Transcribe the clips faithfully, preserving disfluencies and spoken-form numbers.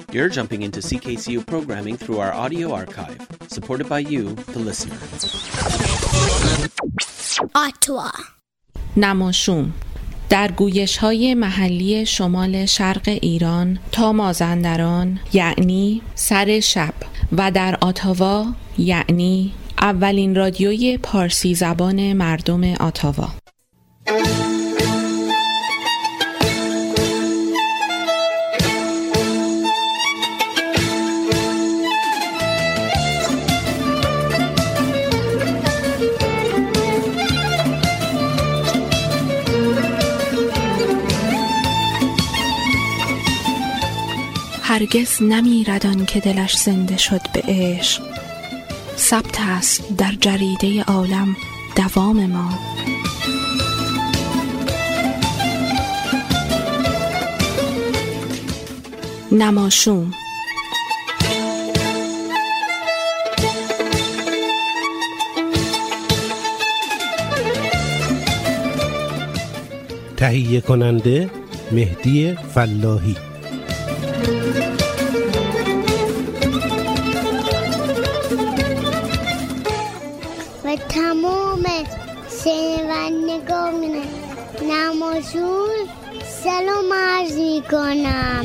You're jumping into C K C U programming through our audio archive, supported by you, the listener. آتوا نماشوم در گویش‌های محلی شمال شرق ایران تا مازندران یعنی سر شب و در آتاوا یعنی اولین رادیوی پارسی زبان مردم آتاوا. هرگز نمیرد آن که دلش زنده شد به عشق، ثبت است در جریده عالم دوام ما. نماشوم تهیه کننده مهدی فلاحی. و تمام شنوندگان نماشوم سلام عرض می کنم.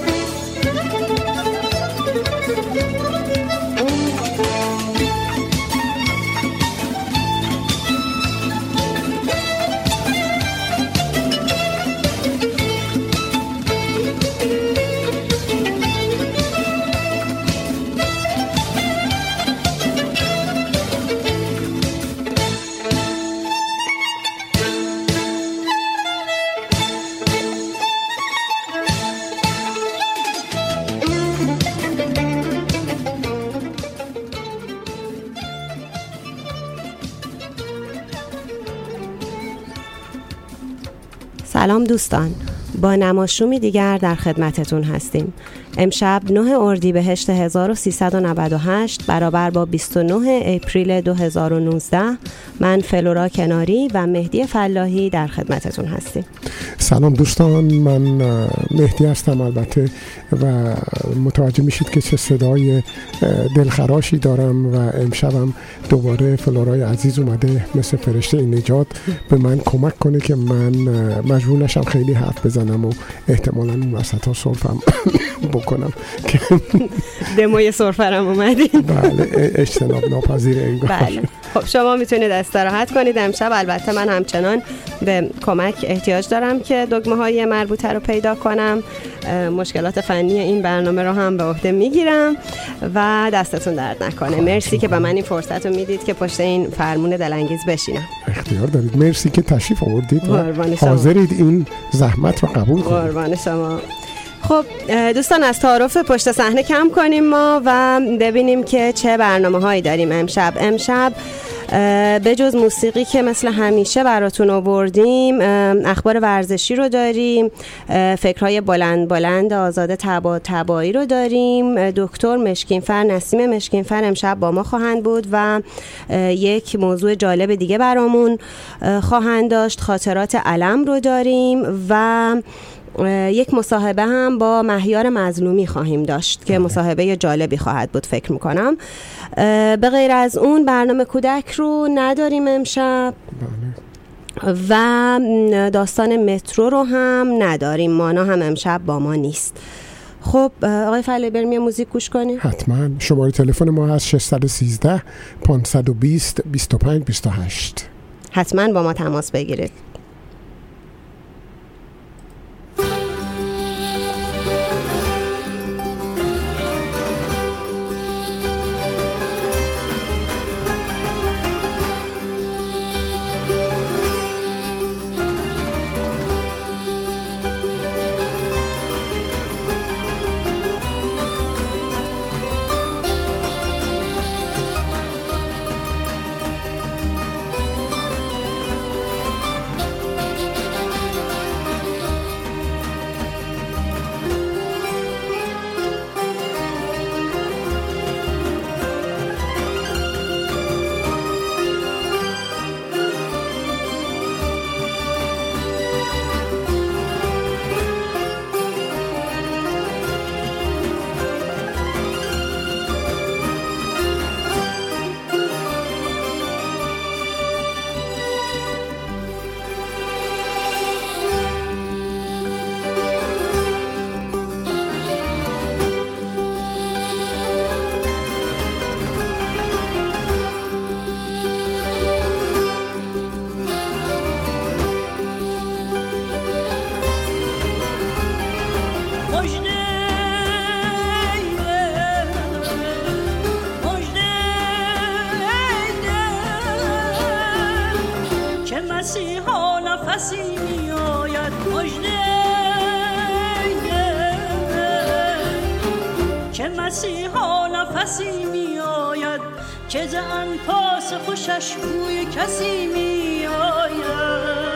سلام دوستان، با نماشومی دیگر در خدمتتون هستیم. امشب نه اردیبهشت هزار و سیصد و نود و هشت برابر با بیست و نه اپریل دو هزار و نوزده من فلورا کناری و مهدی فلاحی در خدمتتون هستیم. سلام دوستان، من مهدی هستم البته و متوجه میشید که چه صدای دلخراشی دارم و امشبم دوباره فلورای عزیز اومده مثل فرشته نجات به من کمک کنه که من مجبور نشم خیلی حرف بزنم و احتمالاً اون وسط ها سرفم بکنم که دموی سرفرم اومدین. بله، اجتناب ناپذیر انگار. بله، خب شما میتونید استراحت کنید امشب. البته من همچنان به کمک احتیاج دارم که دگمه های مربوطه رو پیدا کنم. مشکلات فنی این برنامه رو هم به عهده میگیرم و دستتون درد نکنه. مرسی که به من این فرصت رو میدید که پشت این فرمون دلانگیز بشینم. اختیار دارید. مرسی که تشریف آوردید و قربان حاضرید این زحمت رو قبول کنید. قربان شما. خب دوستان، از تعارف پشت صحنه کم کنیم ما و ببینیم که چه برنامه هایی داریم امشب. امشب به جز موسیقی که مثل همیشه براتون آوردیم، اخبار ورزشی رو داریم، فکرهای بلند بلند آزاد تبا تبایی رو داریم. دکتر مشکینفر نسیم مشکینفر امشب با ما خواهند بود و یک موضوع جالب دیگه برامون خواهند داشت. خاطرات علم رو داریم و یک مصاحبه هم با مهیار مظلومی خواهیم داشت که مصاحبه جالبی خواهد بود فکر میکنم. به غیر از اون برنامه کودک رو نداریم امشب و داستان مترو رو هم نداریم. مانا هم امشب با ما نیست. خب آقای فلاحی، بریم یه موزیک گوش کنیم. حتما. شماره تلفن ما هست ششصد و سیزده پانصد و بیست بیست و پنج بیست و هشت. حتما با ما تماس بگیرید. نفسی می آید مژده که مسیحا نفسی می آید که ز انفاس خوشش بوی کسی می آید.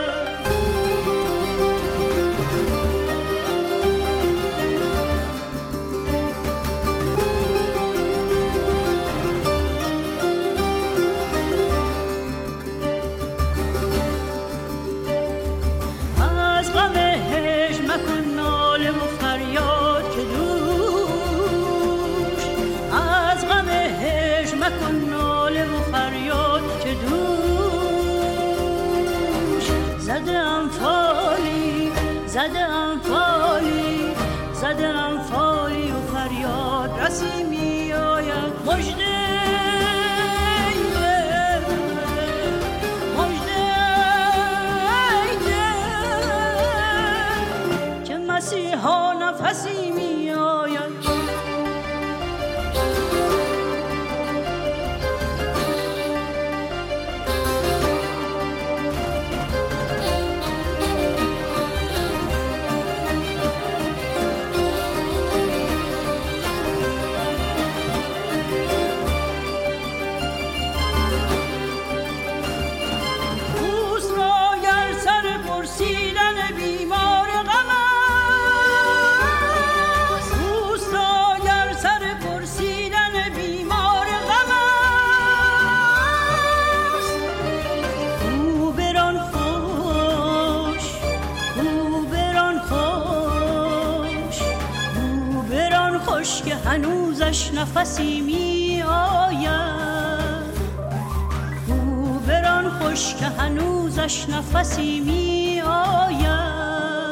زدم فالی زدم فالی و فریاد رسی می آید مژده مژده که مسیحا نفسی می آید. که هنوزش نفسی می آید او بران خوش که هنوزش نفسی می آید.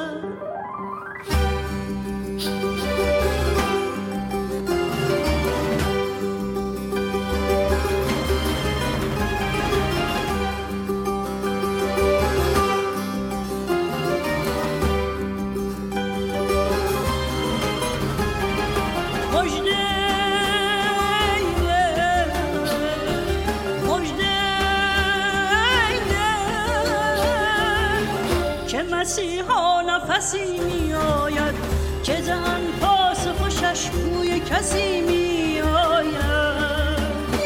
مسیحا نفسی می آید که ز انفاس خوشش بوی کسی می آید.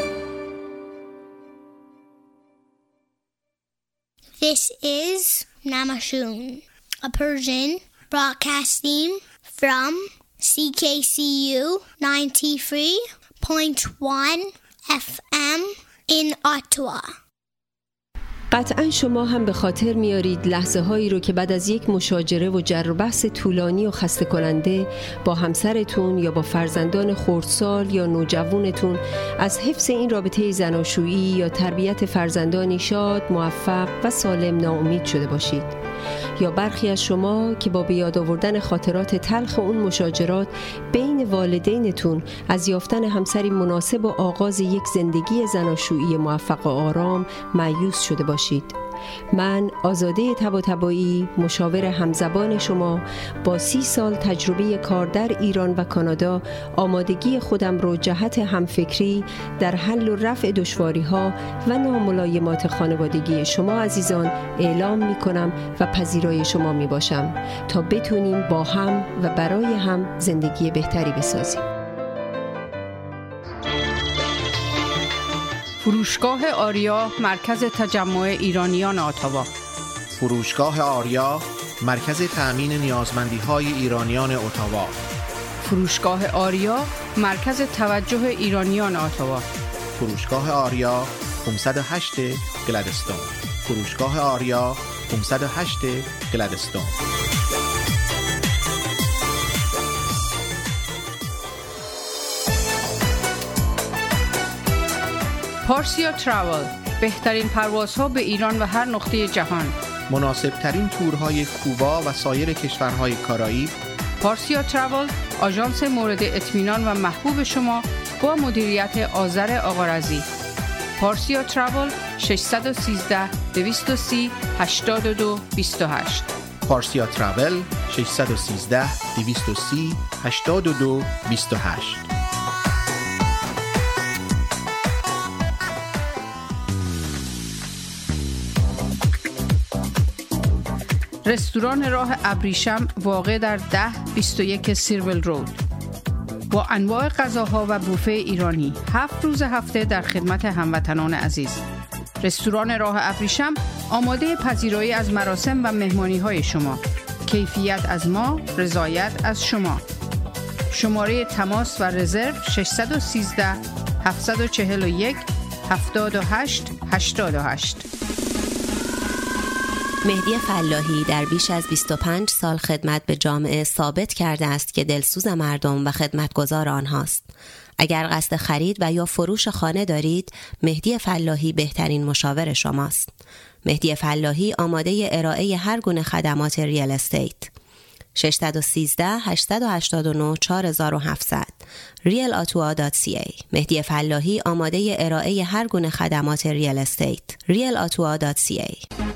This is Namashun, a Persian broadcasting from C K C U ninety-three point one F M in Ottawa. قطعا شما هم به خاطر میارید لحظه هایی رو که بعد از یک مشاجره و جر و بحث طولانی و خسته کننده با همسرتون یا با فرزندان خردسال یا نوجوانتون از حفظ این رابطه زناشویی یا تربیت فرزندانی شاد، موفق و سالم ناامید شده باشید. یا برخی از شما که با بیاد آوردن خاطرات تلخ اون مشاجرات بین والدینتون از یافتن همسری مناسب و آغاز یک زندگی زناشویی موفق و آرام مایوس شده باشید. من آزاده طباطبایی، مشاور همزبان شما با سی سال تجربه کار در ایران و کانادا، آمادگی خودم رو جهت همفکری در حل و رفع دشواری‌ها و ناملایمات خانوادگی شما عزیزان اعلام می‌کنم و پذیرای شما میباشم تا بتونیم با هم و برای هم زندگی بهتری بسازیم. فروشگاه آریا، مرکز تجمع ایرانیان اتاوا. فروشگاه آریا، مرکز تأمین نیازمندی‌های ایرانیان اتاوا. فروشگاه آریا، مرکز توجه ایرانیان اتاوا. فروشگاه آریا، پانصد و هشت گلدستون. فروشگاه آریا، پانصد و هشت گلدستون. پارسیا تراول، بهترین پروازها به ایران و هر نقطه جهان. مناسب ترین تورهای کوبا و سایر کشورهای کارائیب. پارسیا تراول، آژانس مورد اطمینان و محبوب شما با مدیریت آذر آقارزی. پارسیا تراول شش یک سه دو سه صفر هشت دو دو دو هشت. پارسیا تراول شش یک سه دو سه هشت دو دو دو هشت. رستوران راه ابریشم واقع در ده بیست و یک سیرول رود با انواع غذاها و بوفه ایرانی هفت روز هفته در خدمت هموطنان عزیز. رستوران راه ابریشم آماده پذیرایی از مراسم و مهمانی‌های شما. کیفیت از ما، رضایت از شما. شماره تماس و رزرو شش یک سه هفت چهار یک هفتاد و هشت هشتاد و هشت. مهدی فلاحی در بیش از بیست و پنج سال خدمت به جامعه ثابت کرده است که دلسوز مردم و خدمتگزار آنهاست. اگر قصد خرید و یا فروش خانه دارید، مهدی فلاحی بهترین مشاور شماست. مهدی فلاحی آماده ارائه هر گونه خدمات ریال استیت. شش یک سه هشت هشت نه چهار هفت صفر صفر ریل آتوا دات سی ای. مهدی فلاحی آماده ارائه هر گونه خدمات ریال استیت. ریل آتوا دات سی ای.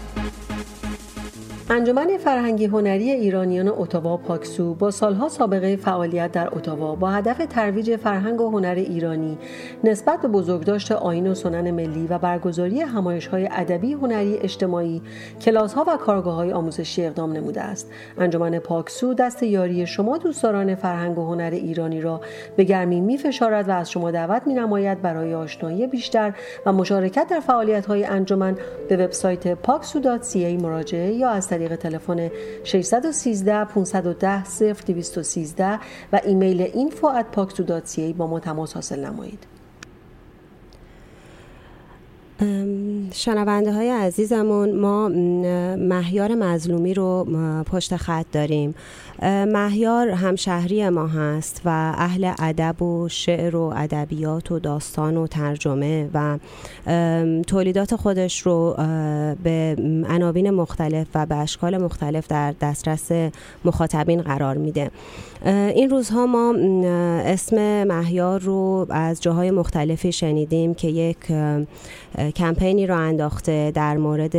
انجمن فرهنگی هنری ایرانیان اتاوا پاکسو با سالها سابقه فعالیت در اتاوا با هدف ترویج فرهنگ و هنر ایرانی نسبت به بزرگداشت آیین و سنن ملی و برگزاری همایش‌های ادبی، هنری، اجتماعی، کلاس‌ها و کارگاه‌های آموزشی اقدام نموده است. انجمن پاکسو دست یاری شما دوستداران فرهنگ و هنر ایرانی را به گرمی می‌فشارد و از شما دعوت می‌نماید برای آشنایی بیشتر و مشارکت در فعالیت‌های انجمن به وبسایت پاکسو دات سی ای مراجعه یا از طریق تلفن شش یک سه پانصد و ده صفر دویست و سیزده و ایمیل اینفو ات پاکسو دات سی ای با ما تماس حاصل نمایید. شنونده های عزیزمون، ما مهیار مظلومی رو پشت خط داریم. مهیار همشهری ما هست و اهل ادب و شعر و ادبیات و داستان و ترجمه و تولیدات خودش رو به عناوین مختلف و به اشکال مختلف در دسترس مخاطبین قرار میده. این روزها ما اسم مهیار رو از جاهای مختلفی شنیدیم که یک کمپینی رو انداخته در مورد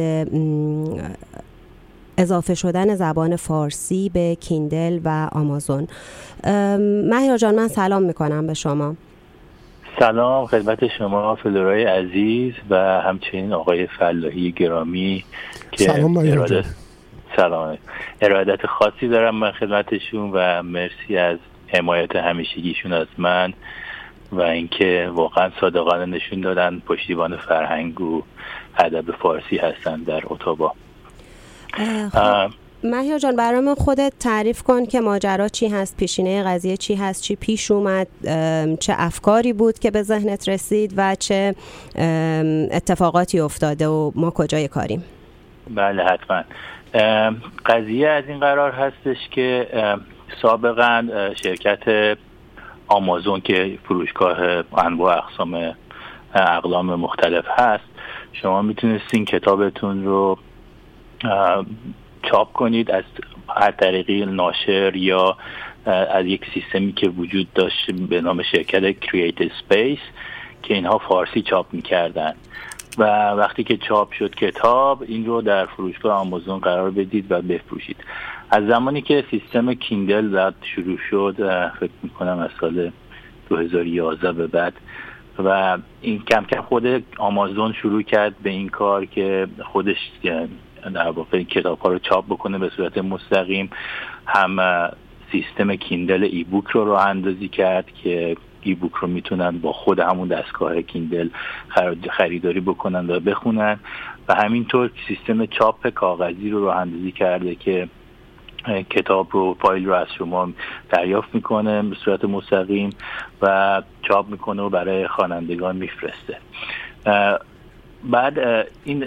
اضافه شدن زبان فارسی به کیندل و آمازون. مهیار جان، من سلام میکنم به شما. سلام خدمت شما فلورای عزیز و همچنین آقای فلاحی گرامی که سلام ارادت سلام ارادت خاصی دارم من خدمتشون و مرسی از حمایت همیشگیشون از من و اینکه واقعا صادقانه نشون دادن پشتیبان فرهنگ و ادب فارسی هستن در اتاوا. مهیار جان، برام خودت تعریف کن که ماجرا چی هست، پیشینه قضیه چی هست، چی پیش اومد، چه افکاری بود که به ذهنت رسید و چه اتفاقاتی افتاده و ما کجای کاریم؟ بله حتما. قضیه از این قرار هستش که سابقا شرکت آمازون که فروشگاه انواع اقسام اقلام مختلف هست، شما میتونستین کتابتون رو چاپ کنید از هر طریقی ناشر یا از یک سیستمی که وجود داشت به نام شرکت کرییتیو اسپیس که اینها فارسی چاپ میکردن و وقتی که چاپ شد کتاب، این رو در فروشگاه آمازون قرار بدید و بفروشید. از زمانی که سیستم کیندل بعد شروع شد، فکر میکنم از سال دو هزار و یازده به بعد، و این کم کم خود آمازون شروع کرد به این کار که خودش در واقع کتاب ها رو چاپ بکنه به صورت مستقیم. هم سیستم کیندل ای بوک رو راه اندازی کرد که ای بوک رو میتونن با خود همون دستگاه کیندل خریداری بکنن و بخونن و همینطور سیستم چاپ کاغذی رو راه اندازی کرده که کتاب رو، فایل رو از شما دریافت میکنه به صورت مستقیم و چاپ میکنه و برای خوانندگان میفرسته. بعد این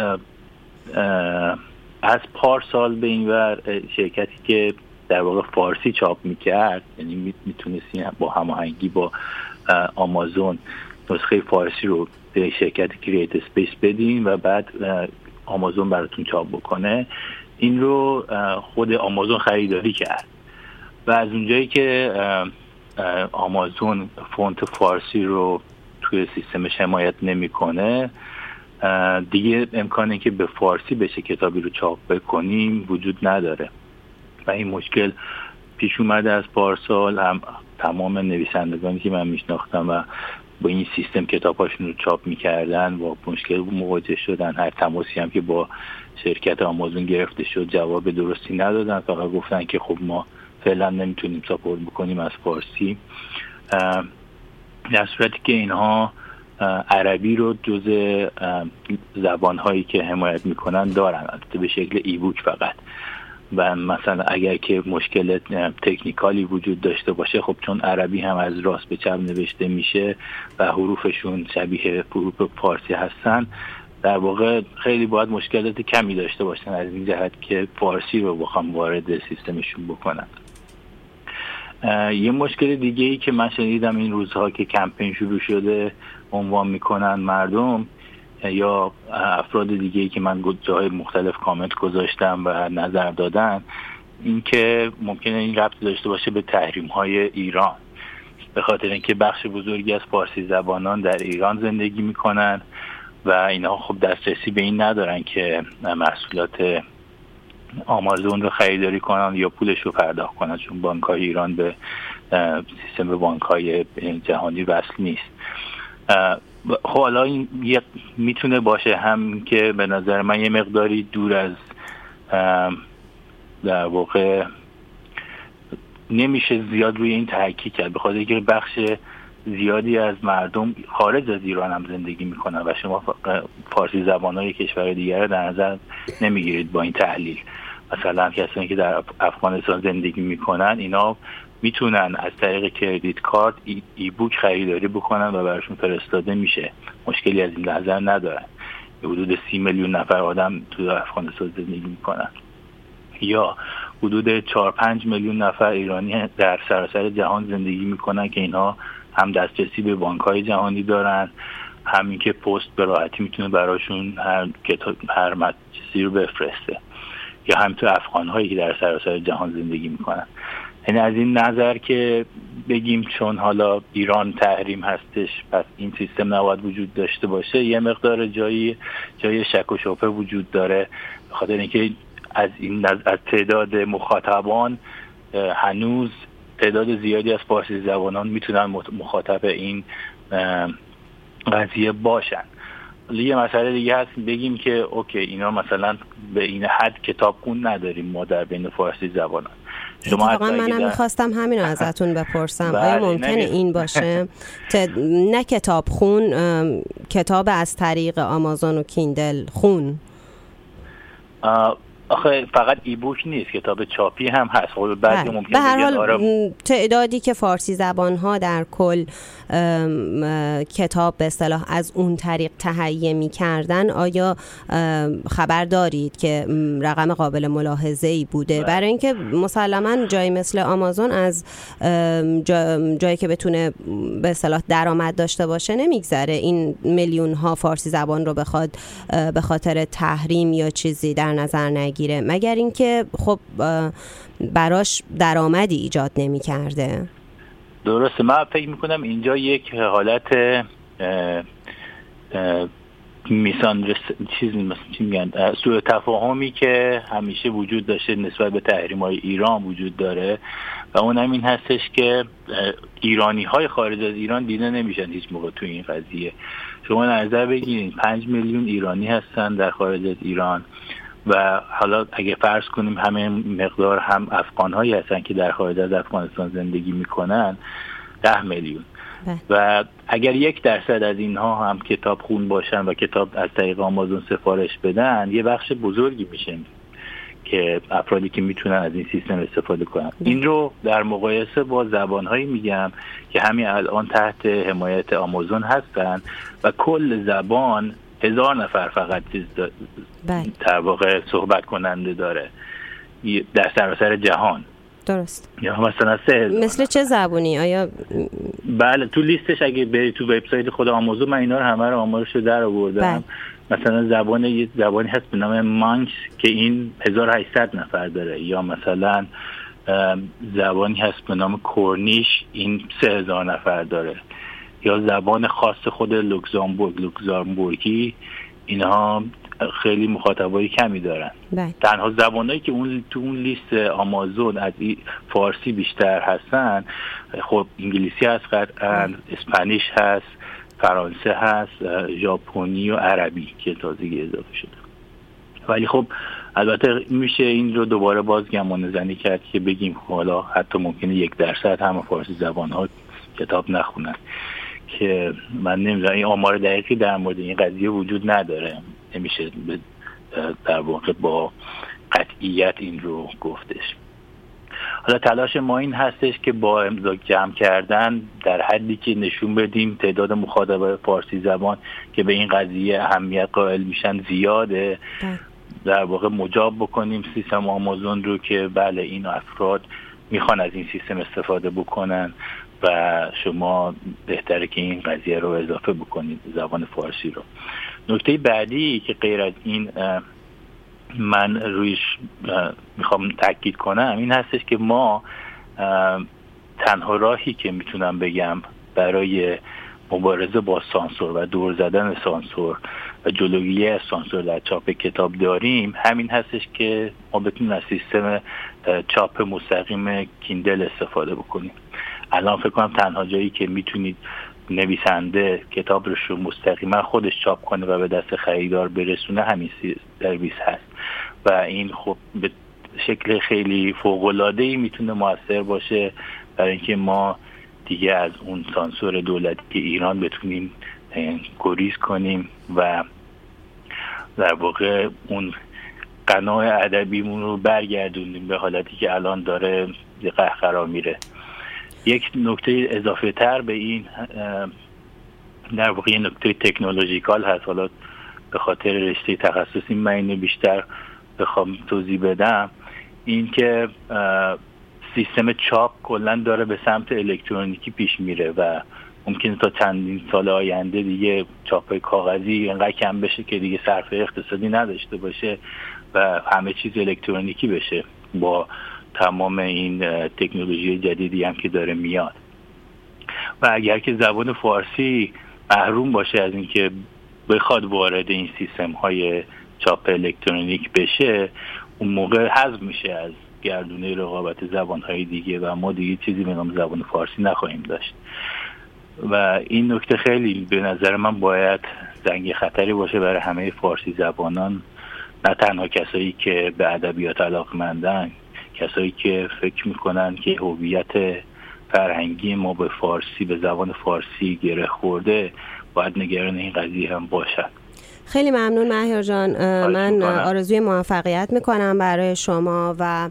از پارسال به این ور شرکتی که در واقع فارسی چاپ میکرد، یعنی میتونستین با هماهنگی با آمازون نسخه فارسی رو به شرکت کرییتیو اسپیس بدین و بعد آمازون براتون چاپ بکنه، این رو خود آمازون خریداری کرد و از اونجایی که آمازون فونت فارسی رو توی سیستمش حمایت نمیکنه، دیگه امکانی که به فارسی بشه کتابی رو چاپ بکنیم وجود نداره و این مشکل پیش اومده از پارسال. هم تمام نویسندگانی که من میشناختم و با این سیستم کتاباشون رو چاپ میکردن و مشکل مواجه شدن. هر تماسی هم که با شرکت آمازون گرفته شد جواب درستی ندادن، فقط گفتن که خب ما فعلا نمیتونیم ساپورت بکنیم از فارسی، در صورتی که اینها عربی رو جز زبانهایی که حمایت میکنن دارن، البته به شکل ای بوک فقط. و مثلا اگر که مشکل تکنیکالی وجود داشته باشه، خب چون عربی هم از راست به چپ نوشته میشه و حروفشون شبیه حروف فارسی هستن، در واقع خیلی باید مشکلات کمی داشته باشن از این جهت که فارسی رو بخوام وارد سیستمشون بکنن. یه مشکل دیگه ای که من شنیدم این روزها که کمپین شروع شده عنوان میکنن مردم یا افراد دیگه ای که من جاهای مختلف کامنت گذاشتم و نظر دادن، این که ممکنه این ربط داشته باشه به تحریم های ایران، به خاطر اینکه بخش بزرگی از فارسی زبانان در ایران زندگی میکنن و اینها خب دسترسی به این ندارن که محصولات آمازون رو خریداری کنن یا پولش رو پرداخت کنن، چون بانک‌های ایران به سیستم بانک‌های جهانی وصل نیست. خب حالا این میتونه باشه هم که به نظر من یه مقداری دور از در واقع نمیشه زیاد روی این تاکید کرد، به خاطر اینکه بخش زیادی از مردم خارج از ایران هم زندگی میکنن و شما فارسی زبان‌های کشور دیگر در نظر نمیگیرید با این تحلیل. مثلا کسانی که در افغانستان زندگی میکنن اینا میتونن از طریق کردیت کارت ای, ای بوک خریداری بکنن و براشون فرستاده میشه، مشکلی از این نظر ندارن. حدود سی میلیون نفر آدم تو افغانستان زندگی میکنن، یا حدود چهار پنج میلیون نفر ایرانی در سراسر جهان زندگی میکنن که اینها هم دسترسی به بانک‌های جهانی دارن، همین که پست به راحتی میتونه براشون هر کتاب هر مدرسی رو بفرسته، یا همینطور افغان‌هایی که در سراسر جهان زندگی میکنن. یعنی از این نظر که بگیم چون حالا ایران تحریم هستش پس این سیستم نباید وجود داشته باشه، یه مقدار جایی جای شک و شبهه وجود داره، به خاطر اینکه از این از تعداد مخاطبان هنوز تعداد زیادی از فارسی زبانان میتونن مخاطب این قضیه باشن. یه مسئله دیگه هست بگیم که اوکی اینا مثلا به این حد کتابخون نداریم ما در بین فارسی زبانان. اتفاقا منم میخواستم همین رو ازتون بپرسم، آیا ممکنه این باشه ت... نه کتابخون، کتاب از طریق آمازون و کیندل خون؟ آخه فقط ای بوک نیست، کتاب چاپی هم هست. خب بعضی ممکنه به هر حال تعدادی که فارسی زبان ها در کل ام، ام، کتاب به اصطلاح از اون طریق تهیه می‌کردن، آیا خبر دارید که رقم قابل ملاحظه‌ای بوده؟ برای اینکه مسلماً جایی مثل آمازون از جا، جایی که بتونه به اصطلاح درآمد داشته باشه نمیگذره این میلیون ها فارسی زبان رو بخواد به خاطر تحریم یا چیزی در نظر نگیره، مگر اینکه خب براش درآمدی ایجاد نمی‌کرده. درسته. من فکر میکنم اینجا یک حالت میسان چیز چی میگن سوء تفاهمی که همیشه وجود داشته نسبت به تحریم‌های ایران وجود داره و اون هم این هستش که ایرانی‌های خارج از ایران دیده نمیشن هیچ موقع توی این قضیه. شما نظر بگیرید پنج میلیون ایرانی هستن در خارج از ایران و حالا اگه فرض کنیم همه مقدار هم افغان‌هایی هستن که در خارج از افغانستان زندگی میکنن، ده میلیون و اگر یک درصد از اینها هم کتاب خون باشن و کتاب از طریق آمازون سفارش بدن، یه بخش بزرگی میشن که افرادی که میتونن از این سیستم استفاده کنن. این رو در مقایسه با زبان‌هایی میگم که همین الان تحت حمایت آمازون هستن و کل زبان هزار نفر فقط چیز در واقع صحبت کننده داره در سراسر جهان. درست. یا مثلا سه هزار. مثل چه زبونی؟ آیا بله تو لیستش اگه بری تو وبسایت خود آمازون من اینا رو همه رو آمارش رو در آوردم. مثلا زبان یه زبانی هست به نام مانکس که این هزار و هشتصد نفر داره، یا مثلا زبانی هست به نام کورنیش این سه هزار نفر داره، یا زبان خاص خود لوکزامبورگ لوکزامبورگی اینها خیلی مخاطبای کمی دارن. بله. تنها زبانایی که اون تو اون لیست آمازون از فارسی بیشتر هستن خب انگلیسی هست، قطعاً اسپانیش هست، فرانسه هست، ژاپنی و عربی که تازگی اضافه شده. ولی خب البته میشه این رو دوباره باز گمان زنی کرد که بگیم حالا حتی ممکنه یک درصد هم فارسی زبان ها کتاب نخونن که من نمیدونم، این آمار دقیقی در مورد این قضیه وجود نداره، نمیشه در واقع با قطعیت این رو گفتش. حالا تلاش ما این هستش که با امضا جمع کردن در حدی که نشون بدیم تعداد مخاطبای فارسی زبان که به این قضیه اهمیت قائل میشن زیاده، در واقع مجاب بکنیم سیستم آمازون رو که بله این افراد میخوان از این سیستم استفاده بکنن و شما بهتره که این قضیه رو اضافه بکنید زبان فارسی رو. نکته بعدی که غیر از این من رویش میخوام تاکید کنم این هستش که ما تنها راهی که میتونم بگم برای مبارزه با سانسور و دور زدن سانسور و جلوگیری از سانسور در چاپ کتاب داریم همین هستش که ما بتونیم از سیستم چاپ مستقیم کیندل استفاده بکنیم. الان فکر کنم تنها جایی که میتونید نویسنده کتاب رو مستقیما خودش چاپ کنه و به دست خریدار برسونه همین سرویس هست و این خب به شکل خیلی فوق‌العاده‌ای میتونه موثر باشه برای اینکه ما دیگه از اون سانسور دولتی که ایران بتونیم گریز کنیم و در واقع اون قناع ادبیمون رو برگردونیم به حالتی که الان داره قهقرا میره. یک نکته اضافه تر به این در واقع یک نکته تکنولوژیکال هست، حالا به خاطر رشته تخصصی من اینو بیشتر بخوام توضیح بدم، این که سیستم چاپ کلا داره به سمت الکترونیکی پیش میره و ممکنه تا چندین سال آینده دیگه چاپ کاغذی انقدر کم بشه که دیگه صرفه اقتصادی نداشته باشه و همه چیز الکترونیکی بشه با تمام این تکنولوژی جدیدی هم که داره میاد. و اگر که زبان فارسی محروم باشه از اینکه بخواد وارد این سیستم های چاپ الکترونیک بشه، اون موقع حذف میشه از گردونه رقابت زبان های دیگه و ما دیگه چیزی به نام زبان فارسی نخواهیم داشت. و این نکته خیلی به نظر من باید زنگ خطری باشه برای همه فارسی زبانان، نه تنها کسایی که به ادبیات علاقه‌مندن، کسایی که فکر میکنن که هویت فرهنگی ما به فارسی، به زبان فارسی گره خورده، باید نگران این قضیه هم باشن. خیلی ممنون مهیار جان. من آرزوی موفقیت میکنم برای شما و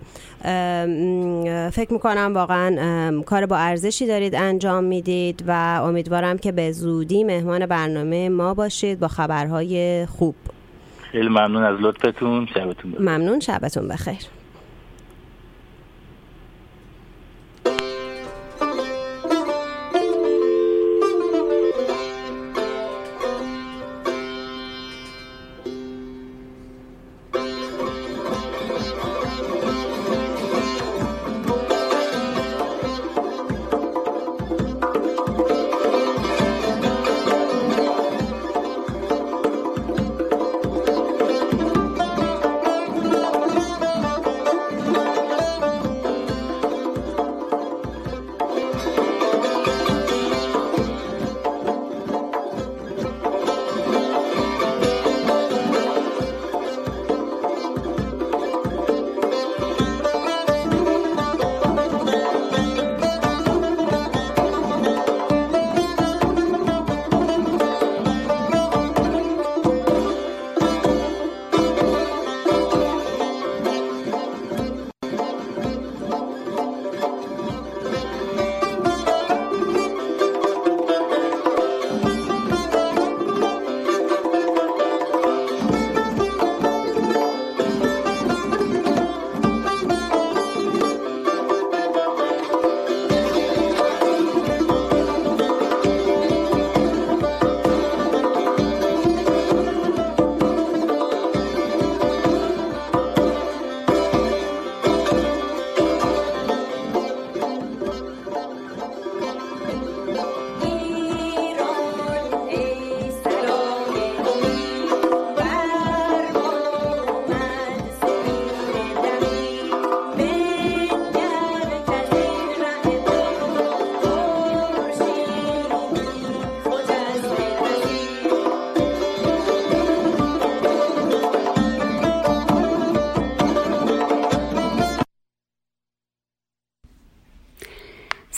فکر میکنم واقعا کار با ارزشی دارید انجام میدید و امیدوارم که به زودی مهمان برنامه ما باشید با خبرهای خوب. خیلی ممنون از لطفتون. شبتون بخیر. ممنون، شبتون بخیر.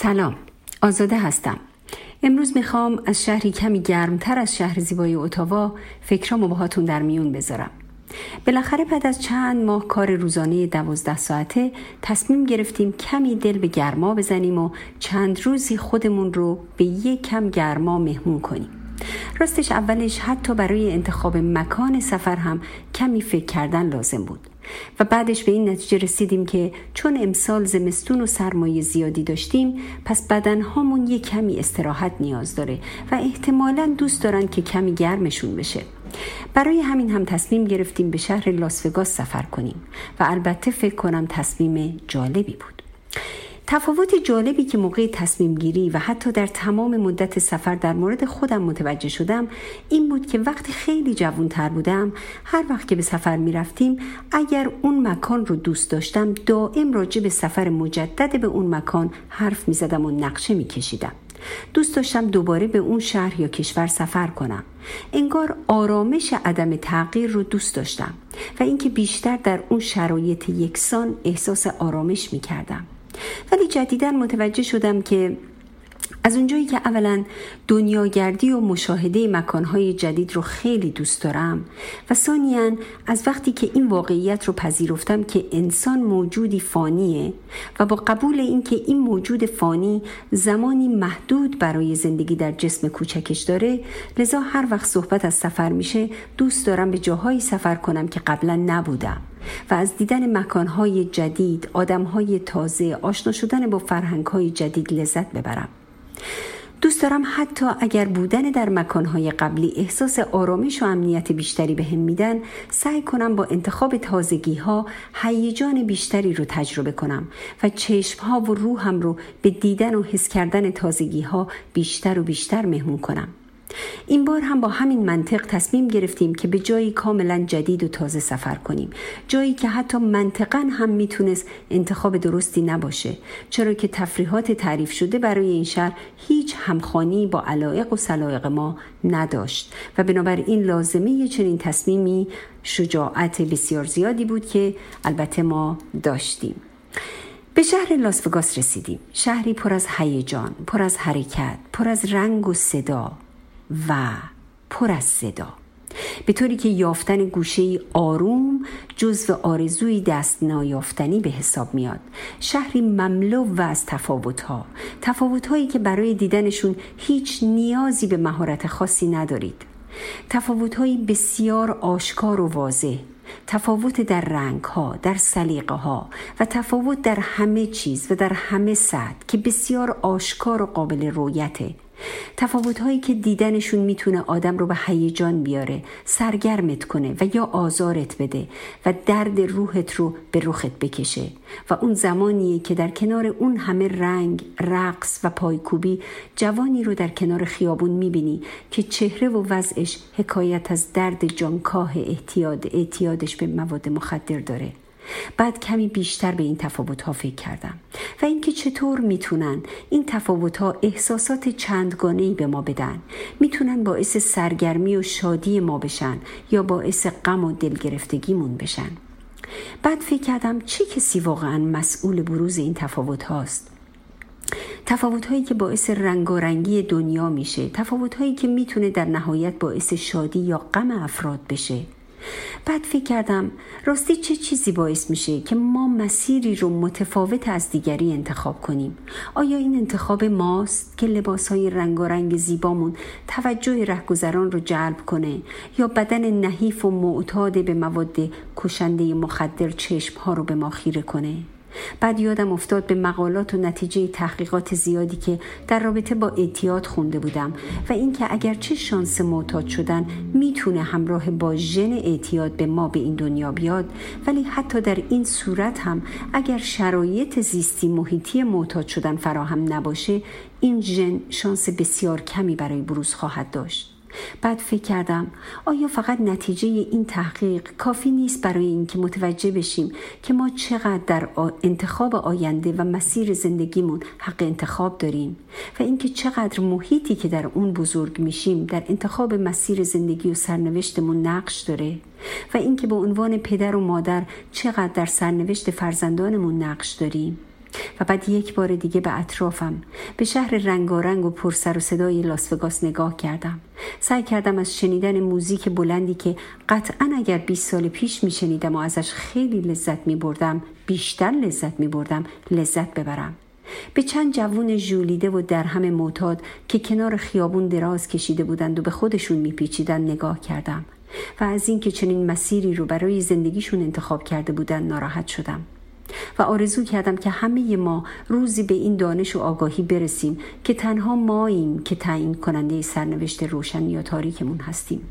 سلام، آزاده هستم. امروز میخوام از شهری کمی گرمتر از شهر زیبای اتاوا فکرامو باهاتون در میون بذارم. بالاخره بعد از چند ماه کار روزانه دوازده ساعته تصمیم گرفتیم کمی دل به گرما بزنیم و چند روزی خودمون رو به یک کم گرما مهمون کنیم. راستش اولش حتی برای انتخاب مکان سفر هم کمی فکر کردن لازم بود و بعدش به این نتیجه رسیدیم که چون امسال زمستون و سرمایه زیادی داشتیم پس بدنهامون یک کمی استراحت نیاز داره و احتمالاً دوست دارن که کمی گرمشون بشه. برای همین هم تصمیم گرفتیم به شهر لاس وگاس سفر کنیم و البته فکر کنم تصمیم جالبی بود. تفاوت جالبی که موقع تصمیم گیری و حتی در تمام مدت سفر در مورد خودم متوجه شدم این بود که وقتی خیلی جوان‌تر بودم هر وقت که به سفر می رفتیم اگر اون مکان رو دوست داشتم دائم راجع به سفر مجدد به اون مکان حرف می زدم و نقشه می کشیدم. دوست داشتم دوباره به اون شهر یا کشور سفر کنم. انگار آرامش عدم تغییر رو دوست داشتم و اینکه بیشتر در اون شرایط یکسان احساس آرامش می کردم. ولی جدیداً متوجه شدم که از اونجایی که اولاً دنیاگردی و مشاهده مکانهای جدید رو خیلی دوست دارم و ثانیاً از وقتی که این واقعیت رو پذیرفتم که انسان موجودی فانیه و با قبول این که این موجود فانی زمانی محدود برای زندگی در جسم کوچکش داره، لذا هر وقت صحبت از سفر میشه دوست دارم به جاهایی سفر کنم که قبلاً نبودم و از دیدن مکانهای جدید، آدمهای تازه، آشنا شدن با فرهنگهای جدید لذت ببرم. دوست دارم حتی اگر بودن در مکانهای قبلی احساس آرامش و امنیت بیشتری بهم میدن، سعی کنم با انتخاب تازگی‌ها هیجان بیشتری رو تجربه کنم و چشم‌ها و روحم رو به دیدن و حس کردن تازگی‌ها بیشتر و بیشتر مهمون کنم. این بار هم با همین منطق تصمیم گرفتیم که به جایی کاملا جدید و تازه سفر کنیم، جایی که حتی منطقاً هم میتونست انتخاب درستی نباشه، چرا که تفریحات تعریف شده برای این شهر هیچ همخوانی با علایق و سلایق ما نداشت و بنابراین لازمه چنین تصمیمی شجاعت بسیار زیادی بود که البته ما داشتیم. به شهر لاس وگاس رسیدیم، شهری پر از هیجان، پر از حرکت، پر از رنگ و صدا و پر از صدا، به طوری که یافتن گوشه‌ای آروم جزو آرزوی دست نایافتنی به حساب میاد. شهری مملو و از تفاوت‌ها، تفاوت‌هایی که برای دیدنشون هیچ نیازی به مهارت خاصی ندارید. تفاوت‌هایی بسیار آشکار و واضح، تفاوت در رنگ‌ها، در سلیقه‌ها و تفاوت در همه چیز و در همه سطح که بسیار آشکار و قابل رؤیته. تفاوت‌هایی که دیدنشون میتونه آدم رو به هیجان بیاره، سرگرمت کنه و یا آزارت بده و درد روحت رو به رخت بکشه و اون زمانیه که در کنار اون همه رنگ، رقص و پایکوبی جوانی رو در کنار خیابون میبینی که چهره و وضعش حکایت از درد جانکاه اعتیاد اعتیادش به مواد مخدر داره. بعد کمی بیشتر به این تفاوت‌ها فکر کردم و اینکه چطور میتونن این تفاوت‌ها احساسات چندگانه‌ای به ما بدن. میتونن باعث سرگرمی و شادی ما بشن یا باعث غم و دلگرفتگیمون بشن. بعد فکر کردم چه کسی واقعاً مسئول بروز این تفاوت‌هاست؟ تفاوت‌هایی که باعث رنگارنگی دنیا میشه، تفاوت‌هایی که میتونه در نهایت باعث شادی یا غم افراد بشه. بعد فکر کردم راستی چه چیزی باعث میشه که ما مسیری رو متفاوت از دیگری انتخاب کنیم؟ آیا این انتخاب ماست که لباسهای رنگارنگ زیبامون توجه رهگذران رو جلب کنه یا بدن نحیف و معتاد به مواد کشنده مخدر چشمها رو به ما خیره کنه؟ بعد یادم افتاد به مقالات و نتیجه تحقیقات زیادی که در رابطه با اعتیاد خونده بودم و اینکه اگرچه شانس معتاد شدن میتونه همراه با ژن اعتیاد به ما به این دنیا بیاد، ولی حتی در این صورت هم اگر شرایط زیستی محیطی معتاد شدن فراهم نباشه، این ژن شانس بسیار کمی برای بروز خواهد داشت. بعد فکر کردم آیا فقط نتیجه این تحقیق کافی نیست برای اینکه متوجه بشیم که ما چقدر در انتخاب آینده و مسیر زندگیمون حق انتخاب داریم و اینکه چقدر محیطی که در اون بزرگ میشیم در انتخاب مسیر زندگی و سرنوشتمون نقش داره و اینکه به عنوان پدر و مادر چقدر در سرنوشت فرزندانمون نقش داریم؟ و بعد یک بار دیگه به اطرافم، به شهر رنگارنگ و پر سر و صدای لاس وگاس نگاه کردم. سعی کردم از شنیدن موزیک بلندی که قطعاً اگر بیست سال پیش می شنیدم و ازش خیلی لذت می بردم، بیشتر لذت می بردم، لذت ببرم. به چند جوون ژولیده و درهم معتاد که کنار خیابون دراز کشیده بودند و به خودشون می پیچیدن نگاه کردم و از این که چنین مسیری رو برای زندگیشون انتخاب کرده بودن ناراحت شدم و آرزو کردم که همه ما روزی به این دانش و آگاهی برسیم که تنها ماییم که تعیین کننده سرنوشت روشن یا تاریکمون هستیم.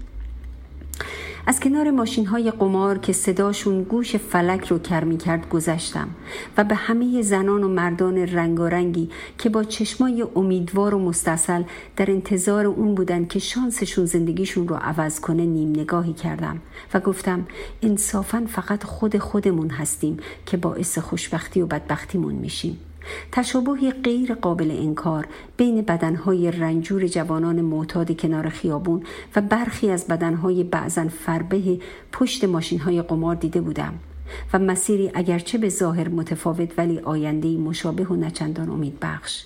از کنار ماشین‌های قمار که صداشون گوش فلک رو کر می‌کرد گذشتم و به همه زنان و مردان رنگارنگی که با چشمای امیدوار و مستعسل در انتظار اون بودن که شانسشون زندگیشون رو عوض کنه نیم نگاهی کردم و گفتم انصافاً فقط خود خودمون هستیم که باعث خوشبختی و بدبختیمون میشیم. تشابهی غیر قابل انکار بین بدنهای رنجور جوانان معتاد کنار خیابون و برخی از بدنهای بعضن فربه پشت ماشینهای قمار دیده بودم و مسیری اگرچه به ظاهر متفاوت ولی آینده‌ای مشابه و نچندان امید بخش.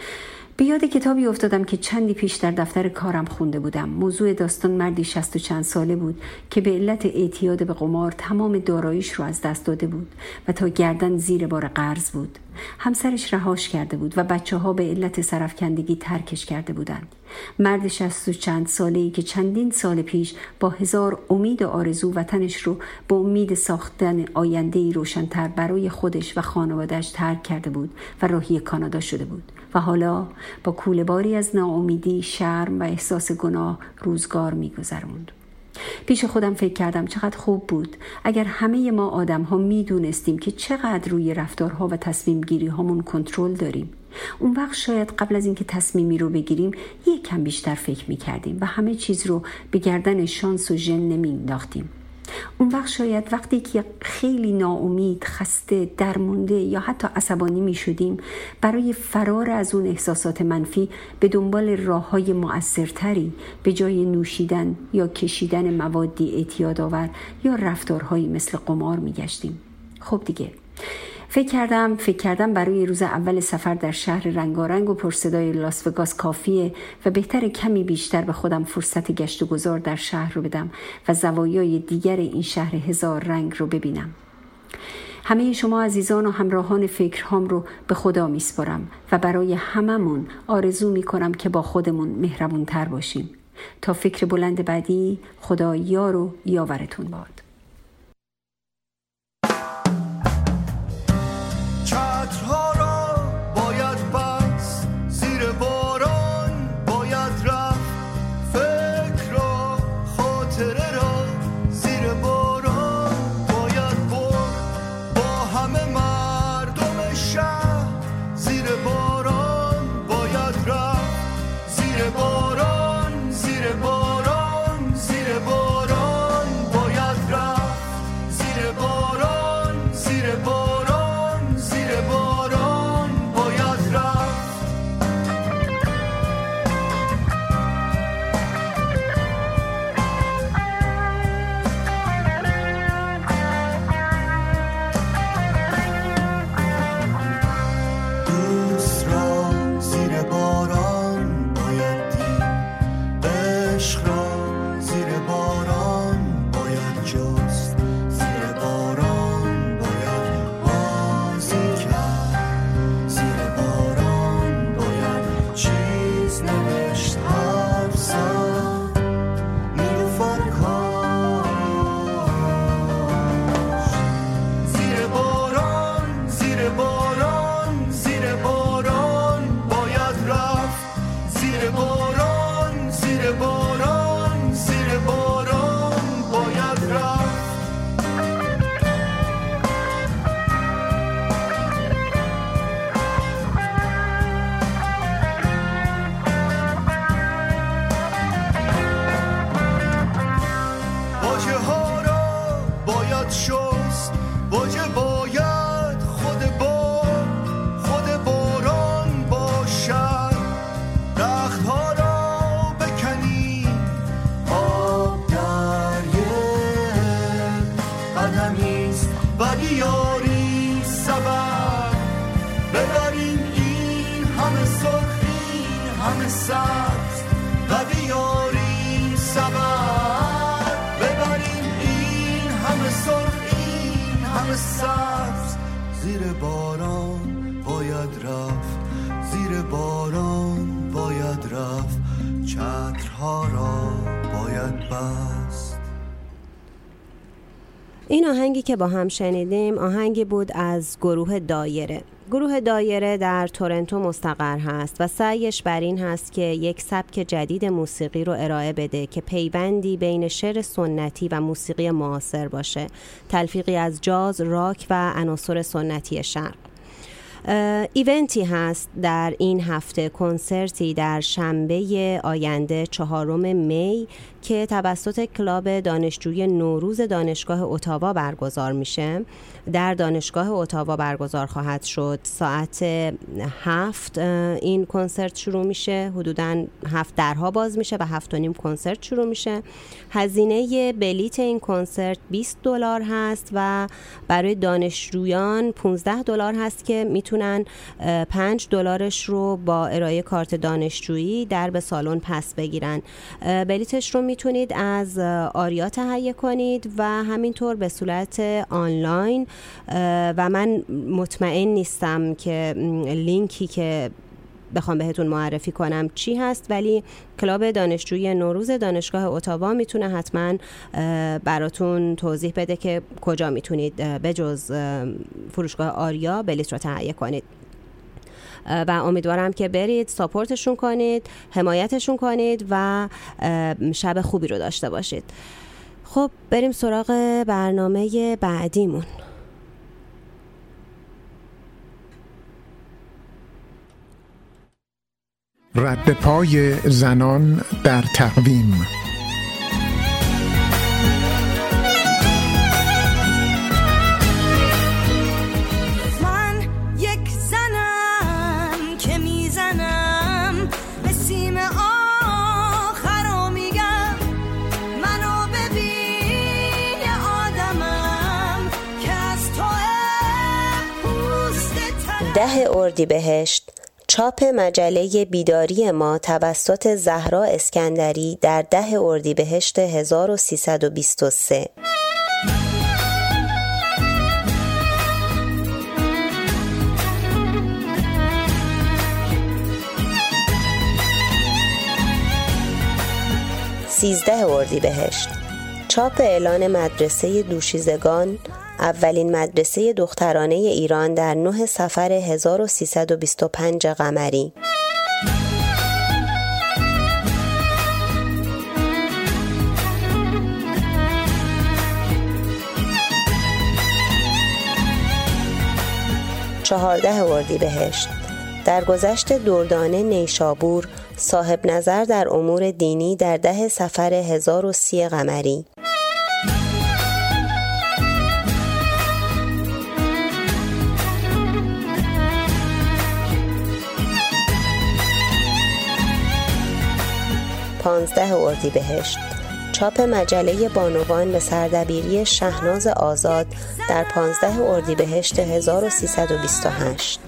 به یاد کتابی افتادم که چندی پیش در دفتر کارم خونده بودم. موضوع داستان مردی شصت و چند ساله بود که به علت اعتیاد به قمار تمام داراییش رو از دست داده بود و تا گردن زیر بار قرض بود. همسرش رهاش کرده بود و بچه ها به علت سرفکندگی ترکش کرده بودند. مرد شصت و چند ساله‌ای که چندین سال پیش با هزار امید و آرزو وطنش رو به امید ساختن آینده‌ای روشن‌تر برای خودش و خانواده‌اش ترک کرده بود و راهی کانادا شده بود و حالا با کوله‌باری از ناامیدی، شرم و احساس گناه روزگار می‌گذروند. پیش خودم فکر کردم چقدر خوب بود اگر همه ما آدم ها می دونستیم که چقدر روی رفتارها و تصمیم گیری هامون کنترل داریم. اون وقت شاید قبل از اینکه تصمیمی رو بگیریم یک کم بیشتر فکر می کردیم و همه چیز رو به گردن شانس و ژن نمی انداختیم. اون وقت شاید وقتی که خیلی ناامید، خسته، درمونده یا حتی عصبانی می شدیم برای فرار از اون احساسات منفی به دنبال راه‌های مؤثرتری به جای نوشیدن یا کشیدن موادی اعتیادآور یا رفتارهایی مثل قمار می گشتیم. خب دیگه فکر کردم فکر کردم برای روز اول سفر در شهر رنگارنگ و پرصدای لاس وگاس کافیه و بهتر کمی بیشتر به خودم فرصت گشت و گذار در شهر رو بدم و زوایای دیگر این شهر هزار رنگ رو ببینم. همه شما عزیزان و همراهان فکرهام رو به خدا میسپارم و برای هممون آرزو میکنم که با خودمون مهربونتر باشیم. تا فکر بلند بعدی، خدا یار و یاورتون باد. چترها را باید بست، زیر باران باید رفت، فکر را خاطره را زیر باران باید برد، با همه مردم شهر زیر باران باید رفت، زیر باران زیر باران زیر باران باید رفت، زیر باران زیر باران ها را بکنی سبز و بیاریم سبز ببریم این همه سر این همه سبز زیر باران باید رفت زیر باران باید رفت چترها را باید بست. این آهنگی که با هم شنیدیم آهنگی بود از گروه دایره. گروه دایره در تورنتو مستقر هست و سعیش بر این هست که یک سبک جدید موسیقی رو ارائه بده که پیوندی بین شعر سنتی و موسیقی معاصر باشه، تلفیقی از جاز، راک و عناصر سنتی شرق. ایونتی هست در این هفته، کنسرتی در شنبه آینده چهارم می که توسط کلاب دانشجوی نوروز دانشگاه اتاوا برگزار میشه. در دانشگاه اتاوا برگزار خواهد شد. ساعت هفت این کنسرت شروع میشه، حدوداً هفت درها باز میشه و هفت و نیم کنسرت شروع میشه. هزینه بلیت این کنسرت بیست دلار هست و برای دانشجویان پانزده دلار هست که میتونن پنج دلارش رو با ارائه کارت دانشجویی در به سالن پس بگیرن. بلیتش رو میتونید از آریا تهیه کنید و همینطور به صورت آنلاین و من مطمئن نیستم که لینکی که بخوام بهتون معرفی کنم چی هست، ولی کلاب دانشجوی نوروز دانشگاه اتاوا میتونه حتما براتون توضیح بده که کجا میتونید به جز فروشگاه آریا بلیت رو تهیه کنید و امیدوارم که برید ساپورتشون کنید، حمایتشون کنید و شب خوبی رو داشته باشید. خب بریم سراغ برنامه بعدیمون. رد پای زنان در تقویم. من یک زنم که میزنم به سیم آخر و میگم منو ببین یه آدمم که از توه پوست تنم. ده اردیبهشت چاپ مجله بیداری ما توسط زهرا اسکندری در ده اردیبهشت هزار و سیصد و بیست و سه. سیزده اردیبهشت چاپ اعلان مدرسه دوشیزگان، اولین مدرسه دخترانه ایران در نه صفر هزار و سیصد و بیست و پنج قمری. چهارده اردیبهشت در گذشت دردانه نیشابور، صاحب نظر در امور دینی در ده صفر هزار و سی قمری. پانزده اردیبهشت چاپ مجله بانوان به سردبیری شهناز آزاد در پانزده اردیبهشت هزار و سیصد و بیست و هشت.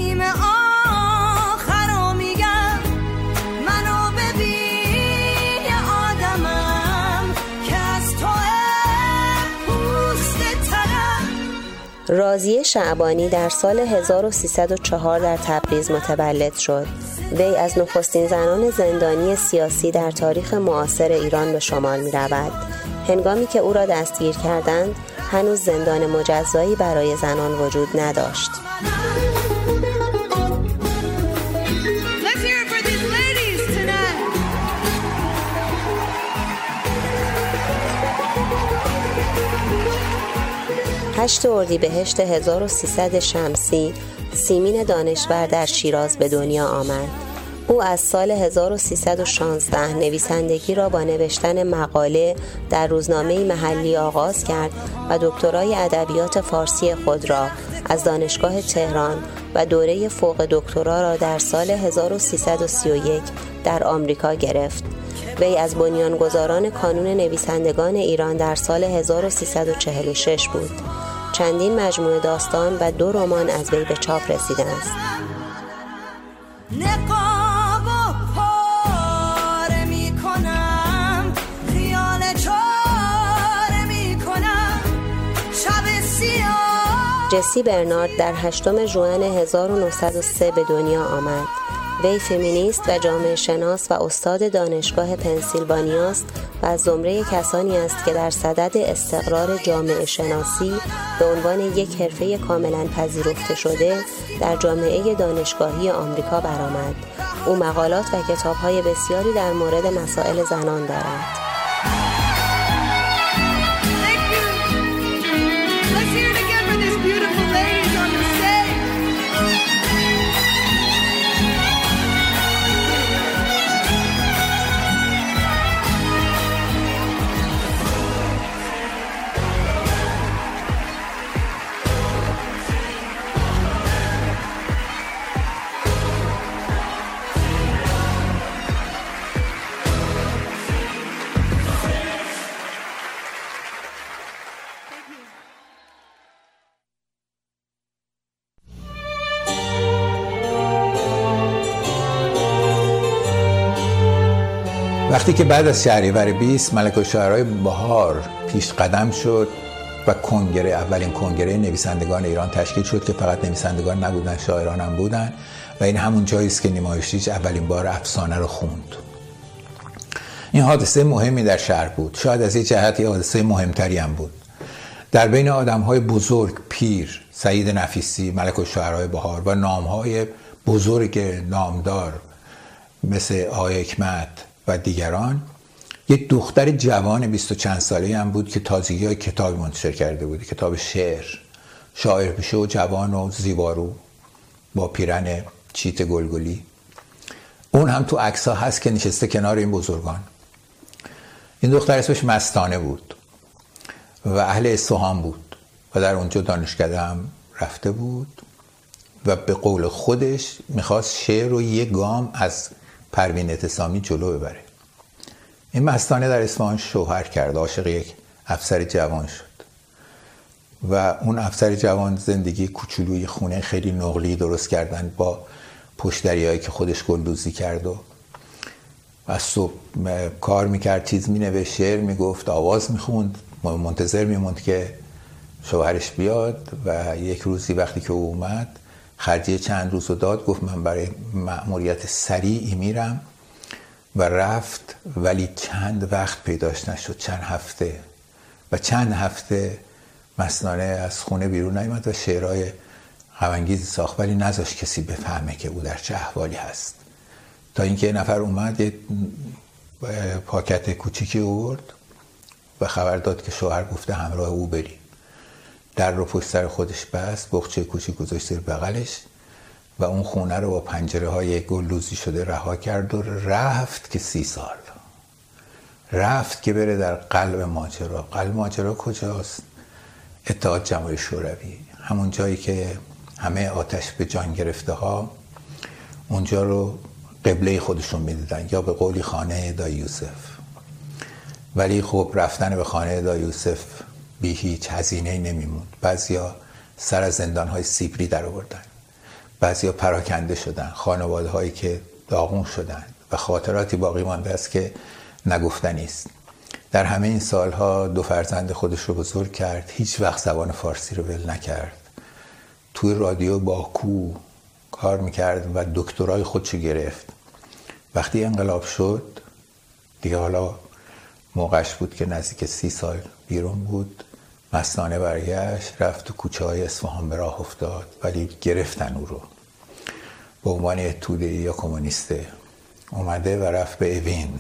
راضیه شعبانی در سال هزار و سیصد و چهار در تبریز متولد شد. وی از نخستین زنان زندانی سیاسی در تاریخ معاصر ایران به شمار می رود. هنگامی که او را دستگیر کردند، هنوز زندان مجزایی برای زنان وجود نداشت. هشت اردیبهشت هزار و سیصد شمسی سیمین دانشور در شیراز به دنیا آمد. او از سال هزار و سیصد و شانزده نویسندگی را با نوشتن مقاله در روزنامه‌ای محلی آغاز کرد و دکترای ادبیات فارسی خود را از دانشگاه تهران و دوره فوق دکترا را در سال هزار و سیصد و سی و یک در آمریکا گرفت. وی از بنیانگذاران کانون نویسندگان ایران در سال هزار و سیصد و چهل و شش بود. چندین مجموعه داستان و دو رمان از وی به چاپ رسیده است. نقاب و جسی برنارد در هشتم ژوئن هزار و نهصد و سه به دنیا آمد. وی فمینیست و جامعه شناس و استاد دانشگاه پنسیلوانیا است و از زمره کسانی است که در صدد استقرار جامعه شناسی به عنوان یک حرفه کاملا پذیرفته شده در جامعه دانشگاهی آمریکا برآمد. او مقالات و کتاب‌های بسیاری در مورد مسائل زنان دارد. وقتی که بعد از شهریور بیست ملک الشعرای بهار پیش قدم شد و کنگره اولین کنگره نویسندگان ایران تشکیل شد که فقط نویسندگان نبودن، شاعران هم بودن و این همون جایی است که نیمایشیج اولین بار افسانه رو خوند. این حادثه مهمی در شهر بود، شاید از این جهت یه حادثه مهمتری هم بود. در بین آدم‌های بزرگ، پیر، سعید نفیسی، ملک الشعرای بهار و نام‌های بزرگ نامدار مثل آقای حکمت و دیگران، یک دختر جوان بیست و چند ساله هم بود که تازگی های کتاب منتشر کرده بود، کتاب شعر، شاعر پیشه و جوان و زیبارو با پیرن چیت گلگلی. اون هم تو عکس ها هست که نشسته کنار این بزرگان. این دختر اسمش مستانه بود و اهل اصفهان بود و در اونجا دانشکده هم رفته بود و به قول خودش میخواست شعر رو یک گام از پروین اعتصامی جلو ببره. این مستانه در اصفهان شوهر کرد، عاشق یک افسر جوان شد و اون افسر جوان زندگی کوچولوی خونه خیلی نقلی درست کردن با پشتریایی که خودش گلدوزی کرد و از صبح کار میکرد، چیز مینوشت، شعر میگفت، آواز میخوند، منتظر میموند که شوهرش بیاد و یک روزی وقتی که او اومد خرجی چند روز رو داد، گفت من برای مأموریت سریعی میرم و رفت، ولی چند وقت پیداش نشد، چند هفته و چند هفته مستانه از خونه بیرون نیامد و شعرهای غم‌انگیزی ساخت، ولی نذاشت کسی بفهمه که او در چه احوالی هست، تا اینکه یه نفر اومد یه پاکت کوچیکی آورد و خبر داد که شوهر گفته همراه او بریم. در رو پشت سر خودش بست، بخچه کوچیک گذاشت زیر بغلش و اون خونه رو با پنجره های گلدوزی شده رها کرد و رفت که سی سال رفت که بره در قلب ماجرا. قلب ماجرا کجاست؟ اتحاد جماهیر شوروی، همون جایی که همه آتش به جان گرفته ها اونجا رو قبله خودشون میدیدن، یا به قولی خانه دایی یوسف. ولی خب رفتن به خانه دایی یوسف بی هیچ هزینه‌ای نمیموند. بعضیا سر از زندان‌های سیبری در آوردن، بعضیا پراکنده شدن، خانواده‌هایی که داغون شدن و خاطراتی باقی مانده است که نگفتنی است. در همه این سالها دو فرزند خودش رو بزرگ کرد، هیچ وقت زبان فارسی رو ول نکرد. توی رادیو باکو کار میکرد و دکترای خودشو گرفت. وقتی انقلاب شد دیگه حالا موقعش بود که نزدیک سی سال بیرون بود، مستانه برگشت، رفت تو کوچه های اصفهان به راه افتاد، ولی گرفتن او رو به عنوان توده‌ای یا کمونیسته. اومده و رفت به اوین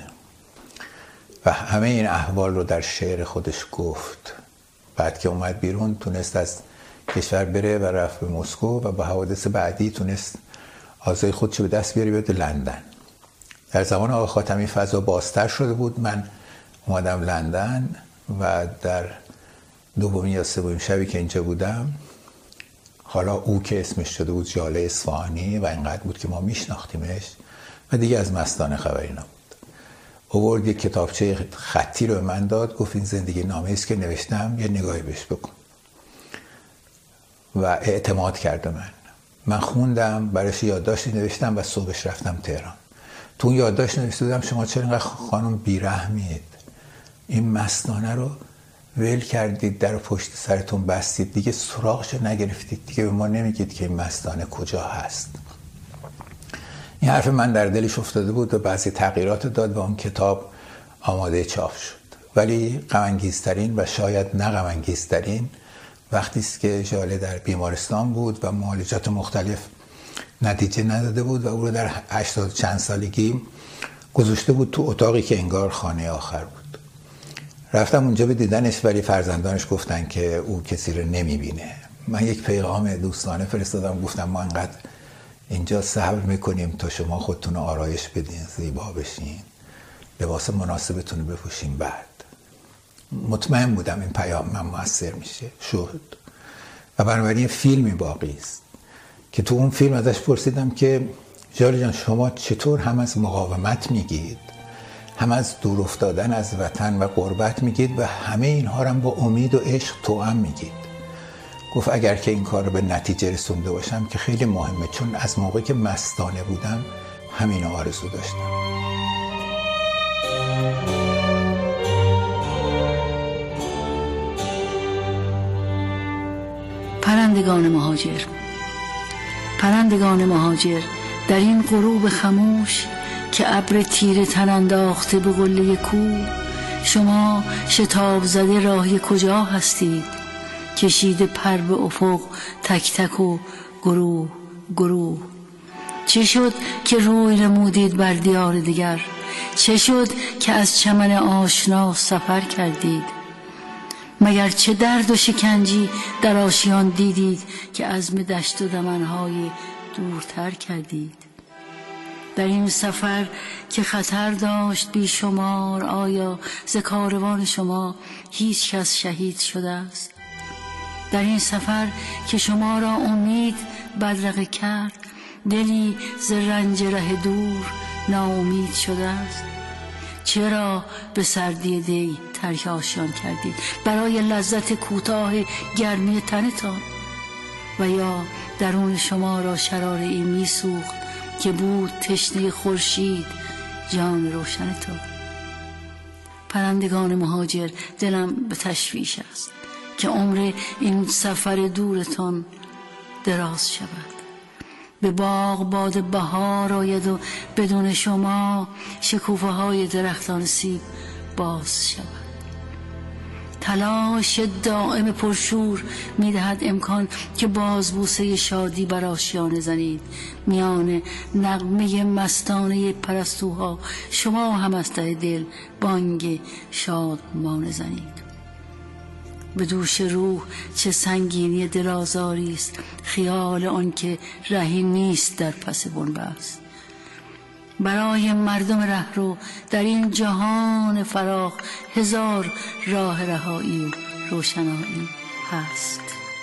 و همه این احوال رو در شعر خودش گفت. بعد که اومد بیرون تونست از کشور بره و رفت به مسکو و با حوادث بعدی تونست آزای خودش به دست بیاری بیاد لندن. در زمان آقای خاتمی فضا بازتر شده بود. من اومدم لندن و در دومین یا سومین شبی که اینجا بودم، حالا او که اسمش شده بود ژاله اصفهانی و اینقدر بود که ما میشناختیمش و دیگه از مستانه خبری نبود. آورد یک کتابچه خطی رو به من داد، گفت این زندگی نامه است که نوشتم، یه نگاهی بهش بکن. و اعتماد کرده من. من خوندم، برایش یادداشتی نوشتم و صبحش رفتم تهران. تو اون یادداشت نوشته بودم شما چرا اینقدر خانم بیرحمید؟ این مستانه رو ول کردید، در پشت سرتون بستید، دیگه سراغشو نگرفتید، دیگه به ما نمیگید که این مستانه کجا هست. این حرف من در دلش افتاده بود و بعضی تغییرات داد و اون کتاب آماده چاپ شد. ولی غم انگیزترین و شاید نه غم انگیزترین وقتی است که ژاله در بیمارستان بود و معالجات مختلف نتیجه نداده بود و او رو در هشتاد چند سالگی گذاشته بود تو اتاقی که انگار خانه آخر بود. رفتم اونجا به دیدنش، ولی فرزندانش گفتن که او کسی رو نمیبینه. من یک پیغام دوستانه فرستادم، گفتم ما انقدر اینجا صبر میکنیم تا شما خودتون آرایش بدین، زیبا بشین، لباس مناسبتون رو بپوشین. بعد مطمئن بودم این پیام من موثر میشه، شد. و بنابراین فیلمی باقی است که تو اون فیلم ازش پرسیدم که ژاله جان شما چطور هم از مقاومت میگید، هم از دور افتادن از وطن و غربت میگید و همه اینها رو با امید و عشق توأم میگید؟ گفت اگر که این کار رو به نتیجه رسونده باشم که خیلی مهمه، چون از موقعی که مستانه بودم همین آرزو داشتم. پرندگان مهاجر، پرندگان مهاجر در این غروب خموش که ابر تیره تن انداخته به قله کوه، شما شتاب زده راهی کجا هستید؟ کشیده پر به افق تک تک و گروه گروه. چه شد که روی نمودید بر دیار دیگر؟ چه شد که از چمن آشنا سفر کردید؟ مگر چه درد و شکنجی در آشیان دیدید که عزم دشت و دمنهای دورتر کردید؟ در این سفر که خطر داشت بیشمار، آیا ز کاروان شما هیچ کس شهید شده است؟ در این سفر که شما را امید بدرقه کرد، دلی ز رنج ره دور ناامید شده است؟ چرا به سردی دی ترک آشیان کردید برای لذت کوتاه گرمی تنتان؟ و یا درون شما را شراره ای می سوخت که بود تشنه خورشید جان روشنتان؟ پرندگان مهاجر، دلم به تشویش است که عمر این سفر دورتان دراز شود. به باغ باد بهار آید و بدون شما شکوفه های درختان سیب باز شود. تلاش دائم پرشور میدهد امکان که بازبوسه شادی بر آشیانه زنید. میان نغمه مستانه پرستوها شما هم از ته دل بانگ شادمانه زنید. به دوش روح چه سنگینی دلازاری است خیال آن که رهی نیست در پس بنبست. برای مردم رهرو در این جهان فراخ هزار راه رهایی و روشنایی هست.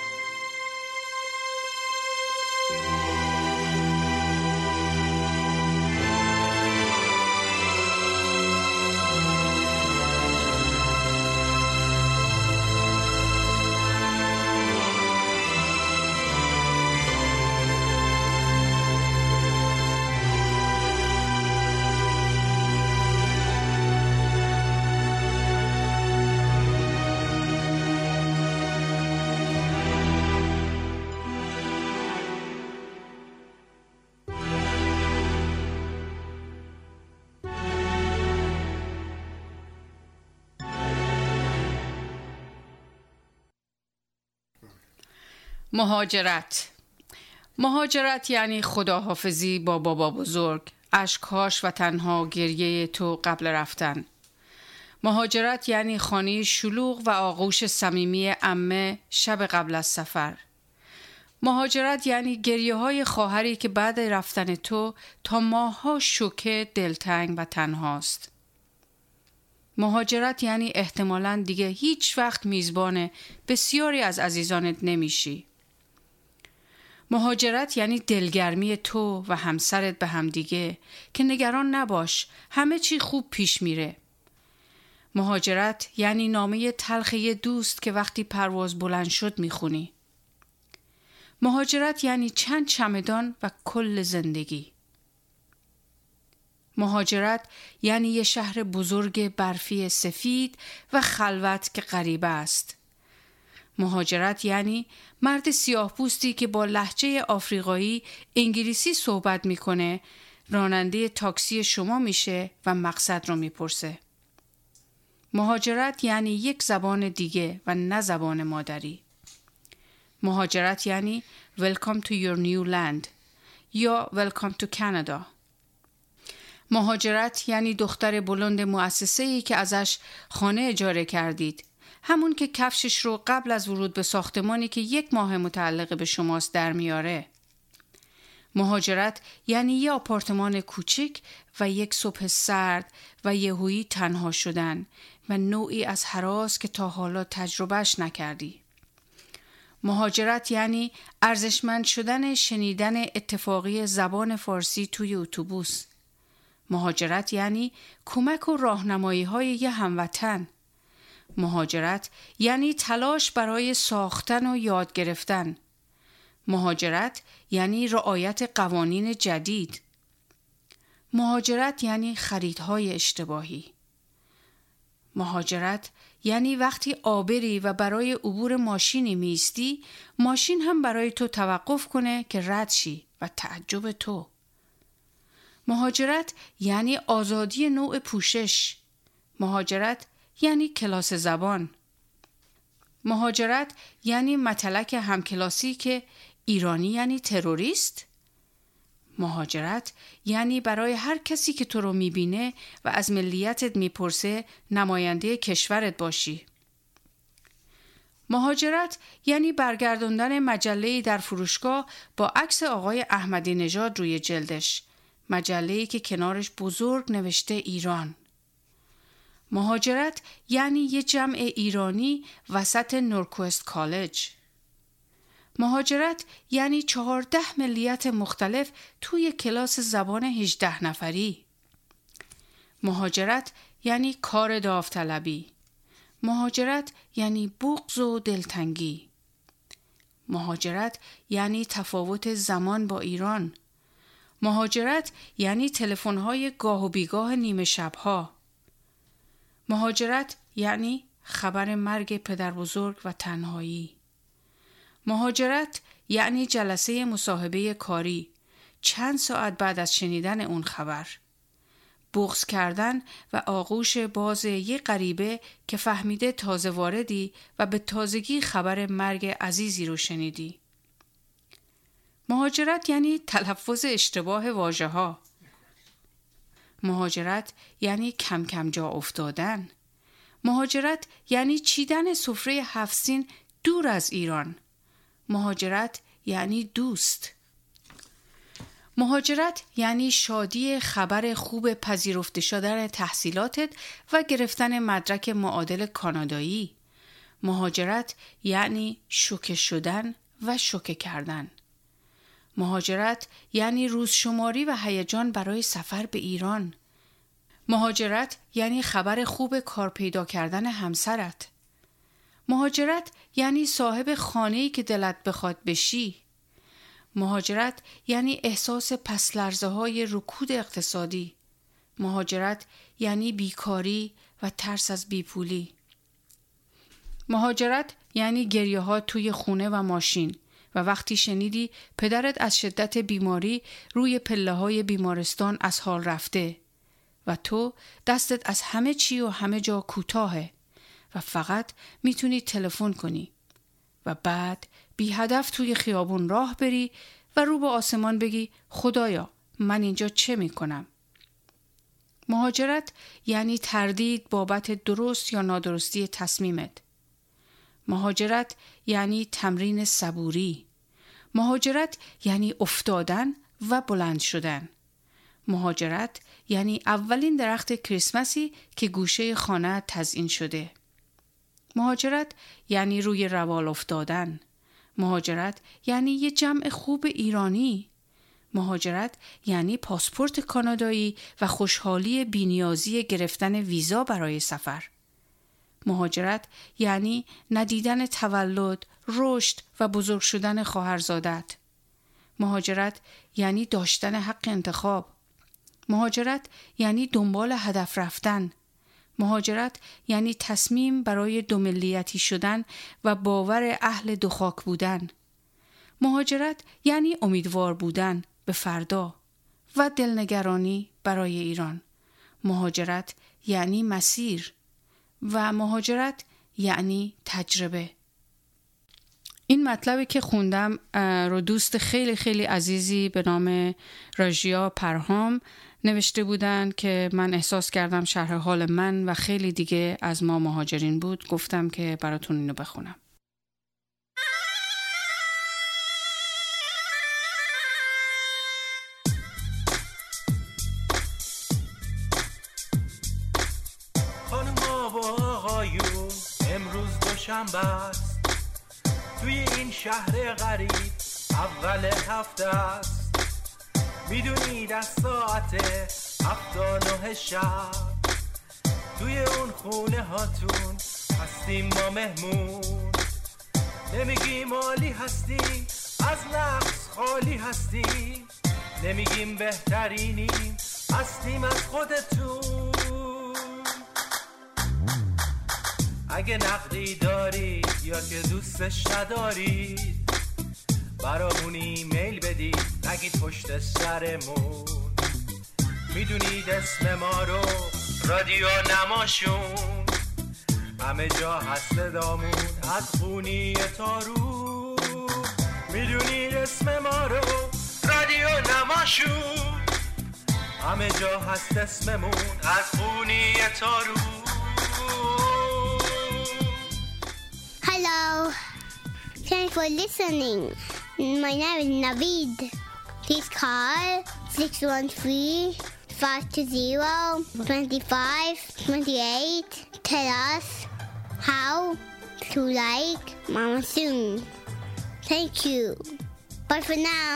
مهاجرت. مهاجرت یعنی خداحافظی با بابا بزرگ، اشک‌هاش و تنها گریه تو قبل رفتن. مهاجرت یعنی خانه شلوغ و آغوش صمیمی عمه شب قبل از سفر. مهاجرت یعنی گریه های خواهری که بعد رفتن تو تا ماه‌ها شوکه، دلتنگ و تنهاست. مهاجرت یعنی احتمالاً دیگه هیچ وقت میزبان بسیاری از عزیزانت نمیشی. مهاجرت یعنی دلگرمی تو و همسرت به هم دیگه که نگران نباش، همه چی خوب پیش میره. مهاجرت یعنی نامه تلخ یه دوست که وقتی پرواز بلند شد میخونی. مهاجرت یعنی چند چمدان و کل زندگی. مهاجرت یعنی یه شهر بزرگ برفی سفید و خلوت که غریبه است. مهاجرت یعنی مرد سیاه پوستی که با لهجه آفریقایی انگلیسی صحبت میکنه، راننده تاکسی شما میشه و مقصد رو میپرسه. مهاجرت یعنی یک زبان دیگه و نه زبان مادری. مهاجرت یعنی Welcome to your new land یا Welcome to Canada. مهاجرت یعنی دختر بلند مؤسسه‌ای که ازش خانه اجاره کردید، همون که کفشش رو قبل از ورود به ساختمانی که یک ماه متعلق به شماست در میاره. مهاجرت یعنی یه آپارتمان کوچک و یک صبح سرد و یهویی تنها شدن و نوعی از هراس که تا حالا تجربهش نکردی. مهاجرت یعنی ارزشمند شدن شنیدن اتفاقی زبان فارسی توی اتوبوس. مهاجرت یعنی کمک و راهنمایی های یه هموطن. مهاجرت یعنی تلاش برای ساختن و یاد گرفتن. مهاجرت یعنی رعایت قوانین جدید. مهاجرت یعنی خریدهای اشتباهی. مهاجرت یعنی وقتی عابری و برای عبور ماشینی میستی، ماشین هم برای تو توقف کنه که رد شی و تعجب تو. مهاجرت یعنی آزادی نوع پوشش. مهاجرت یعنی کلاس زبان. مهاجرت یعنی متلک همکلاسی که ایرانی یعنی تروریست. مهاجرت یعنی برای هر کسی که تو رو میبینه و از ملیتت میپرسه نماینده کشورت باشی. مهاجرت یعنی برگردوندن مجله‌ای در فروشگاه با عکس آقای احمدی نژاد روی جلدش، مجله‌ای که کنارش بزرگ نوشته ایران. مهاجرت یعنی یه جمع ایرانی وسط نورکوست کالج. مهاجرت یعنی چهارده ملیت مختلف توی کلاس زبان هجده نفری. مهاجرت یعنی کار داوطلبی. مهاجرت یعنی بغض و دلتنگی. مهاجرت یعنی تفاوت زمان با ایران. مهاجرت یعنی تلفن‌های گاه و بیگاه نیمه شب‌ها. مهاجرت یعنی خبر مرگ پدر بزرگ و تنهایی. مهاجرت یعنی جلسه مصاحبه کاری، چند ساعت بعد از شنیدن اون خبر. بغض کردن و آغوش باز یک غریبه که فهمیده تازه واردی و به تازگی خبر مرگ عزیزی رو شنیدی. مهاجرت یعنی تلفظ اشتباه واژه ها. مهاجرت یعنی کم کم جا افتادن. مهاجرت یعنی چیدن سفره هفت سین دور از ایران. مهاجرت یعنی دوست. مهاجرت یعنی شادی خبر خوب پذیرفته شدن تحصیلاتت و گرفتن مدرک معادل کانادایی. مهاجرت یعنی شوکه شدن و شوکه کردن. مهاجرت یعنی روزشماری و هیجان برای سفر به ایران. مهاجرت یعنی خبر خوب کار پیدا کردن همسرت. مهاجرت یعنی صاحب خانه‌ای که دلت بخواد بشی. مهاجرت یعنی احساس پس لرزه های رکود اقتصادی. مهاجرت یعنی بیکاری و ترس از بیپولی. مهاجرت یعنی گریه ها توی خونه و ماشین و وقتی شنیدی پدرت از شدت بیماری روی پله های بیمارستان از حال رفته و تو دستت از همه چی و همه جا کوتاهه و فقط میتونی تلفن کنی و بعد بی هدف توی خیابون راه بری و رو به آسمان بگی خدایا من اینجا چه میکنم؟ مهاجرت یعنی تردید بابت درست یا نادرستی تصمیمت. مهاجرت یعنی تمرین صبوری. مهاجرت یعنی افتادن و بلند شدن. مهاجرت یعنی اولین درخت کریسمسی که گوشه خانه تزیین شده. مهاجرت یعنی روی روال افتادن. مهاجرت یعنی یه جمع خوب ایرانی. مهاجرت یعنی پاسپورت کانادایی و خوشحالی بی‌نیازی گرفتن ویزا برای سفر. مهاجرت یعنی ندیدن تولد، رشد و بزرگ شدن خواهرزادت. مهاجرت یعنی داشتن حق انتخاب. مهاجرت یعنی دنبال هدف رفتن. مهاجرت یعنی تصمیم برای دو ملیتی شدن و باور اهل دو خاک بودن. مهاجرت یعنی امیدوار بودن به فردا و دلنگرانی برای ایران. مهاجرت یعنی مسیر و مهاجرت یعنی تجربه. این مطلبی که خوندم رو دوست خیلی خیلی عزیزی به نام راژیا پرهام نوشته بودن که من احساس کردم شرح حال من و خیلی دیگه از ما مهاجرین بود. گفتم که براتون اینو بخونم. خانوما و آقایون امروز دوشنبه است، توی این شهر غریب اول هفته است. میدونید از ساعت هفت و نه شب توی اون خونه هاتون هستیم ما مهمون. نمیگیم عالی هستی، از نقص خالی هستی، نمیگیم بهترینیم، هستیم از خودتون. اگه نقدی دارید یا که دوستش ندارید برامون ایمیل بدید، نگید پشت سرمون. میدونید اسم ما رو رادیو نماشون، همه جا هست صدامون از خونی تا رو. میدونید اسم ما رو رادیو نماشون، همه جا هست اسممون از خونی تا رو. Hello. Thanks for listening. My name is Navid. Please call six one three, five two zero, two five two eight. Tell us how to like Mama Soon. Thank you. Bye for now.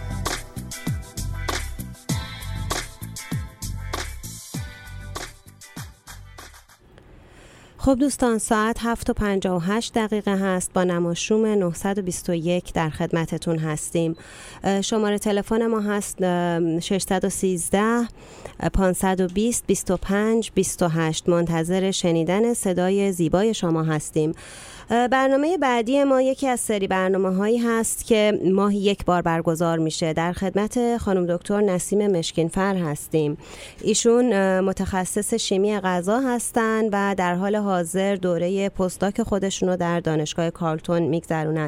خب دوستان، ساعت هفت و پنجاه و هشت دقیقه هست. با نماشوم نهصد و بیست و یک در خدمتتون هستیم. شماره تلفن ما هست ششصد و سیزده، پانصد و بیست، بیست و پنج، بیست و هشت. منتظر شنیدن صدای زیبای شما هستیم. برنامه بعدی ما یکی از سری برنامه هایی هست که ماهی یک بار برگزار میشه. در خدمت خانم دکتر نسیم مشکینفر هستیم. ایشون متخصص شیمی غذا هستند و در حال حاضر دوره پستاک خودشون رو در دانشگاه کارلتون میگذرونن.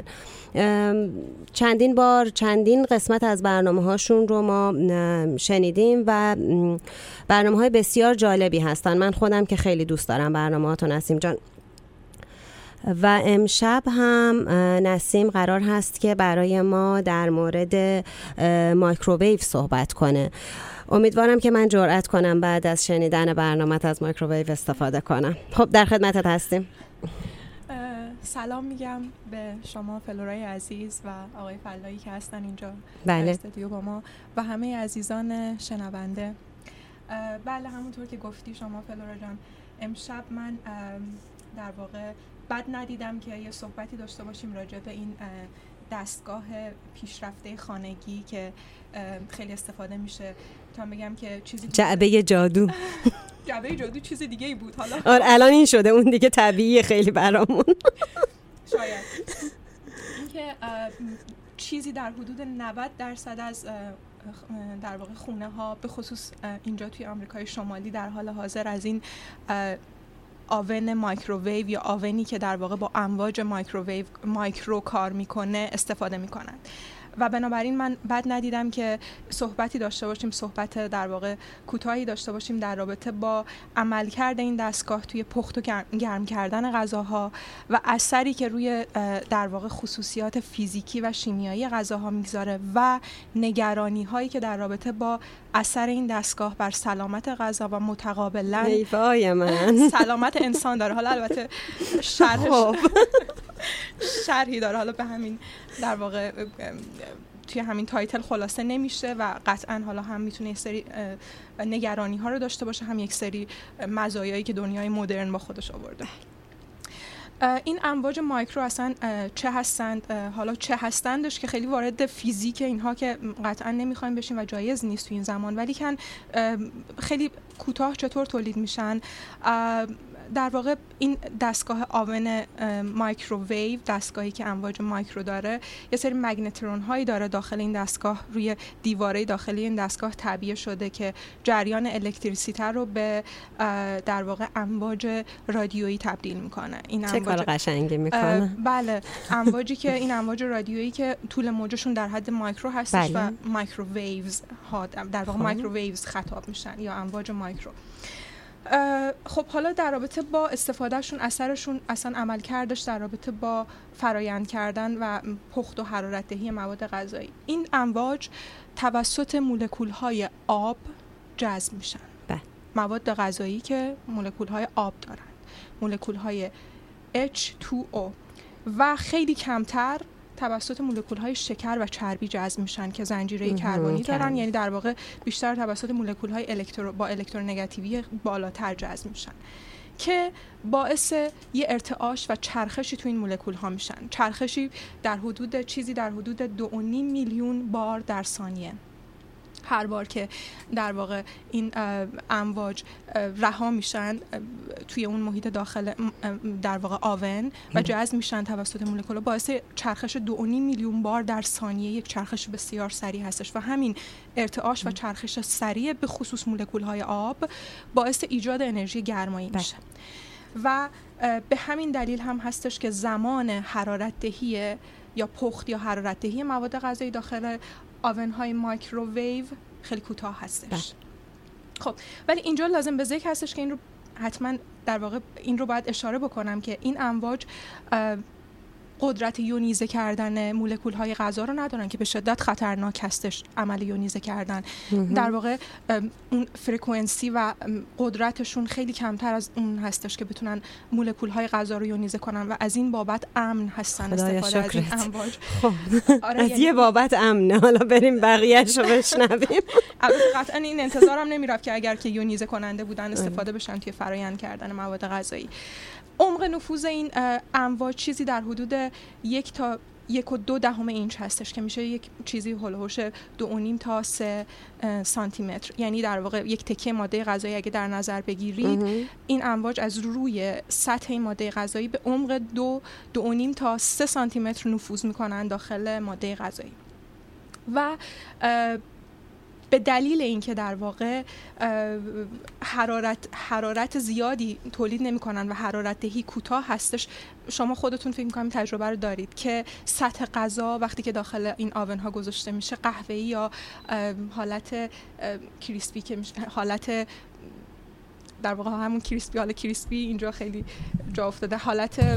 چندین بار چندین قسمت از برنامه هاشون رو ما شنیدیم و برنامه های بسیار جالبی هستن. من خودم که خیلی دوست دارم برنامه هاتون نسیم جان. و امشب هم نسیم قرار هست که برای ما در مورد مایکروویو صحبت کنه. امیدوارم که من جرأت کنم بعد از شنیدن برنامه‌ت از مایکروویو استفاده کنم. خب در خدمتت هستیم. سلام میگم به شما فلورای عزیز و آقای فلاحی که هستن اینجا بله. در استودیو با ما و همه عزیزان شنونده. بله همونطور که گفتی شما فلورا جان، امشب من در واقع بد ندیدم که یه صحبتی داشته باشیم راجع به این دستگاه پیشرفته خانگی که خیلی استفاده میشه. تا بگم که چیزی جعبه جادو جعبه جادو چیز دیگه ای بود. حالا آره الان این شده، اون دیگه طبیعیه خیلی برامون. شاید اینکه چیزی در حدود نود درصد از در واقع خونه ها به خصوص اینجا توی آمریکای شمالی در حال حاضر از این آون مایکروویو یا آونی که در واقع با امواج مایکروویو مایکرو کار میکنه استفاده میکنن و بنابراین من بد ندیدم که صحبتی داشته باشیم، صحبت در واقع کوتاهی داشته باشیم در رابطه با عملکرد این دستگاه توی پخت و گرم کردن غذاها و اثری که روی در واقع خصوصیات فیزیکی و شیمیایی غذاها میگذاره و نگرانی هایی که در رابطه با اثر این دستگاه بر سلامت غذا و متقابلا ایفای من سلامت انسان داره. حالا البته شرحش شرحی داره، حالا به همین در واقع توی همین تایتل خلاصه نمیشه و قطعا حالا هم میتونه یک سری نگرانی ها رو داشته باشه، هم یک سری مزایایی که دنیای مدرن با خودش آورده. این امواج مایکرو اصلا چه هستند، حالا چه هستندش که خیلی وارد فیزیک اینها که قطعا نمیخوایم بشیم و جایز نیست تو این زمان، ولی کن خیلی کوتاه چطور تولید میشن. در واقع این دستگاه آون مایکروویو، دستگاهی که امواج مایکرو داره، یه سری مگنترون هایی داره داخل این دستگاه، روی دیواره داخلی این دستگاه تعبیه شده که جریان الکتریسیته رو به در واقع امواج رادیویی تبدیل میکنه. این چه کار قشنگی میکنه. بله، امواجی که این امواج رادیویی که طول موجشون در حد مایکرو هستش بله. و مایکروویوز ها در واقع مایکروویوز خطاب میشن یا امواج مایکرو. خب حالا در رابطه با استفادهشون، اثرشون، اصلا عمل کردش در رابطه با فرایند کردن و پخت و حرارت دهی مواد غذایی، این امواج توسط مولکول‌های آب جذب میشن. بله. مواد غذایی که مولکول‌های آب دارن، مولکول‌های اچ تو او، و خیلی کمتر توسط مولکول‌های شکر و چربی جذب میشن که زنجیره کربنی دارن، یعنی در واقع بیشتر توسط مولکول‌های الکترو با الکترونگاتیوی بالاتر جذب میشن که باعث یه ارتعاش و چرخشی تو این مولکول‌ها میشن. چرخشی در حدود چیزی در حدود دو و نیم میلیون بار در ثانیه. هر بار که در واقع این امواج رها میشن توی اون محیط داخل در واقع آون و جذب میشن توسط مولکول‌ها، باعث چرخش دو و نیم میلیون بار در ثانیه، یک چرخش بسیار سریع هستش و همین ارتعاش و چرخش سریع به خصوص مولکول‌های آب باعث ایجاد انرژی گرمایی میشه. و به همین دلیل هم هستش که زمان حرارت دهی یا پخت یا حرارت دهی مواد غذایی داخل آون‌های مایکروویو خیلی کوتاه هستش. بله. خب ولی اینجا لازم به ذکر هستش که این رو حتما در واقع این رو باید اشاره بکنم که این امواج قدرت یونیزه کردن مولکول‌های غذا رو ندارن که به شدت خطرناک هستش عمل یونیزه کردن. در واقع اون فرکانسی و قدرتشون خیلی کمتر از اون هستش که بتونن مولکول‌های غذا رو یونیزه کنن و از این بابت امن هستن استفاده از این امواج. خب. آره از یعنی یه بابت امنه. حالا بریم بقیه‌اش رو بشنویم. البته قطعا این انتظارم نمیرفت که اگر که یونیزه کننده بودن استفاده بشن توی فرآیند کردن مواد غذایی. عمق نفوذ این امواج چیزی در حدود یک تا یک و دو دهم اینچ هستش که میشه یک چیزی هولوش دو و نیم تا سه سانتی متر، یعنی در واقع یک تکه ماده غذایی اگه در نظر بگیرید این امواج از روی سطح این ماده غذایی به عمق دو دو و نیم تا سه سانتی متر نفوذ میکنن داخل ماده غذایی و به دلیل اینکه در واقع حرارت حرارت زیادی تولید نمی‌کنن و حرارت دهی کوتاه هستش، شما خودتون فکر می‌کنم تجربه رو دارید که سطح غذا وقتی که داخل این آون‌ها گذاشته میشه قهوه‌ای یا حالت کریسپی که میشه، حالت در واقع همون کریسپی، حالا کریسپی اینجا خیلی جا افتاده، حالت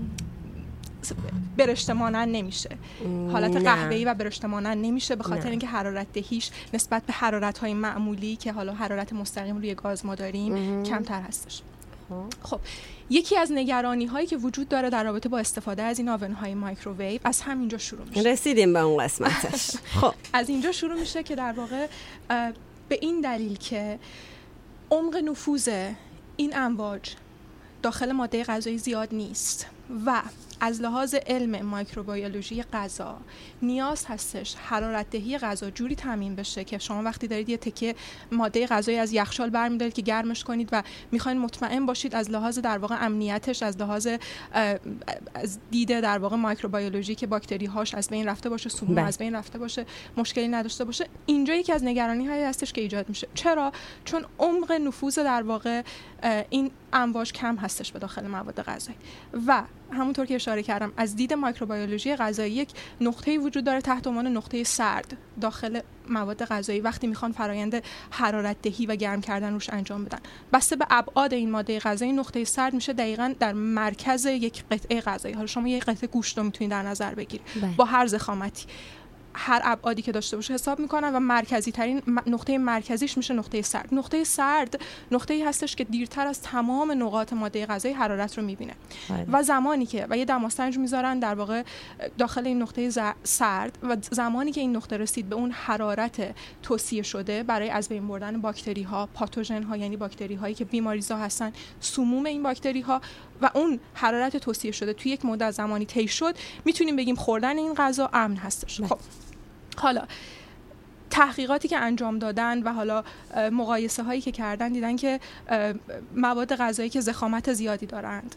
برشته مانند نمیشه، حالت قهوه‌ای و برشته مانند نمیشه به خاطر اینکه حرارت دهیش نسبت به حرارت‌های معمولی که حالا حرارت مستقیم روی گاز ما داریم کمتر هستش. خب یکی از نگرانی‌هایی که وجود داره در رابطه با استفاده از این آون‌های مایکروویو از همینجا شروع میشه. رسیدیم به اون قسمتش. خب از اینجا شروع میشه که در واقع به این دلیل که عمق نفوذ این امواج داخل ماده غذایی زیاد نیست و از لحاظ علم مایکروبیولوژی غذا نیاز هستش حرارت دهی غذا جوری تامین بشه که شما وقتی دارید یه تکه ماده غذایی از یخچال برمی‌دارید که گرمش کنید و میخواین مطمئن باشید از لحاظ در واقع امنیتش، از لحاظ از دیده در واقع مایکروبیولوژی که باکتری هاش از بین رفته باشه، سموم از بین رفته باشه، مشکلی نداشته باشه، اینجا یکی از نگرانی هایی هستش که ایجاد میشه. چرا؟ چون عمق نفوذ در واقع این امواج کم هستش به داخل مواد غذایی و همونطور که اشاره کردم از دید مایکروبیولوژی غذایی یک نقطه‌ای وجود داره تحت عنوان نقطه سرد داخل مواد غذایی وقتی میخوان فرایند حرارت دهی و گرم کردن روش انجام بدن. بسته به ابعاد این ماده غذایی نقطه سرد میشه دقیقاً در مرکز یک قطعه غذایی. حالا شما یک قطعه گوشت رو میتونید در نظر بگیرید با هر ضخامتی. هر ابعادی که داشته باشه حساب میکنن و مرکزی ترین نقطه مرکزیش میشه نقطه سرد. نقطه سرد نقطه‌ای هستش که دیرتر از تمام نقاط ماده غذایی حرارت رو میبینه و زمانی که و یه دماسنج میذارن در واقع داخل این نقطه سرد و زمانی که این نقطه رسید به اون حرارت توصیه شده برای از بین بردن باکتری ها، پاتوژن ها، یعنی باکتری هایی که بیماریزا هستن، سموم این باکتری ها، و اون حرارت توصیه شده توی یک مدت زمانی طی شد، میتونیم بگیم خوردن این غذا امن هستش. خب حالا تحقیقاتی که انجام دادن و حالا مقایسه هایی که کردن دیدن که مواد غذایی که ضخامت زیادی دارند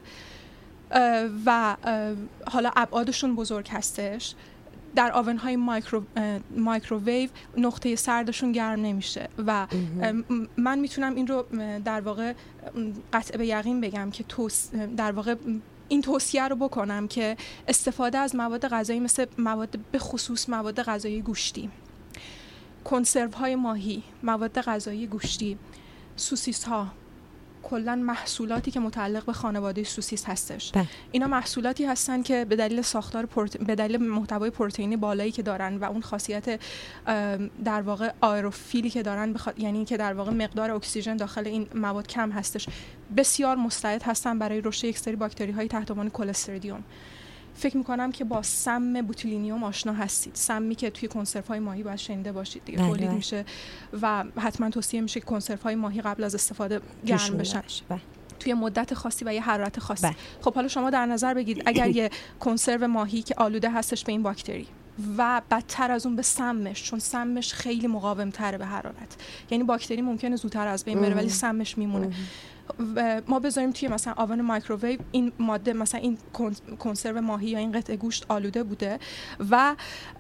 و حالا ابعادشون بزرگ هستش، در آون‌های مایکرو مایکروویو نقطه سردشون گرم نمیشه و من میتونم این رو در واقع قطع به یقین بگم که توس در واقع این توصیه رو بکنم که استفاده از مواد غذایی مثل مواد به خصوص مواد غذایی گوشتی، کنسرو های ماهی، مواد غذایی گوشتی، سوسیس ها، کلا محصولاتی که متعلق به خانواده سوسیس هستش، ده. اینا محصولاتی هستن که به دلیل ساختار پروت... به دلیل محتوای پروتئینی بالایی که دارن و اون خاصیت در واقع آیروفیلی که دارن بخ... یعنی که در واقع مقدار اکسیژن داخل این مواد کم هستش، بسیار مستعد هستن برای رشد یک سری باکتری های تحت عنوان کلستریدیوم. فکر میکنم که با سم بوتولینیوم آشنا هستید، سمی که توی کنسرو های ماهی باید شنیده باشید دیگه، تولید میشه و حتما توصیه میشه که کنسرو های ماهی قبل از استفاده گرم بشن توی مدت خاصی و یه حرارت خاصی. بله. خب حالا شما در نظر بگید اگر یه کنسرو ماهی که آلوده هستش به این باکتری و بدتر از اون به سمش، چون سمش خیلی مقاوم تره به حرارت، یعنی باکتری ممکنه زودتر از بین بره ولی سمش میمونه، ما بذاریم توی مثلا آون مایکروویو این ماده، مثلا این کنسرو ماهی یا این قطعه گوشت آلوده بوده و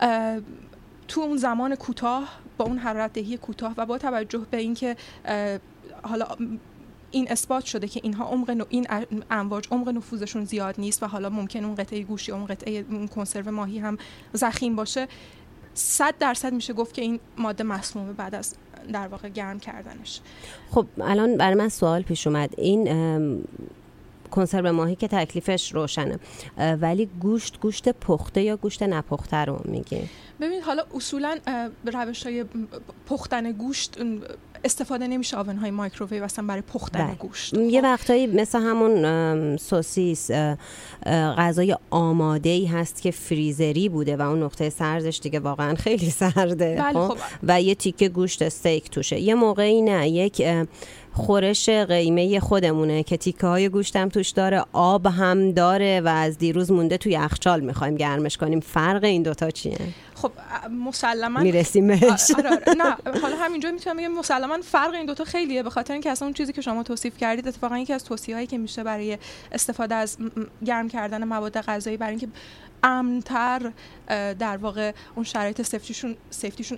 تو اون زمان کوتاه با اون حرارت دهی کوتاه و با توجه به اینکه حالا این اثبات شده که اینها عمق این امواج عمق نفوذشون زیاد نیست و حالا ممکن اون قطعه گوشت یا اون قطعه اون کنسرو ماهی هم ضخیم باشه، صد درصد میشه گفت که این ماده مسمومه بعد از در واقع گرم کردنش. خب الان برای من سوال پیش اومد، این کنسرو ماهی که تکلیفش روشنه ولی گوشت گوشت پخته یا گوشت نپخته رو میگی؟ ببینید حالا اصولا روش‌های پختن گوشت استفاده نمیشه آون‌های مایکروویو اصلا برای پختن بله. گوشت. یه وقتایی مثل همون سوسیس غذای آماده‌ای هست که فریزری بوده و اون نقطه سردش دیگه واقعا خیلی سرده بله خب. و یه تیکه گوشت استیک توشه. یه موقعی نه یک خورش قیمه خودمونه که تیکه های گوشتم توش داره، آب هم داره و از دیروز مونده توی یخچال میخوایم گرمش کنیم، فرق این دوتا چیه؟ خب مسلما میرسیم بهش. آره آره. نه حالا همینجا میتونم بگم مسلما فرق این دوتا خیلیه، به خاطر اینکه اصلا اون چیزی که شما توصیف کردید اتفاقا یکی از توصیه‌هایی که میشه برای استفاده از گرم کردن مواد غذایی برای اینکه امن‌تر در واقع اون شرایط سیفتیشون سیفتیشون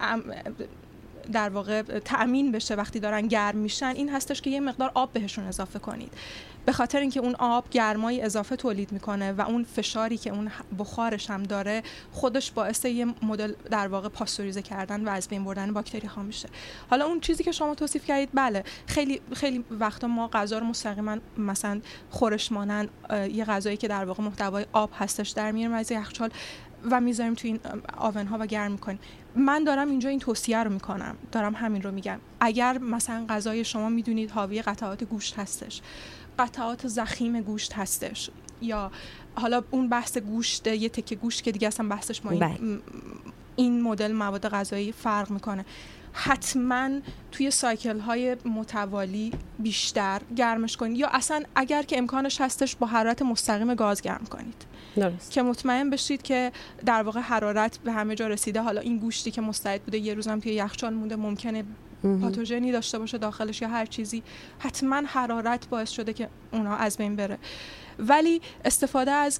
در واقع تأمین بشه وقتی دارن گرم میشن، این هستش که یه مقدار آب بهشون اضافه کنید، به خاطر اینکه اون آب گرمای اضافه تولید میکنه و اون فشاری که اون بخارش هم داره خودش باعث یه مدل در واقع پاستوریزه کردن و از بین بردن باکتری ها میشه. حالا اون چیزی که شما توصیف کردید بله، خیلی خیلی وقتا ما غذا رو مستقیما مثلا خورش مانند یه غذایی که در واقع محتوای آب هستش در میاریم از یخچال و میذاریم تو این آون ها و گرم میکنیم. من دارم اینجا این توصیه رو میکنم، دارم همین رو میگم، اگر مثلا غذای شما میدونید حاوی قطعات گوشت هستش، قطعات ضخیم گوشت هستش، یا حالا اون بحث گوشت یه تکه گوشت که دیگه اصلا بحثش ما این, این مدل مواد غذایی فرق میکنه، حتما توی سایکل های متوالی بیشتر گرمش کنید، یا اصلا اگر که امکانش هستش با حرارت مستقیم گاز گرم کنید. درست. که مطمئن بشید که در واقع حرارت به همه جا رسیده. حالا این گوشتی که مستعد بوده یه روزم توی یخچال مونده ممکنه پاتوژنی داشته باشه داخلش یا هر چیزی، حتما حرارت باعث شده که اونا از بین بره. ولی استفاده از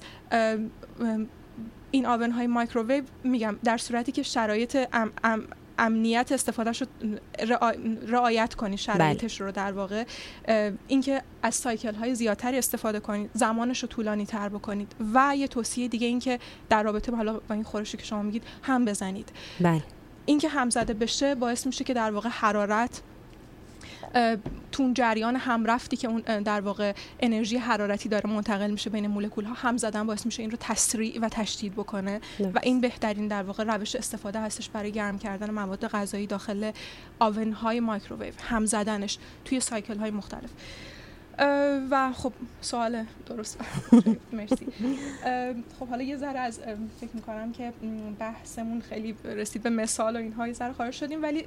این آون های مایکروویو میگم در صورتی که شرایط ام ام امنیت استفادهش رو رعایت کنید، شرایطش رو در واقع اینکه از سایکل های زیادتری استفاده کنید، زمانش رو طولانی تر بکنید و یه توصیه دیگه این که در رابطه حالا با این خورشی که شما میگید هم بزنید. بله. این که هم زده بشه باعث میشه که در واقع حرارت تو اون جریان همرفتی که اون در واقع انرژی حرارتی داره منتقل میشه بین مولکول ها، هم زدن باعث میشه این رو تسریع و تشدید بکنه و این بهترین در واقع روش استفاده هستش برای گرم کردن مواد غذایی داخل آون های مایکروویو، هم زدنش توی سایکل های مختلف. و خب سوال درست مرسی. خب حالا یه ذره از فکر میکنم که بحثمون خیلی رسید به مثال و اینها، یه ذره خارج شدیم، ولی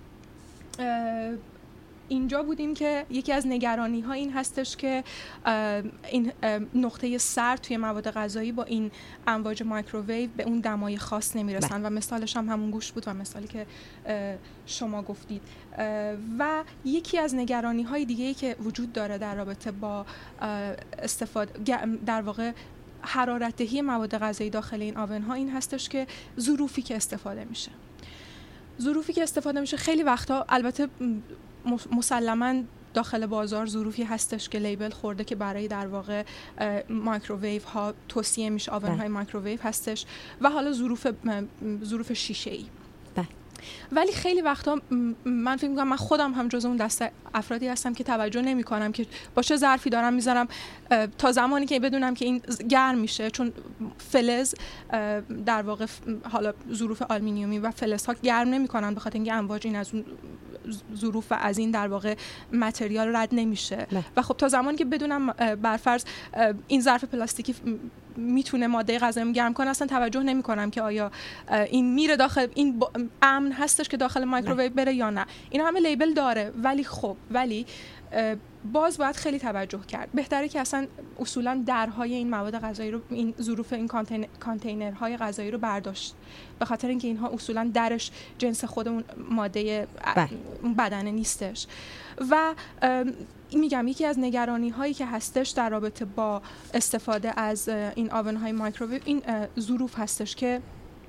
اینجا بودیم که یکی از نگرانی ها این هستش که این نقطه سرد توی مواد غذایی با این امواج مایکروویو به اون دمای خاص نمیرسن و مثالش هم همون گوشت بود و مثالی که شما گفتید. و یکی از نگرانی های دیگه‌ای که وجود داره در رابطه با استفاده در واقع حرارت دهی مواد غذایی داخل این آون ها این هستش که ظروفی که استفاده میشه ظروفی که استفاده میشه خیلی وقتا، البته مسلماً داخل بازار ظروفی هستش که لیبل خورده که برای در واقع مایکروویو ها توصیه میشه، آون های مایکروویو هستش و حالا ظروف ظروف شیشه‌ای. ولی خیلی وقتا من فکر می‌کنم من خودم هم جزو اون دسته افرادی هستم که توجه نمی‌کنم که با چه ظرفی دارم میذارم تا زمانی که بدونم که این گرم میشه، چون فلز در واقع حالا ظروف آلومینیومی و فلزها گرم نمی‌کنن به خاطر اینکه امواج این از اون ظروف و از این در واقع متریال رد نمیشه نه. و خب تا زمانی که بدونم برفرض این ظرف پلاستیکی میتونه ماده غذایی گرم کنه، اصلا توجه نمی کنم که آیا این میره داخل، این امن هستش که داخل مایکروویو بره یا نه. این همه لیبل داره، ولی خب ولی باز باید خیلی توجه کرد. بهتره که اصلا اصولا درهای این مواد غذایی رو، این ظروف این کانتین... کانتینرهای غذایی رو برداشت، به خاطر اینکه اینها اصولا درش جنس خود اون ماده اون بدنه نیستش. و میگم یکی از نگرانی هایی که هستش در رابطه با استفاده از این آون های مایکروویو این ظروف هستش که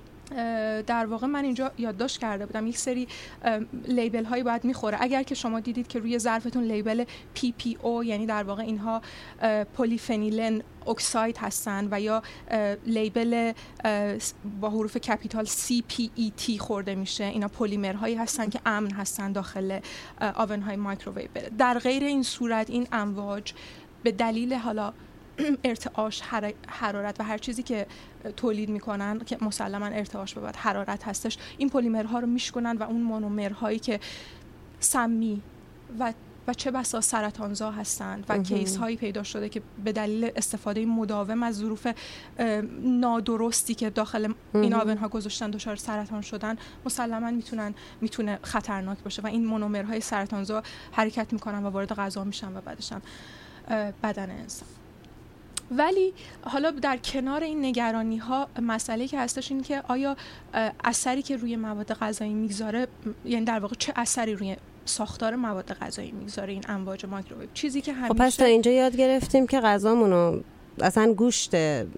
در واقع من اینجا یادداشت کرده بودم یک سری لیبل هایی باید میخوره. اگر که شما دیدید که روی ظرفتون لیبل پی پی او، یعنی در واقع اینها پلیفنیلن اکساید هستن، و یا لیبل با حروف کپیتال سی پی ای تی خورده میشه، اینا پلیمرهایی هستن که امن هستن داخل آون های مایکروویو بره. در غیر این صورت این امواج به دلیل حالا ارتعاش، حرارت و هر چیزی که تولید میکنن که مسلما ارتعاش به بعد حرارت هستش، این پلیمرها رو میشکنن و اون مونومرهایی که سمی و و چه بسا سرطانزا هستند و کیس هایی پیدا شده که به دلیل استفاده مداوم از ظروف نادرستی که داخل این آون ها گذاشتن دچار سرطان شدن، مسلما میتونن میتونه خطرناک باشه و این مونومرهای سرطانزا حرکت میکنن و وارد غذا میشن و بعدش هم بدن انسان. ولی حالا در کنار این نگرانی ها مسئله که هستش این که آیا اثری که روی مواد غذایی میگذاره، یعنی در واقع چه اثری روی ساختار مواد غذایی میگذاره این امواج مایکروویو، چیزی که همیشه. خب پس تا اینجا یاد گرفتیم که غذامونو اصلا گوشت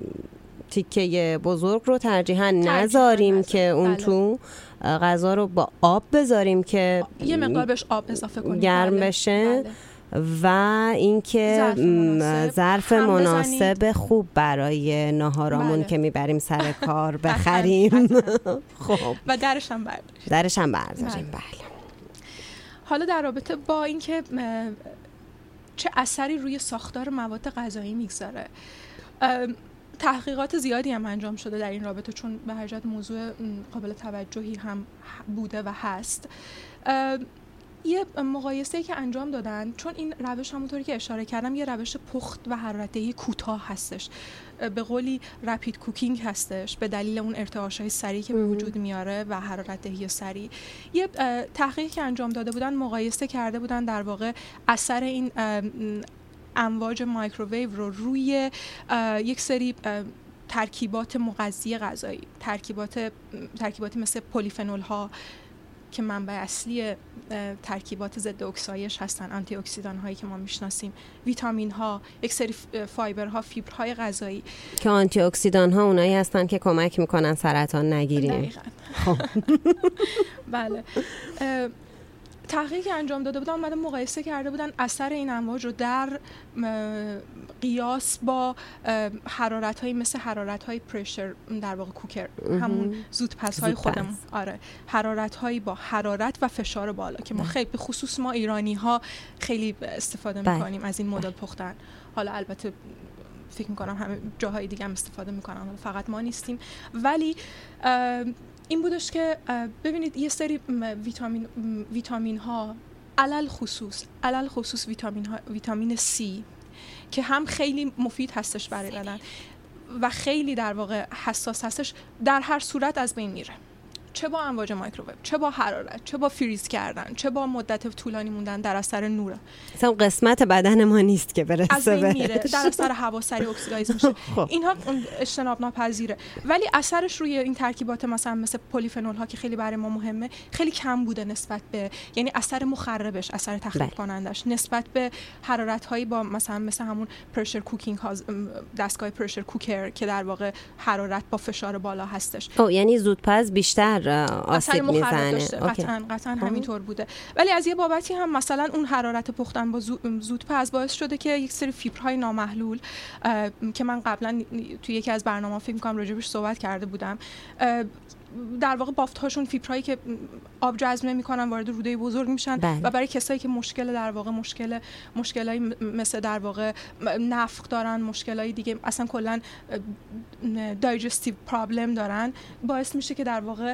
تیکه بزرگ رو ترجیحاً نذاریم که اون بله. تو غذا رو با آب بذاریم که یه مقدار بهش آب اضافه کنیم گرم بله. بشه بله. و اینکه ظرف مناسب خوب برای ناهارامون بله. که میبریم سر کار بخریم. خب و درش هم برداریم درش هم برداریم بله. حالا در رابطه با اینکه چه اثری روی ساختار مواد غذایی میگذاره، تحقیقات زیادی هم انجام شده در این رابطه، چون به هر جهت موضوع قابل توجهی هم بوده و هست. یه مقایسه‌ای که انجام دادن، چون این روش همونطوری که اشاره کردم یه روش پخت و حرارت‌دهی کوتاه هستش، به قولی رپید کوکینگ هستش به دلیل اون ارتعاش‌های سریع که به وجود میاره و حرارت‌دهی سریع. یه تحقیقی که انجام داده بودن مقایسه کرده بودن در واقع اثر این امواج مایکروویو رو روی یک سری ترکیبات مغذی غذایی، ترکیبات ترکیباتی مثل پلیفنول ها که منبع اصلی ترکیبات ضد اکسایش هستن، آنتی اکسیدان هایی که ما میشناسیم، ویتامین ها، یک سری فایبر ها، فیبر های غذایی که آنتی اکسیدان ها اونایی هستن که کمک میکنن سرطان نگیریم. دقیقاً. بله. تحقیقی انجام داده بودن اومدن مقایسه کرده بودن اثر این امواج رو در قیاس با حرارت‌های مثل حرارت‌های پرشر در واقع کوکر، همون زودپزهای خودمون. آره، حرارت‌هایی با حرارت و فشار بالا که ما خیلی به خصوص ما ایرانی‌ها خیلی استفاده می‌کنیم از این مدل پختن. حالا البته فکر می‌کنم همه جاهای دیگه هم استفاده می‌کنن، فقط ما نیستیم. ولی این بودش که ببینید یه سری ویتامین ویتامین ها علل خصوص علل خصوص ویتامین ها ویتامین سی که هم خیلی مفید هستش برای بدن و خیلی در واقع حساس هستش، در هر صورت از بین میره، چه با امواج مایکروویو، چه با حرارت، چه با فریز کردن، چه با مدت طولانی موندن در اثر نور. مثلا قسمت بدن ما نیست که برسه از بین میره، در اثر هوا سریع اکسیدایز میشه. اینها اجتناب ناپذیره، ولی اثرش روی این ترکیبات مثلا مثل پلیفنول ها که خیلی برای ما مهمه خیلی کم بوده نسبت به، یعنی اثر مخربش، اثر تخریب کنندش نسبت به حرارت هایی با مثلا مثل همون پرشر کوکینگ ها، دستگاه پرشر کوکر که در واقع حرارت با فشار بالا هستش. او یعنی زودپز بیشتر آسیب میزنه. قطعاً قطعاً همینطور بوده. ولی از یه بابتی هم مثلا اون حرارت پختن با زودپز باعث شده که یک سری فیبرهای نامحلول که من قبلا توی یکی از برنامه‌ها فکر می‌کنم راجبش صحبت کرده بودم، در واقع بافت‌هاشون فیبرهایی که آب جذب نمی‌کنن وارد روده بزرگ میشن بله. و برای کسایی که مشکل در واقع مشکل مشکلای مثل در واقع نفخ دارن، مشکلای دیگه اصلا کلا دایجستیو پرابلم دارن، باعث میشه که در واقع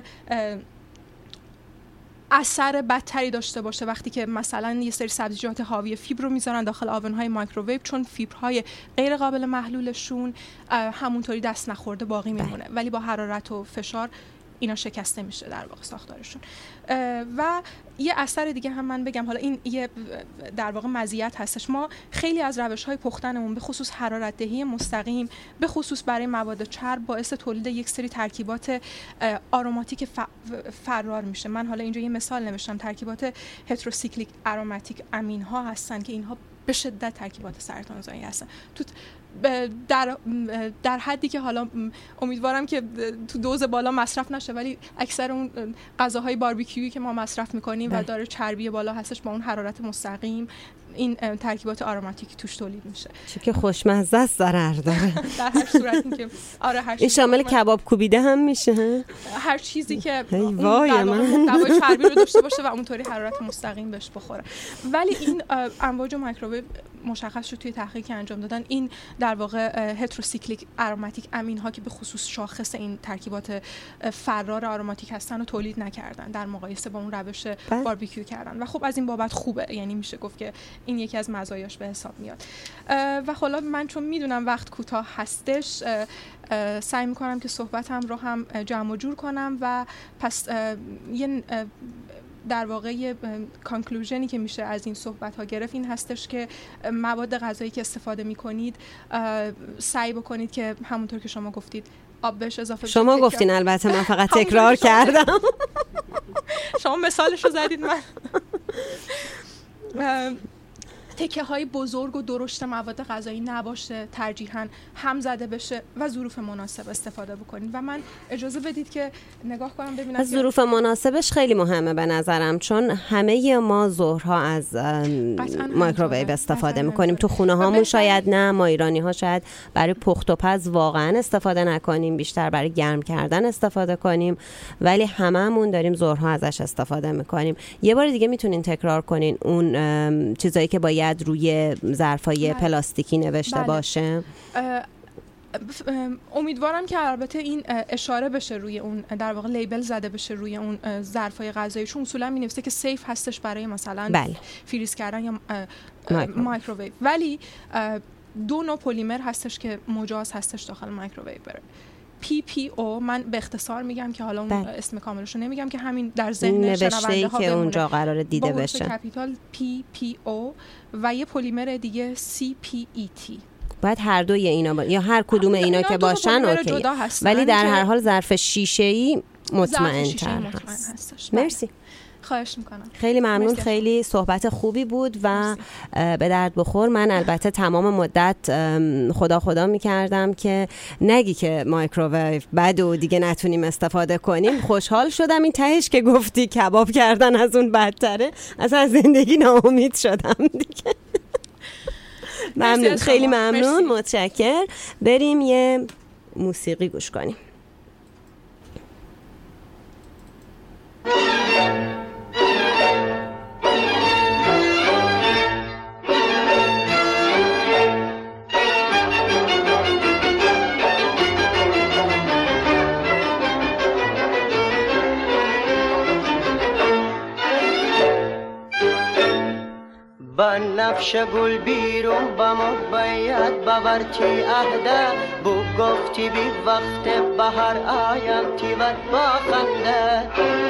اثر بدتری داشته باشه وقتی که مثلا یه سری سبزیجات حاوی فیبر رو میذارن داخل آون‌های مایکروویو، چون فیبرهای غیر قابل محلولشون همونطوری دست نخورده باقی میمونه، ولی با حرارت و فشار اینا شکسته میشه در واقع ساختارشون. و یه اثر دیگه هم من بگم، حالا این یه در واقع مزیت هستش، ما خیلی از روش‌های پختنمون به خصوص حرارت دهی مستقیم، به خصوص برای مواد چرب، باعث تولید یک سری ترکیبات آروماتیک فرار میشه. من حالا اینجا یه مثال نوشتم، ترکیبات هتروسیکلیک آروماتیک امین ها هستن که اینها به شدت ترکیبات سرطانزایی هستن، تو در در حدی که حالا امیدوارم که تو دوز بالا مصرف نشه، ولی اکثر اون غذاهای باربیکیویی که ما مصرف میکنیم و داره چربی بالا هستش، با اون حرارت مستقیم این ترکیبات آروماتیک توش تولید میشه، چون که خوشمزه است، ضرر داره. در هر صورت اینکه آره هر این شامل کباب کوبیده هم میشه، هر چیزی که وای من دوای چربی رو داشته باشه و اونطوری حرارت مستقیم بهش بخوره. ولی این امواج مایکروویو مشخص شد توی تحقیقی که انجام دادن، این در واقع هتروسیکلیک آروماتیک امین ها که به خصوص شاخص این ترکیبات فرار آروماتیک هستن رو تولید نکردن در مقایسه با اون روش باربیکیو کردن، و خب از این بابت خوبه، یعنی میشه گفت که این یکی از مزایاش به حساب میاد. و حالا من چون میدونم وقت کوتاه هستش، سعی میکنم که صحبتم رو هم جمع و جور کنم و پس یه در واقع یه کانکلوژنی که میشه از این صحبت ها گرفت این هستش که مواد غذایی که استفاده میکنید سعی بکنید که همونطور که شما گفتید آب بهش اضافه. شما گفتین البته، من فقط تکرار کردم. شما مثالش رو زدید. من تکه های بزرگ و درشت مواد غذایی نباشه، ترجیحاً هم زده بشه و ظروف مناسب استفاده بکنید. و من اجازه بدید که نگاه کنم ببینم از ظروف مناسبش خیلی مهمه به نظرم، چون همه ما ظهرها از مایکروویو استفاده میکنیم تو خونه هامون، شاید نه، ما ایرانی ها شاید برای پخت و پز واقعا استفاده نکنیم، بیشتر برای گرم کردن استفاده کنیم، ولی هممون داریم ظهرها ازش استفاده میکنیم. یه بار دیگه میتونین تکرار کنین اون چیزایی که باید روی ظرفای پلاستیکی نوشته بله. باشه. امیدوارم که البته این اشاره بشه روی اون، در واقع لیبل زده بشه روی اون ظرفای غذایی، چون اصولا می‌نویسه که سیف هستش برای مثلا بله. فریز کردن یا مایکروویو، ولی دو نوع پلیمر هستش که مجاز هستش داخل مایکروویو بره. پی پی او، من به اختصار میگم که حالا اون بله. اسم کاملش رو نمیگم که همین در ذهن شنونده ها که اونجا قراره دیده بشه، با کپیتال پی پی او، و یه پلیمر دیگه سی پی ای تی. باید هر دوی اینا با... یا هر کدوم اینا, اینا که باشن اوکی، ولی در هر حال ظرف شیشه‌ای مطمئن تر هست. هستش. مرسی. خواهش میکنم. خیلی ممنون. مرسی. خیلی صحبت خوبی بود و به درد بخور. من البته تمام مدت خدا خدا میکردم که نگی که مایکروویو بد و دیگه نتونیم استفاده کنیم. خوشحال شدم این تهش که گفتی کباب کردن از اون بدتره. اصلا از زندگی ناامید شدم دیگه. ممنون، خیلی ممنون، متشکر. بریم یه موسیقی گوش کنیم. با نفش گل بیرون با موقعیت ببرتی عهده بو گفتی بی وقت بهر آیم تیور با خنده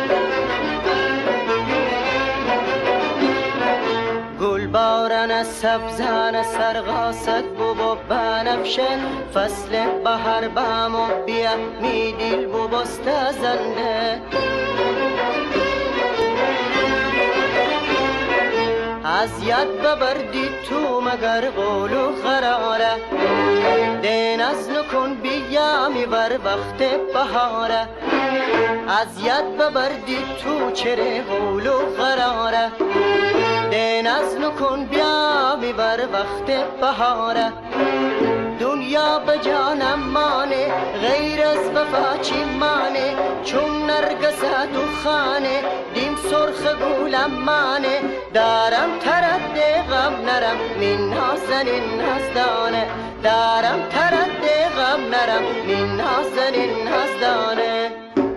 گل بارن سبزان سرغاست بو بو بنفشه فصل بهر بامو بیا می دیل بو بسته زنده از ید ببردی تو مگر قول و قراره دین از نکن بیامی بر وقت بهاره از ید ببردی تو چره قول و قراره دین از نکن بیامی بر وقت بهاره دنیا به جانم مانه غیر از وفا چی مانه چون نرگس تو خانه دیم سرخ گولم مانه دارم ترد غم نرم من نازنین نزدانه دارم ترد غم نرم من نازنین نزدانه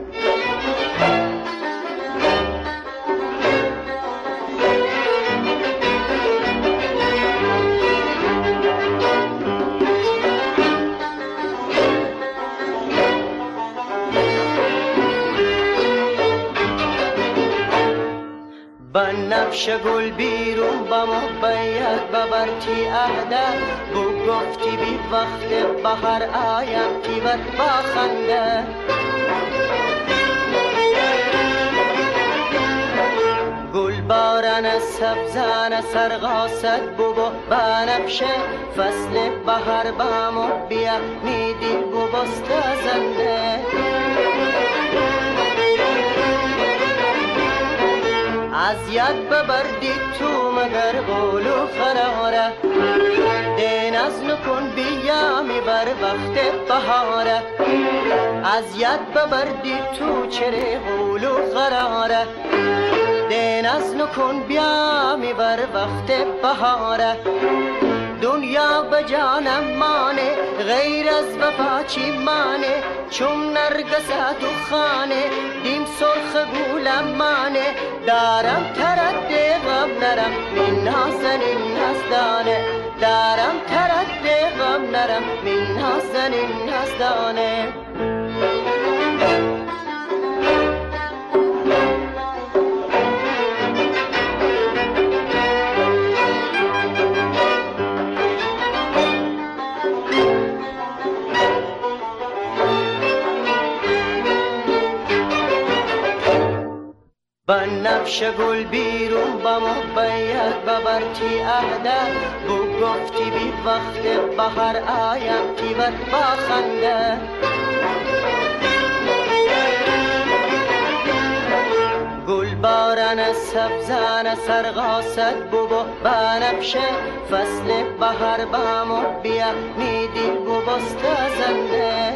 نفش گل بیرون با محبیت ببرتی عهده بو گفتی بی وقت بهر آیم تیور با خنده گل بارن سبزان سرغاست بو بو بنفشه فصل بهر بامو بیا می دیل بو بسته زنده از ید ببردی تو مگر قول و قراره دین از نکن بیامی بر وقت بهاره از ید ببردی تو چره قول و قراره دین از نکن بیامی بر وقت بهاره دنیا به جانم مانه غیر از وفا چی مانه چون نرگس تو خانه دیم سرخ گولم مانه دارم ترد غم نرم من نازنین نزدانه دارم ترد غم نرم من نازنین نزدانه با نفش گل بیرون با محبیت ببرتی عهده بو گفتی بی وقت بهر آیم تیور با خنده گل بارن سبزان سرغاست بو بو بنفشه فصل بهر بامو بیا می دیل بو بسته زنده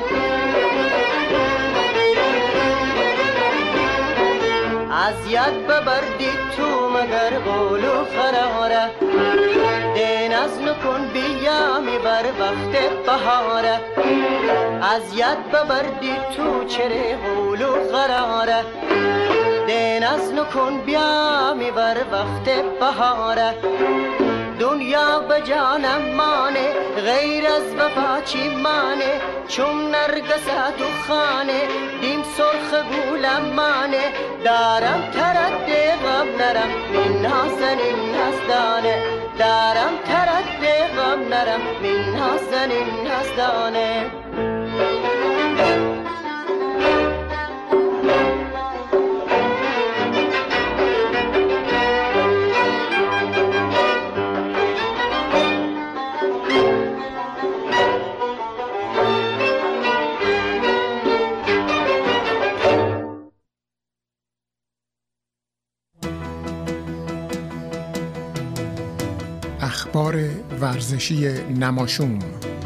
از ید ببردی تو مگر قول و قراره دین از نکن بیامی بر وقت بهاره از ید ببردی تو چره قول و قراره دین از نکن بیامی بر وقت بهاره دنیا به جانم مانه غیر از وفا چی مانه چون نرگس تو خانه دیم سرخ گولم مانه دارم ترد غم نرم من نازنین نزدانه دارم ترد غم نرم من نازنین نزدانه ورزشی نماشوم.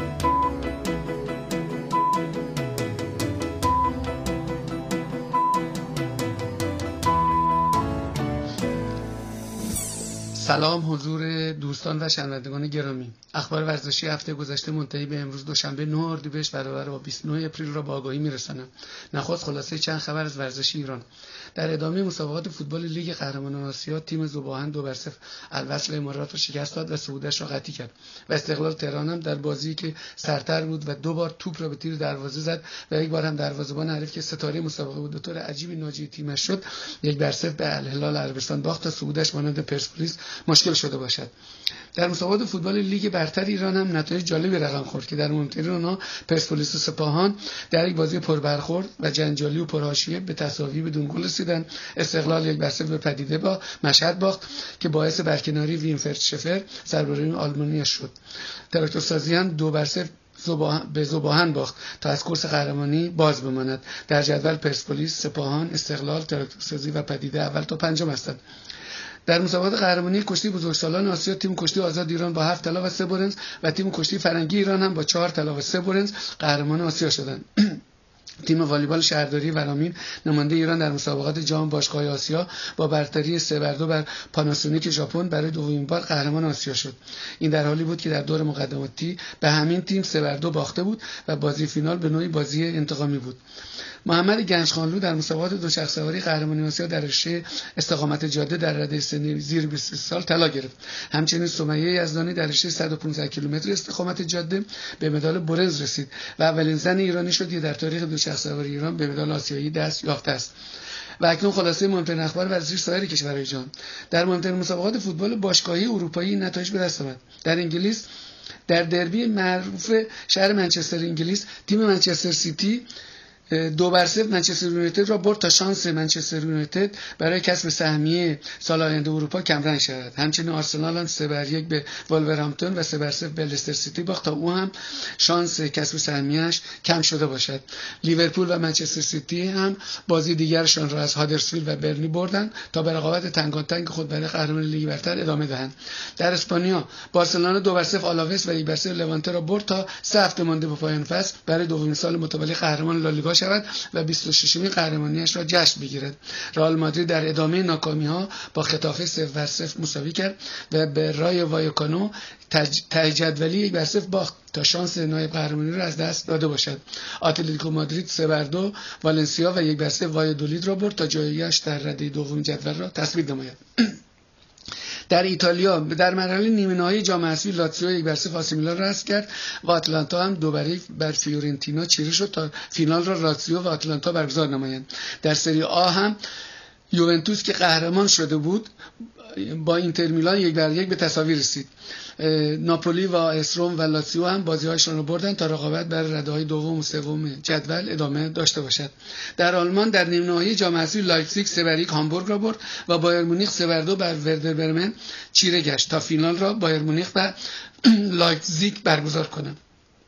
سلام حضور دوستان و شنوندگان گرامی. اخبار ورزشی هفته گذشته منتهی به امروز دوشنبه نه اردیبهشت برابر با بیست و نه اپریل را با آگاهی میرسانم. نخست خلاصه چند خبر از ورزش ایران. در ادامه مسابقات فوتبال لیگ قهرمانان آسیا تیم ذوب‌آهن دو بر صفر الوصل امارات را شکست داد و صعودش را قطعی کرد و استقلال تهران هم در بازی که سرتر بود و دو بار توپ را به تیر دروازه زد و یک بار هم دروازه‌بان حریف که ستاره مسابقه بود به طور عجیبی ناجی تیمش شد یک بر صفر به الهلال عربستان باخت تا صعودش مانند پرسپولیس مشکل شده باشد. در مسابقات فوتبال لیگ برتر ایران هم نتایج جالبی رقم خورد که در مهمترین آنها پرسپولیس و سپاهان در یک بازی پربرخورد و جنجالی و پرحاشیه به تساوی بدون گل رسیدند. استقلال یک بر صفر به پدیده با مشهد باخت که باعث برکناری وینفرد شفر سربازی آلمانی شد. تراکتورسازی هم دو بر صفر به ذوب‌آهن باخت تا از کورس قهرمانی باز بماند. در جدول پرسپولیس، سپاهان، استقلال، تراکتورسازی و پدیده اول تا پنجم هستند. در مسابقات قهرمانی کشتی بزرگسالان آسیا تیم کشتی آزاد ایران با هفت طلا و سه برنز و تیم کشتی فرنگی ایران هم با چهار طلا و سه برنز قهرمان آسیا شدند. تیم والیبال شهرداری ورامین نماینده ایران در مسابقات جام باشگاه‌های آسیا با برتری سه بر دو بر پاناسونیک ژاپن برای دومین بار قهرمان آسیا شد. این در حالی بود که در دور مقدماتی به همین تیم سه بر دو باخته بود و بازی فینال به نوعی بازی انتقامی بود. محمد گنجخانلو در مسابقات دوچرخه سواری قهرمانی آسیا در رشته استقامت جاده در رده سنی زیر بیست سال طلا گرفت. همچنین سمیه یزدانی در رشته صد و پانزده کیلومتر استقامت جاده به مدال برنز رسید و اولین زن ایرانی شد که در تاریخ دوچرخه سواری ایران به مدال آسیایی دست یافته است. و اکنون خلاصه مهمترین اخبار ورزشی سایر کشورهای جهان. در مهمترین مسابقات فوتبال باشگاهی اروپایی نتایج به دست آمد. در انگلیس در دربی معروف شهر منچستر انگلیس تیم منچستر سیتی دو بر صفر منچستر یونایتد را برد تا شانس منچستر یونایتد برای کسب سهمیه سال آینده اروپا کمرنگ شود. همچنین آرسنال هم سه بر یک به والورهمپتون و سه بر صفر به لستر سیتی باخت تا او هم شانس کسب سهمیه‌اش کم شده باشد. لیورپول و منچستر سیتی هم بازی دیگرشان را از هادرسفیلد و برنی بردند تا به رقابت تنگاتنگ خود برای قهرمانی لیگ برتر ادامه دهند. در اسپانیا بارسلونا دو بر صفر آلاوس و یک بر صفر لوانته را برد تا سه هفته مانده به پایان فصل برای دومین سال متوالی قهرمان لالیگا شود و بیست و ششمین قهرمانیش را جشن بگیرد. رئال مادرید در ادامه ناکامی‌ها با خطافه صفر بر صفر مساوی کرد و به رای وایکانو ته جدولی یک بر صفر باخت تا شانس نایب قهرمانی را از دست داده باشد. اتلتیکو مادرید سه بر دو والنسیا و یک بر صفر وایادولید را برد تا جایگاهش در رده دوم جدول را تثبیت نماید. در ایتالیا در مرحله نیمه نهایی جام حذفی لاتزیو یک بر صفر آسی میلان را حذف کرد و آتلانتا هم دو بر یک بر فیورنتینا چیره شد تا فینال را لاتزیو و آتلانتا برگزار نمایند. در سری آ هم یوونتوس که قهرمان شده بود با اینتر میلان یک بر یک به تساوی رسید. ناپولی و اسروم و لاتزیو هم بازی‌هایشان را بردند تا رقابت بر رده‌های دوم و سوم جدول ادامه داشته باشد. در آلمان در نیمه نهایی جام حذفی لایپزیگ سه بر یک هامبورگ را برد و بایر مونیخ سه بر دو بر وردر برمن چیره گشت تا فینال را بایر مونیخ و لایپزیگ برگزار کنند.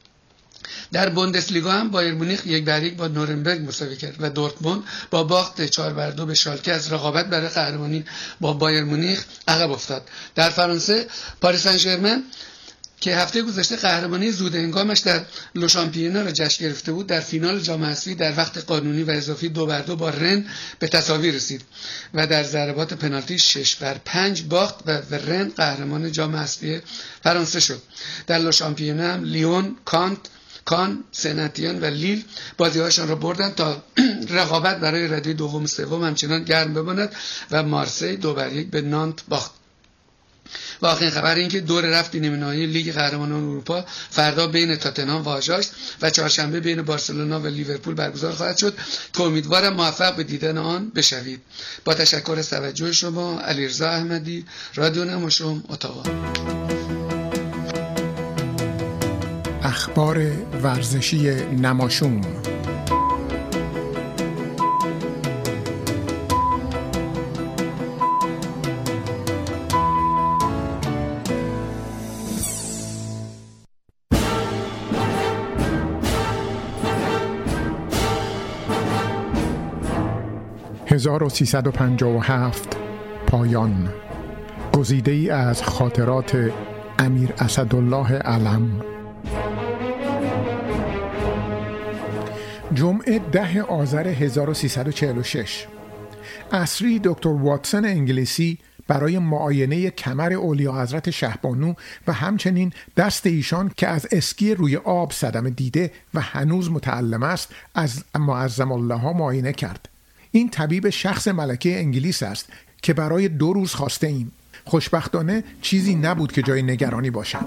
در بوندسلیگا هم بایر مونیخ یک بر یک با نورنبرگ مساوی کرد و دورتموند با باخت چهار بر دو به شالکه از رقابت برای قهرمانی با بایر مونیخ عقب افتاد. در فرانسه پاریس سن ژرمن که هفته گذشته قهرمانی زود هنگامش در لوشامپیونا را جشن گرفته بود در فینال جام حذفی در وقت قانونی و اضافی دو بر دو با رن به تساوی رسید و در ضربات پنالتی شش بر پنج باخت و رن قهرمان جام حذفی فرانسه شد. در لوشامپیونا هم لیون، کانت کان، سنتیان و لیل بازی‌هاشان را بردند تا رقابت برای رده دوم سوم همچنان گرم بماند و مارسی دو بر یک به نانت باخت. و آخرین خبر این که دور رفت نیمه نهایی لیگ قهرمانان اروپا فردا بین تاتنهام و آژاکس و چهارشنبه بین بارسلونا و لیورپول برگزار خواهد شد که امیدوارم موفق به دیدن آن بشوید. با تشکر از توجه شما، علیرضا احمدی، رادیو نماشوم، اتاوا. اخبار ورزشی نماشوم. هزار و سیصد و پنجاه و هفت پایان. گزیده ای از خاطرات امیر اسدالله علم. جمعه ده آذر هزار و سیصد و چهل و شش. عصری دکتر واتسون انگلیسی برای معاینه کمر اولیا حضرت شهبانو و همچنین دست ایشان که از اسکی روی آب صدمه دیده و هنوز متألم است از معظم الله ها معاینه کرد. این طبیب شخص ملکه انگلیس است که برای دو روز خواسته ایم. خوشبختانه چیزی نبود که جای نگرانی باشد.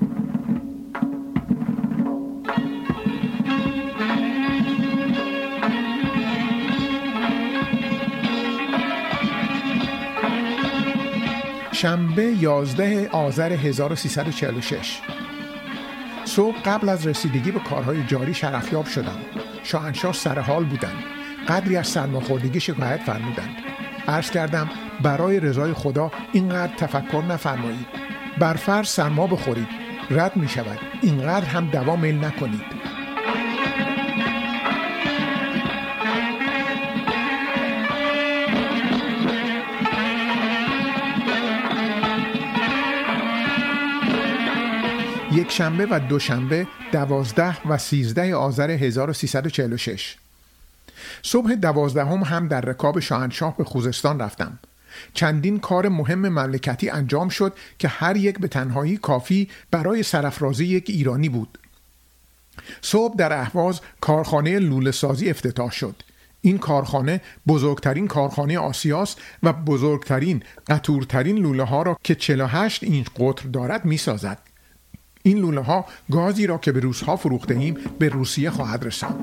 شنبه یازده آذر هزار و سیصد و چهل و شش. صبح قبل از رسیدگی به کارهای جاری شرفیاب شدم. شاهنشاه سر حال بودند. قدری از سرماخوردگی شکایت فرمودند. عرض کردم برای رضای خدا اینقدر تفکر نفرمایید. بر فرض سرما بخورید، رد می شود. اینقدر هم دوا میل نکنید. یک شنبه و دوشنبه دوازده و سیزده آذر هزار و سیصد و چهل و شش. صبح دوازدهم هم در رکاب شاهنشاه به خوزستان رفتم. چندین کار مهم مملکتی انجام شد که هر یک به تنهایی کافی برای سرافرازی یک ایرانی بود. صبح در اهواز کارخانه لوله سازی افتتاح شد. این کارخانه بزرگترین کارخانه آسیاست و بزرگترین قطورترین لوله ها را که چهل و هشت اینچ قطر دارد می سازد. این لوله ها گازی را که به روس ها فروخته ایم به روسیه خواهد رساند.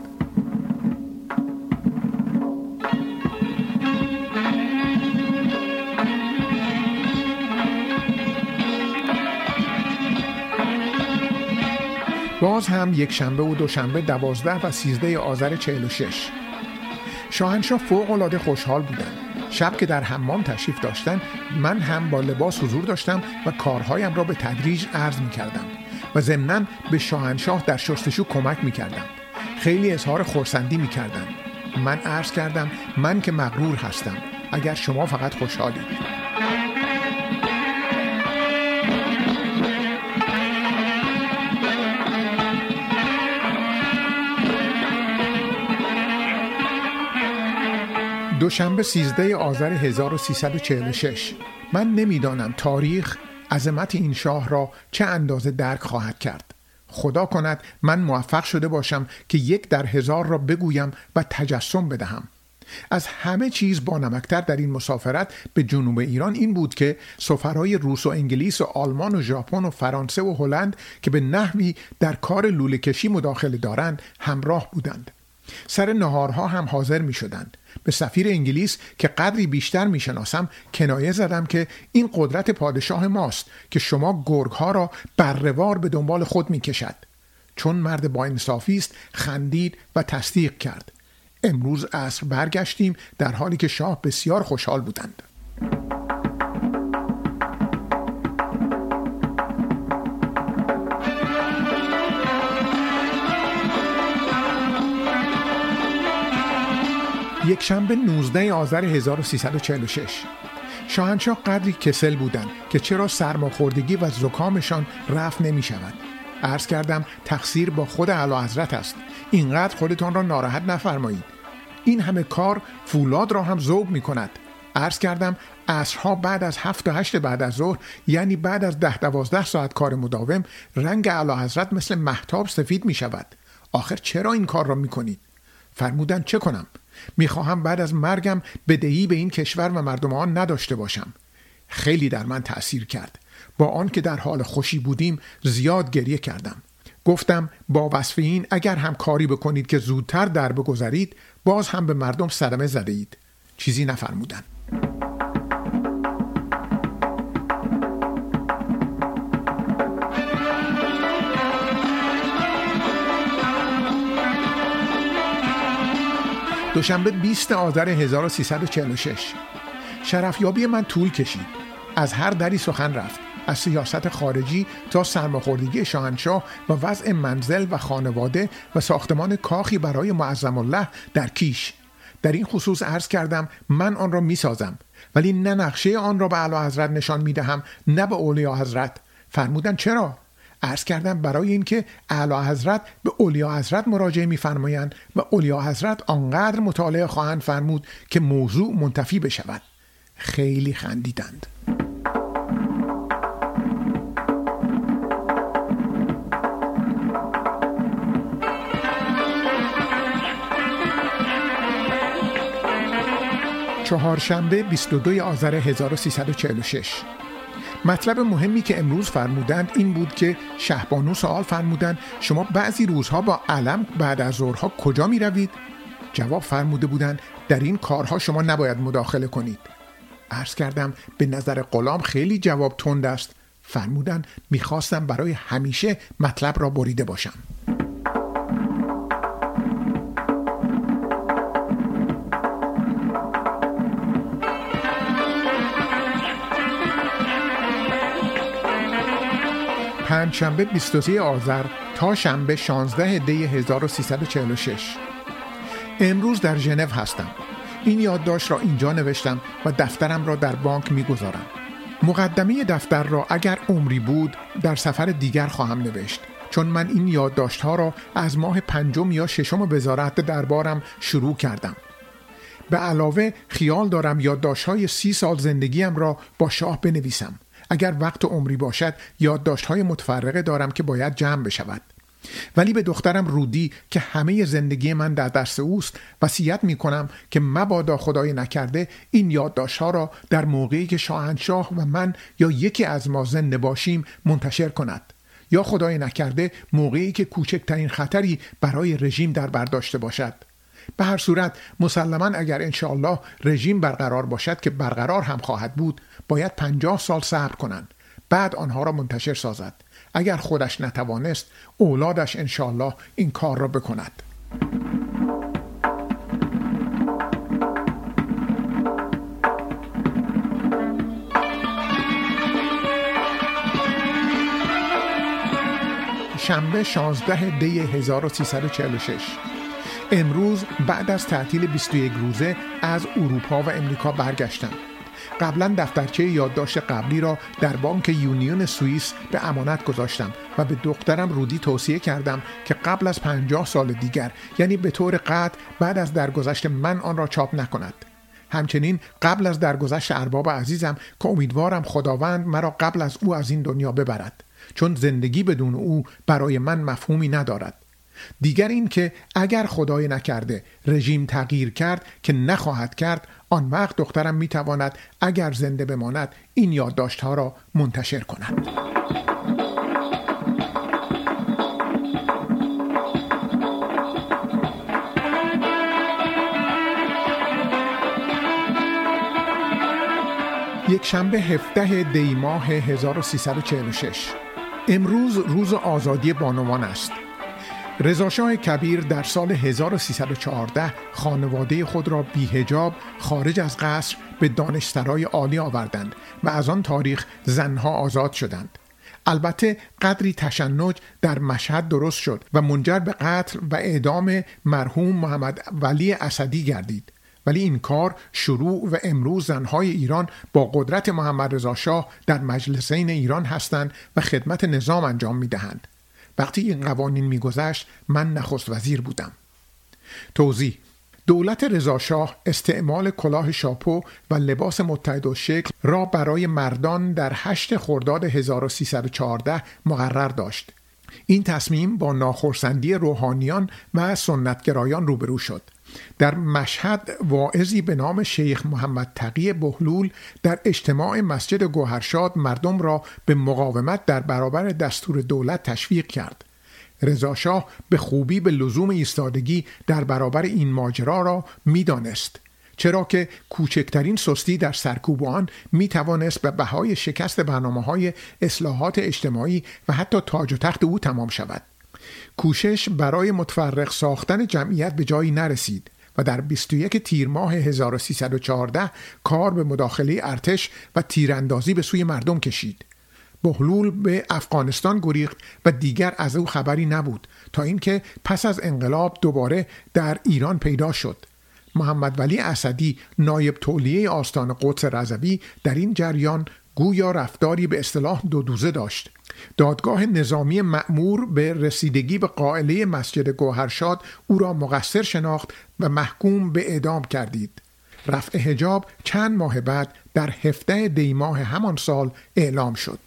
باز هم یک شنبه و دوشنبه دوازده و سیزده آذر چهل و شش. شاهنشاه فوق العاده خوشحال بودند. شب که در حمام تشریف داشتند من هم با لباس حضور داشتم و کارهایم را به تدریج عرض می کردم و ضمناً به شاهنشاه در شستشو کمک می کردم. خیلی اظهار خرسندی می کردم. من عرض کردم من که مغرور هستم، اگر شما فقط خوشحالید. دوشنبه سیزده آذر هزار و سیصد و چهل و شش. من نمیدانم تاریخ عظمت این شاه را چه اندازه درک خواهد کرد. خدا کند من موفق شده باشم که یک در هزار را بگویم و تجسم بدهم. از همه چیز با نمکتر در این مسافرت به جنوب ایران این بود که سفرای روس و انگلیس و آلمان و ژاپن و فرانسه و هلند که به نحوی در کار لوله کشی مداخله دارند همراه بودند. سر نهارها هم حاضر می شدند. به سفیر انگلیس که قدری بیشتر می شناسم کنایه زدم که این قدرت پادشاه ماست که شما گرگها را برروار به دنبال خود می کشد. چون مرد با انصافی است خندید و تصدیق کرد. امروز عصر برگشتیم در حالی که شاه بسیار خوشحال بودند. یک شنبه نوزده آذر هزار و سیصد و چهل و شش. شاهنشاه قدری کسل بودند که چرا سرماخوردگی و زکامشان رفع نمی شود. عرض کردم تقصیر با خود اعلیحضرت است. اینقدر خودتان را ناراحت نفرمایید. این همه کار فولاد را هم ذوب می کند. عرض کردم عصرها بعد از هفت و هشت بعد از ظهر، یعنی بعد از ده دوازده ساعت کار مداوم، رنگ اعلیحضرت مثل مهتاب سفید می شود. آخر چرا این کار را می کنید؟ فرمودند چه کنم؟ میخواهم بعد از مرگم بدهی به این کشور و مردم آن نداشته باشم. خیلی در من تأثیر کرد. با آن که در حال خوشی بودیم زیاد گریه کردم. گفتم با وصف این اگر هم کاری بکنید که زودتر در بگذرید باز هم به مردم صدمه زده اید. چیزی نفرمودند. دوشنبه بیست آذر هزار و سیصد و چهل و شش. شرفیابی من طول کشید. از هر دری سخن رفت. از سیاست خارجی تا سرماخوردگی شاهنشاه و وضع منزل و خانواده و ساختمان کاخی برای معظم الله در کیش. در این خصوص عرض کردم من آن را می سازم، ولی نه نقشه آن را به اعلیحضرت نشان می دهم نه به اولیا حضرت. فرمودن چرا؟ عرض کردم برای اینکه اعلی حضرت به اولیا حضرت مراجعه می‌فرمایند و اولیا حضرت آنقدر مطالعه خواهند فرمود که موضوع منتفی بشود. خیلی خندیدند. چهارشنبه بیست و دوم آذر هزار و سیصد و چهل و شش. مطلب مهمی که امروز فرمودند این بود که شهبانو سوال فرمودند شما بعضی روزها با علم بعد از ظهرها کجا می روید؟ جواب فرموده بودند در این کارها شما نباید مداخله کنید. عرض کردم به نظر غلام خیلی جواب تند است. فرمودند میخواستم برای همیشه مطلب را بریده باشم. پنجشنبه بیست و سوم آذر تا شنبه شانزدهم دی هزار و سیصد و چهل و شش. امروز در ژنو هستم. این یادداشت را اینجا نوشتم و دفترم را در بانک میگذارم. مقدمه دفتر را اگر عمری بود در سفر دیگر خواهم نوشت، چون من این یادداشت ها را از ماه پنجم یا ششم وزارت دربارم شروع کردم. به علاوه خیال دارم یادداشت های سی سال زندگیم را با شاه بنویسم. اگر وقت و عمری باشد یادداشت‌های متفرقه دارم که باید جمع بشود. ولی به دخترم رودی که همه زندگی من در دست اوست وصیت می‌کنم که مبادا خدای نکرده این یادداشت‌ها را در موقعی که شاهنشاه و من یا یکی از ما زنده باشیم منتشر کند، یا خدای نکرده موقعی که کوچکترین خطری برای رژیم در بر داشته باشد. به هر صورت مسلماً اگر انشاءالله رژیم برقرار باشد که برقرار هم خواهد بود، باید پنجاه سال صبر کنند، بعد آنها را منتشر سازد. اگر خودش نتوانست اولادش انشاءالله این کار را بکند. شنبه شانزدهم دی هزار و سیصد و چهل و شش. امروز بعد از تعطیل بیست و یک روزه از اروپا و امریکا برگشتم. قبلا دفترچه یادداشت قبلی را در بانک یونیون سوئیس به امانت گذاشتم و به دخترم رودی توصیه کردم که قبل از پنجاه سال دیگر، یعنی به طور قطع بعد از درگذشت من، آن را چاپ نکند. همچنین قبل از درگذشت ارباب عزیزم که امیدوارم خداوند مرا قبل از او از این دنیا ببرد، چون زندگی بدون او برای من مفهومی ندارد. دیگر این که اگر خدای نکرده رژیم تغییر کرد که نخواهد کرد، آن وقت دخترم میتواند اگر زنده بماند این یادداشت‌ها را منتشر کند. یک شنبه هفدهم دی ماه هزار و سیصد و چهل و شش. امروز روز آزادی بانوان است. رضاشاه کبیر در سال هزار و سیصد و چهارده خانواده خود را بی حجاب خارج از قصر به دانشسرای عالی آوردند و از آن تاریخ زنها آزاد شدند. البته قدری تشنج در مشهد درست شد و منجر به قتل و اعدام مرحوم محمد ولی اسدی گردید، ولی این کار شروع و امروز زنهای ایران با قدرت محمد رضا شاه در مجلسین ایران هستند و خدمت نظام انجام می‌دهند. وقتی این قوانین می‌گذشت من نخست وزیر بودم. توضیح: دولت رضا شاه استعمال کلاه شاپو و لباس متحدالشکل را برای مردان در هشتم خرداد هزار و سیصد و چهارده مقرر داشت. این تصمیم با ناخرسندی روحانیان و سنتگرایان روبرو شد. در مشهد واعظی به نام شیخ محمد تقی بهلول در اجتماع مسجد گوهرشاد مردم را به مقاومت در برابر دستور دولت تشویق کرد. رضا شاه به خوبی به لزوم ایستادگی در برابر این ماجرا را می‌دانست، چرا که کوچکترین سستی در سرکوب آن می‌توانست به بهای شکست برنامه‌های اصلاحات اجتماعی و حتی تاج و تخت او تمام شود. کوشش برای متفرق ساختن جمعیت به جایی نرسید و در بیست و یکم تیر ماه هزار و سیصد و چهارده کار به مداخله ارتش و تیراندازی به سوی مردم کشید. بهلول به افغانستان گریخت و دیگر از او خبری نبود تا اینکه پس از انقلاب دوباره در ایران پیدا شد. محمد ولی اسدی نایب تولیه آستان قدس رضوی در این جریان گویا رفتاری به اصطلاح دو دوزه داشت. دادگاه نظامی مأمور به رسیدگی به قائله مسجد گوهرشاد او را مقصر شناخت و محکوم به اعدام کردید. رفع حجاب چند ماه بعد در هفده دی ماه همان سال اعلام شد.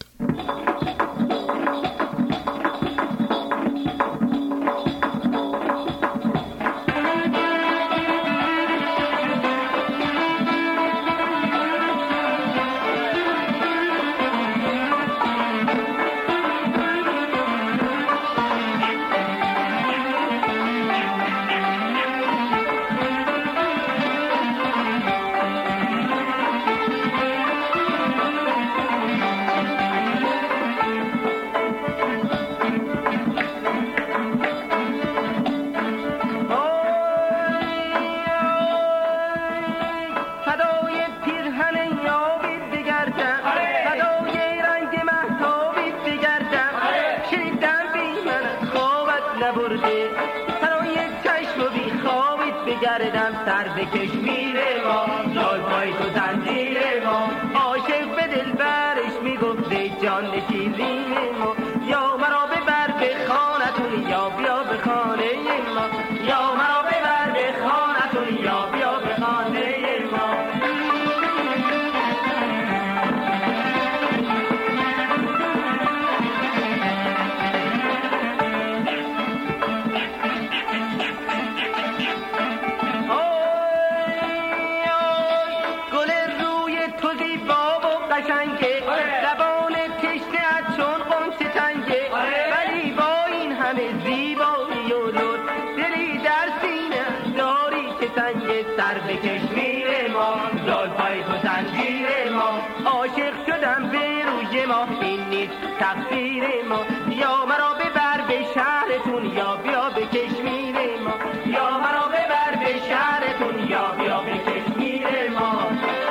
تقصیر ما یا مرا ببر به شهرتون یا بیا به کشمیر ما یا مرا ببر به شهرتون یا بیا به کشمیر ما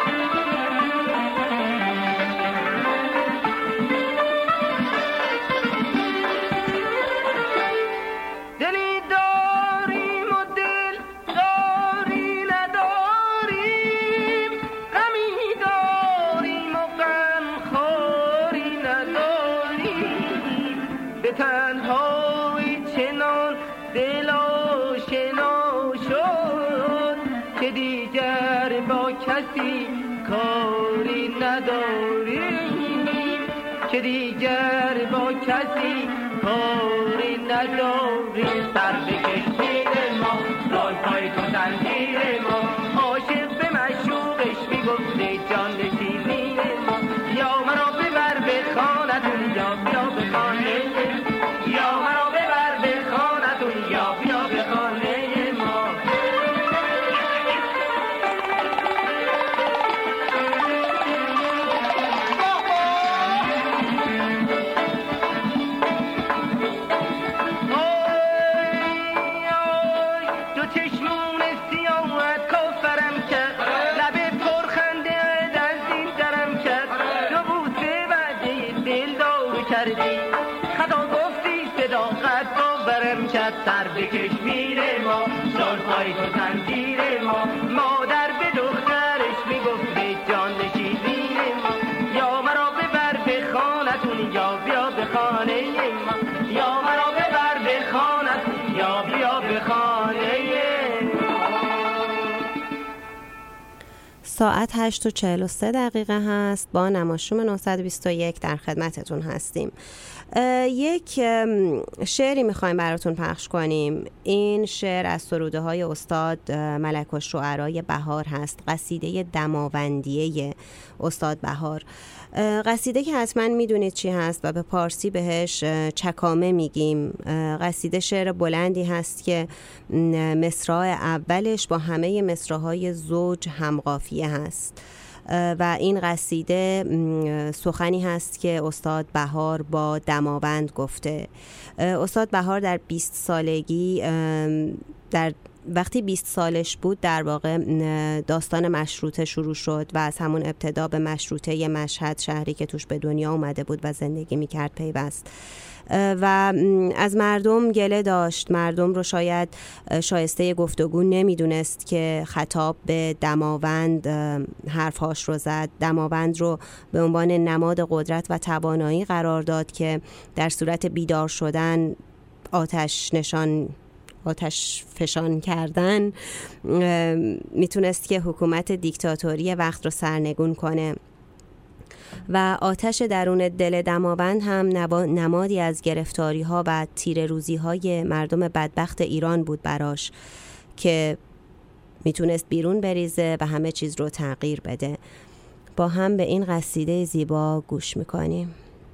دلی داریم و دل داری نداریم غمی داریم و غم خوری نداریم به تنهایی چنان دل آشنا شد که دیگر با کسی کاری نداریم که دیگر با کسی کاری نداریم سر به کشمیر ما رای پای تو زنجیر ما عاشق به معشوقش میگفته جان نشینی ما یا مرا ببر به خانتون یا بیا به خانه یا مرا ببر به خانتون یا بیا به خانه ما دو چشمون سیاهت کافرم کرد لب پرخنده از این درم کرد دو بوسه وعده دل دارو کردی خدا گفتی صداقت باورم کرد سر به کشمیر ما جان پای تو زنجیر ما مادر به دخترش میگفته جان نشینی ما یا مرا ببر به خانتون یا بیا به خانه ما یا مرا ببر به خانتون یا بیا به خانه ساعت هشت و چهل و سه دقیقه هست. با نماشوم نهصد و بیست و یک در خدمتتون هستیم. یک شعری میخوایم براتون پخش کنیم. این شعر از سروده های استاد ملک الشعرای بهار هست، قصیده دماوندیه استاد بهار. قصیده که حتما میدونید چی هست و به پارسی بهش چکامه میگیم. قصیده شعر بلندی هست که مصرع اولش با همه مصرعهای زوج همقافیه هست و این قصیده سخنی هست که استاد بهار با دماوند گفته. استاد بهار در بیست سالگی در وقتی بیست سالش بود در واقع داستان مشروطه شروع شد و از همون ابتدا به مشروطه مشهد، شهری که توش به دنیا اومده بود و زندگی میکرد، پیوست. و از مردم گله داشت. مردم رو شاید شایسته گفتگو نمیدونست که خطاب به دماوند حرفهاش رو زد. دماوند رو به عنوان نماد قدرت و توانایی قرار داد که در صورت بیدار شدن، آتش نشان آتش فشان کردن، میتونست که حکومت دیکتاتوری وقت رو سرنگون کنه. و آتش درون دل دماوند هم نمادی از گرفتاری ها و تیره روزی های مردم بدبخت ایران بود براش که میتونست بیرون بریزه و همه چیز رو تغییر بده. با هم به این قصیده زیبا گوش میکنیم.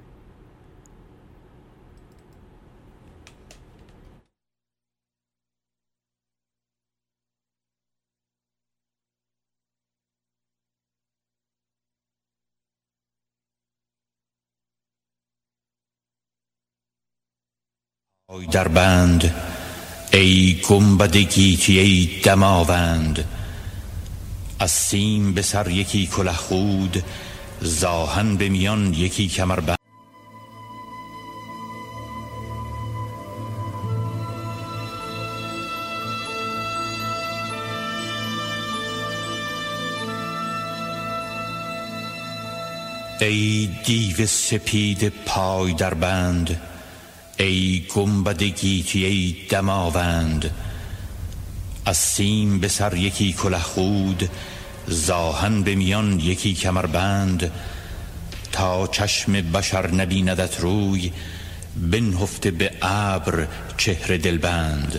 پای در بند ای گنبد گیتی ای دماوند، از سیم به سر یکی کله خود، زاهن به میان یکی کمربند. ای دیو سپید پای در بند، ای گنبد گیتی ای دماوند، از سیم به سر یکی کله خود، زاهن به میان یکی کمربند. تا چشم بشر نبیندت روی، بنهفته به ابر چهره دلبند.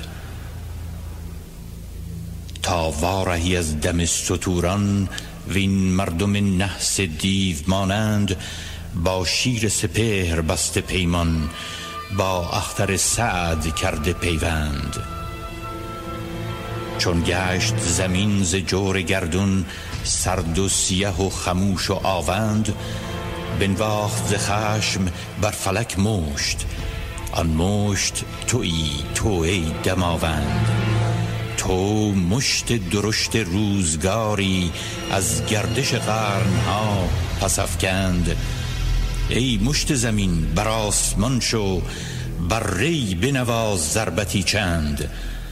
تا وارهی از دم ستوران، وین مردم نحس دیو مانند. با شیر سپهر بسته پیمان، با اختر سعد کرده پیوند. چون گشت زمین ز جور گردون، سرد و سیه و خموش و آوند. بنواخت ز خشم بر فلک مشت، آن مشت تویی تو ای دماوند. تو مشت درشت روزگاری، از گردش قرنها پس افکند. ای مشت زمین بر آسمان شو، بر ری بنواز ضربتی چند.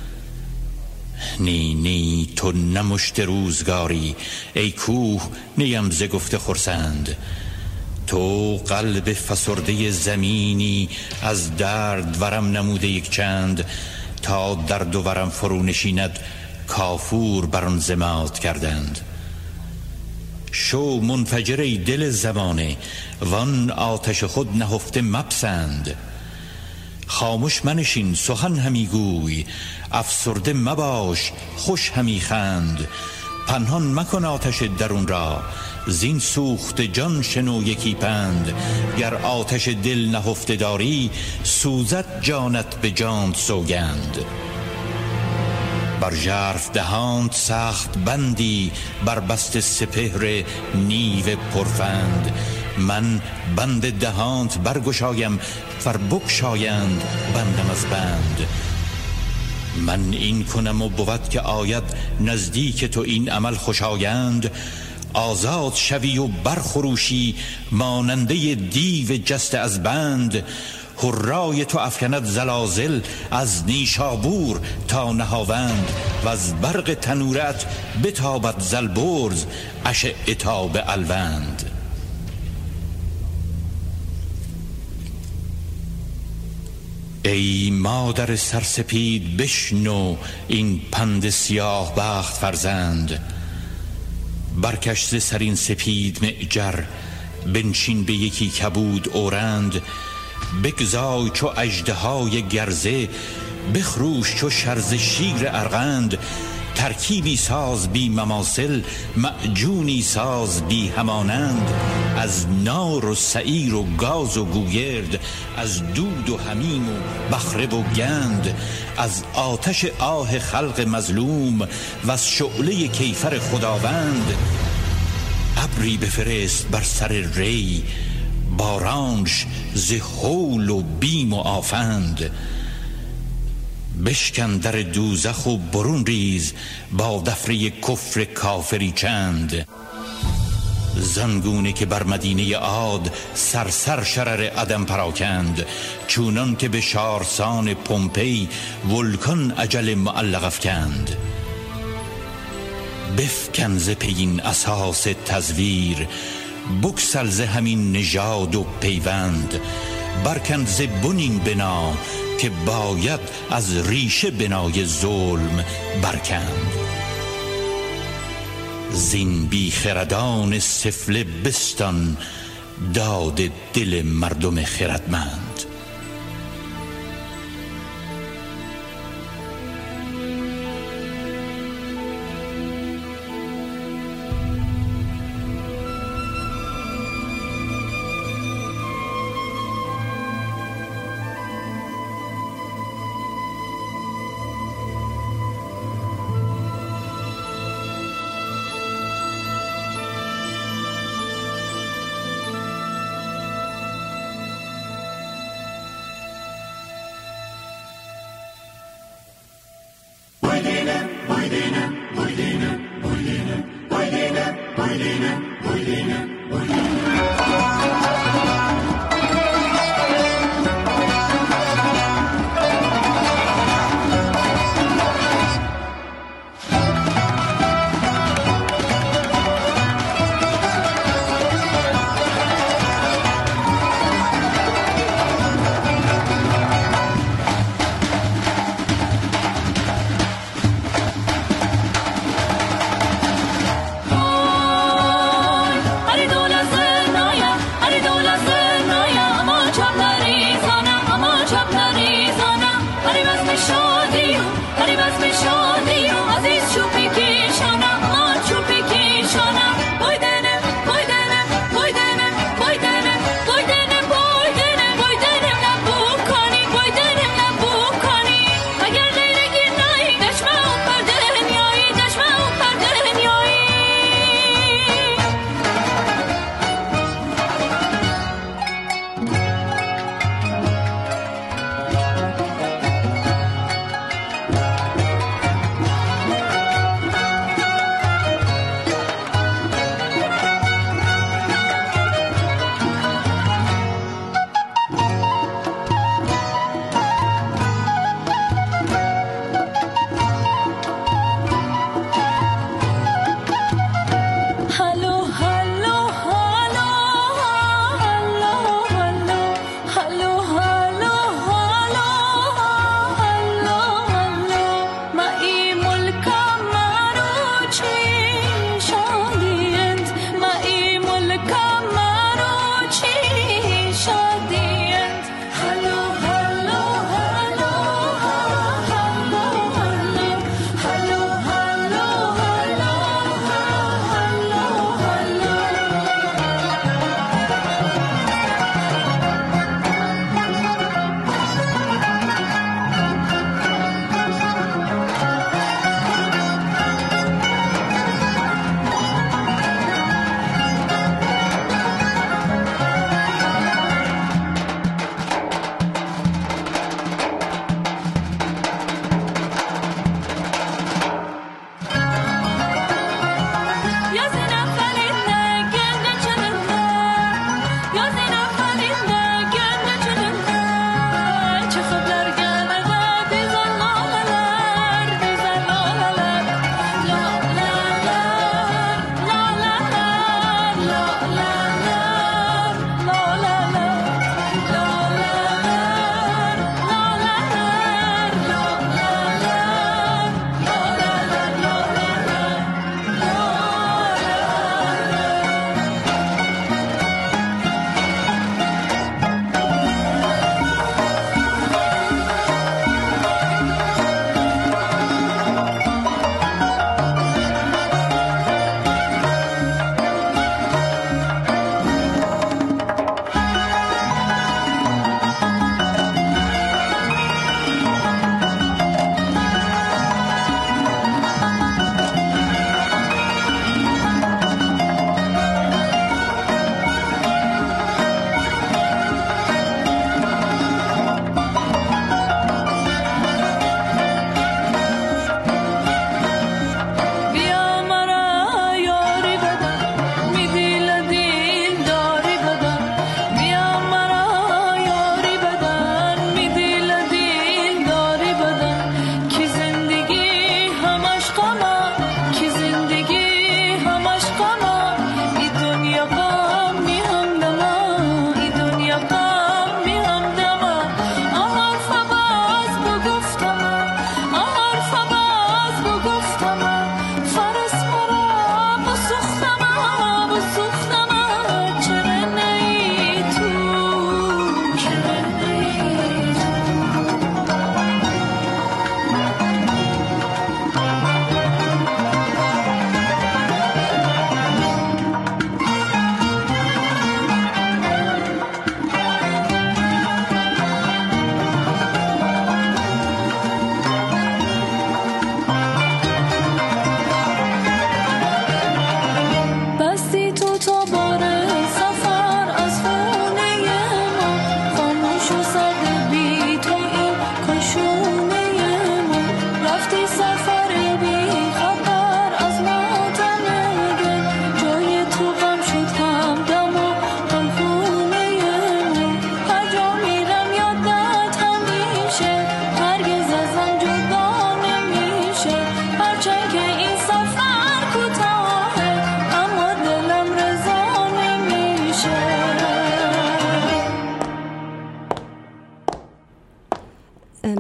نی نی تو نمشت روزگاری، ای کوه نیم ز گفته خرسند. تو قلب فسرده زمینی، از درد ورم نموده یک چند. تا درد و ورم فرو نشیند، کافور بر آن زماد کردند. شو منفجر ای دل زمانه، وان آتش خود نهفته مپسند. خاموش منشین سخن همی گوی، افسرده مباش خوش همی خند. پنهان مکن آتش درون را، زین سوخت جان شنو یکی پند. گر آتش دل نهفته داری، سوزد جانت به جانت سوگند. بر ژرف دهانت سخت بندی، بر بست سپهر نیو پرفند. من بند دهانت برگشایم، فر بگشایند بندم از بند. من این کنم و بود که آید، نزدیک تو این عمل خوشایند. آزاد شوی و برخروشی، ماننده دیو جست از بند. هرای تو افکند زلازل، از نیشابور تا نهاوند. و از برق تنورت بتابد زلبرز، اشعه تا به الوند. ای مادر سرسپید بشنو، این پند سیاه بخت فرزند. برکش ز سرین سپید معجر، بنشین به یکی کبود اورند. بگزای چو اژدهای گرزه، بخروش چو شرز شیر ارغند. ترکیبی ساز بی مماثل، معجونی ساز بی همانند. از نار و سعیر و گاز و گوگرد، از دود و حمیم و بخره و گند. از آتش آه خلق مظلوم، و از شعله کیفر خداوند. ابری بفرست بر سر ری، بارانش ز هول و بیم و آفند. بشکن در دوزخ و برون ریز، با دفره کفر کافری چند. زنگونه که بر مدینه عاد سرسر شرر عدم پراکند، چونان که به شارسان پومپی ولکان اجل معلق افکند. بفکن ز پین اساس تزویر، بکسل ز همین نژاد و پیوند. برکن ز بنین بنا که باید از ریشه بنای ظلم برکند. زین بی خردان سفله بستان، داد دل مردم خردمند.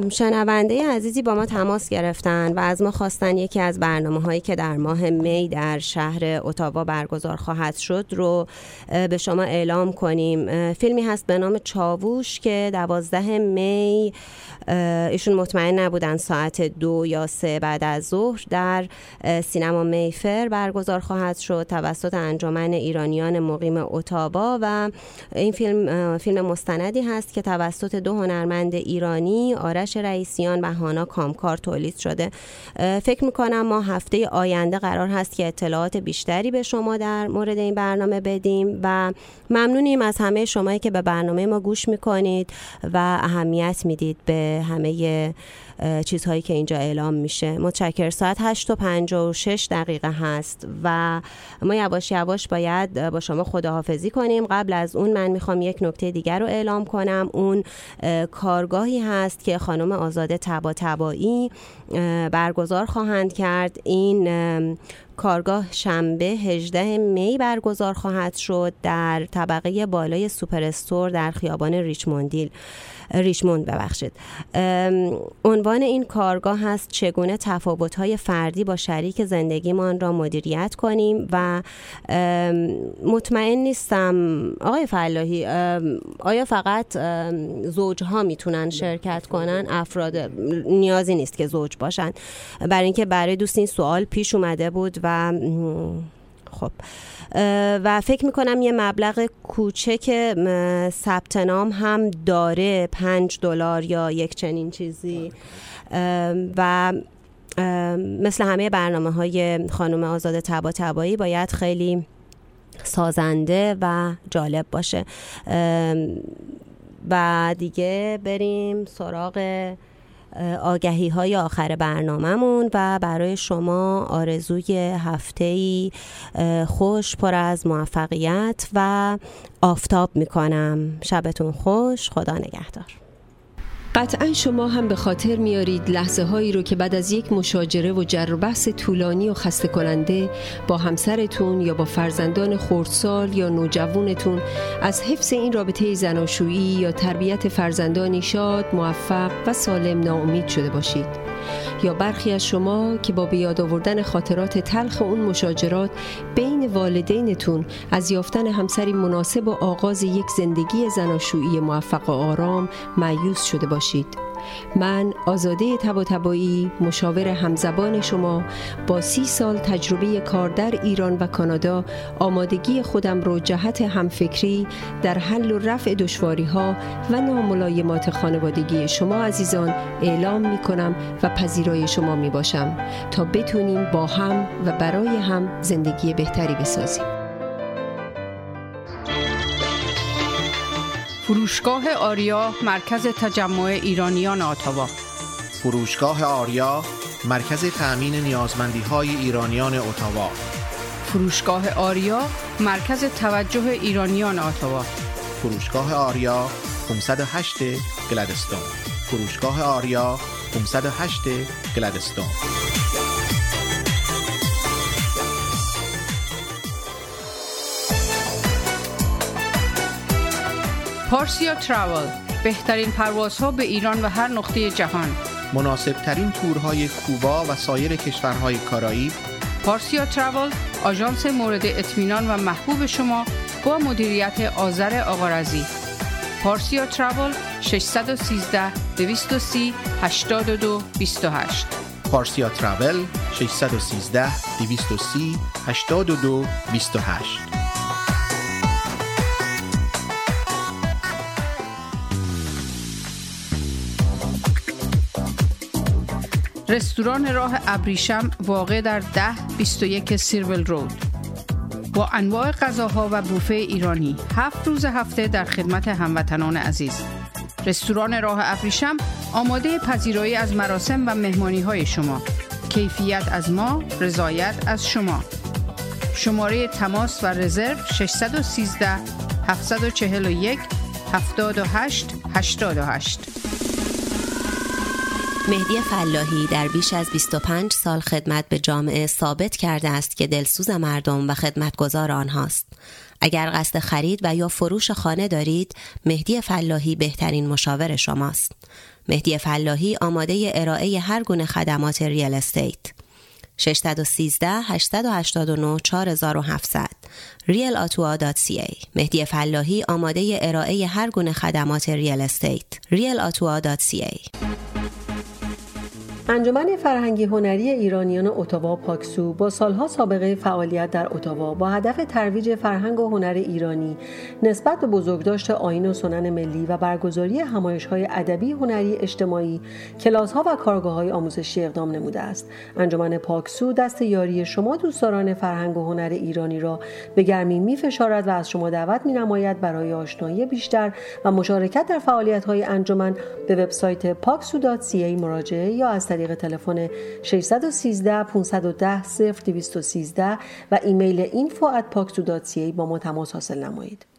شنونده عزیزی با ما تماس گرفتن و از ما خواستن یکی از برنامه‌هایی که در ماه می در شهر اتاوا برگزار خواهد شد رو به شما اعلام کنیم. فیلمی هست به نام چاووش که دوازده می ایشون مطمئن نبودن ساعت دو یا سه بعد از ظهر در سینما میفر برگزار خواهد شد توسط انجمن ایرانیان مقیم اتاوا و این فیلم فیلم مستندی هست که توسط دو هنرمند ایرانی آرش رئیسیان و هانا کامکار تولید شده. فکر میکنم ما هفته آینده قرار هست که اطلاعات بیشتری به شما در مورد این برنامه بدیم و ممنونیم از همه شمایی که به برنامه ما گوش میکنید و اهمیت میدید به همه چیزهایی که اینجا اعلام میشه. متشکرم. ساعت هشت و پنجاه و شش دقیقه هست و ما یواش یواش باید با شما خداحافظی کنیم. قبل از اون من میخوام یک نکته دیگر رو اعلام کنم. اون کارگاهی هست که خانم آزاده طباطبایی برگزار خواهند کرد. این کارگاه شنبه هجدهم می برگزار خواهد شد در طبقه بالای سوپر استور در خیابان ریچموندیل ریشموند ببخشید. عنوان این کارگاه هست چگونه تفاوت‌های فردی با شریک زندگیمان را مدیریت کنیم و مطمئن نیستم آقای فلاحی آیا فقط زوجها میتونن شرکت کنن؟ افراد نیازی نیست که زوج باشن، برای اینکه برای دوست این سوال پیش اومده بود و خب و فکر میکنم یه مبلغ کوچک ثبت نام هم داره، پنج دلار یا یک چنین چیزی و مثل همه برنامه های خانم آزاده طباطبایی باید خیلی سازنده و جالب باشه. و دیگه بریم سراغ آگهی های آخر برنامه‌مون و برای شما آرزوی هفته‌ای خوش پر از موفقیت و آفتاب میکنم. شبتون خوش. خدا نگهدار. قطعا شما هم به خاطر میارید لحظه هایی رو که بعد از یک مشاجره و جر و بحث طولانی و خسته کننده با همسرتون یا با فرزندان خردسال یا نوجوانتون از حفظ این رابطه زناشویی یا تربیت فرزندانی شاد، موفق و سالم ناامید شده باشید. یا برخی از شما که با بیاد آوردن خاطرات تلخ اون مشاجرات بین والدینتون از یافتن همسری مناسب و آغاز یک زندگی زناشویی موفق و آرام مایوس شده باشید. من آزاده طباطبایی، مشاور همزبان شما با سی سال تجربه کار در ایران و کانادا، آمادگی خودم رو جهت همفکری در حل و رفع دشواری‌ها و ناملایمات خانوادگی شما عزیزان اعلام می‌کنم و پذیرای شما میباشم تا بتونیم با هم و برای هم زندگی بهتری بسازیم. فروشگاه آریا، مرکز تجمع ایرانیان اتاوا. فروشگاه آریا، مرکز تأمین نیازمندی‌های ایرانیان اتاوا. فروشگاه آریا، مرکز توجه ایرانیان اتاوا. فروشگاه آریا، پانصد و هشت گلدستون. فروشگاه آریا، پانصد و هشت گلدستون. پارسیا تراول، بهترین پروازها به ایران و هر نقطه جهان. مناسب ترین تورهای کوبا و سایر کشورهای کارائیب. پارسیا تراول، آژانس مورد اطمینان و محبوب شما با مدیریت آذر آقارزی. پارسیا تراول شش یک سه دو دو سه هشت دو دو هشت. پارسیا تراول شش یک سه دو دو سه هشت دو دو دو هشت. رستوران راه ابریشم واقع در ده بیست و یک سیرول رود با انواع غذاها و بوفه ایرانی هفت روز هفته در خدمت هموطنان عزیز. رستوران راه ابریشم آماده پذیرایی از مراسم و مهمانی‌های شما. کیفیت از ما، رضایت از شما. شماره تماس و رزرو شش یک سه هفت چهار یک هفت هشت هشت هشت. مهدی فلاحی در بیش از بیست و پنج سال خدمت به جامعه ثابت کرده است که دلسوز مردم و خدمتگزار آنهاست. اگر قصد خرید و یا فروش خانه دارید، مهدی فلاحی بهترین مشاور شماست. مهدی فلاحی آماده ارائه هر گونه خدمات ریال استیت. شش یک سه هشت هشت نه چهار هفت صفر صفر ریل آتوا دات سی ای. مهدی فلاحی آماده ارائه هر گونه خدمات ریال استیت. ریل آتوا دات سی ای. انجمن فرهنگی هنری ایرانیان اتاوا پاکسو با سالها سابقه فعالیت در اتاوا با هدف ترویج فرهنگ و هنر ایرانی نسبت به بزرگداشت آیین و سنن ملی و برگزاری همایش‌های ادبی، هنری، اجتماعی، کلاس‌ها و کارگاه‌های آموزشی اقدام نموده است. انجمن پاکسو دست یاری شما دوستداران فرهنگ و هنر ایرانی را به گرمی می‌فشارد و از شما دعوت می‌نماید برای آشنایی بیشتر و مشارکت در فعالیت‌های انجمن به وبسایت پاکسو دات سی ای مراجعه یا از طریق تلفن شش یک سه پانصد و ده صفر دویست و سیزده و ایمیل اینفو ات پاکسو دات سی ای با ما تماس حاصل نمایید.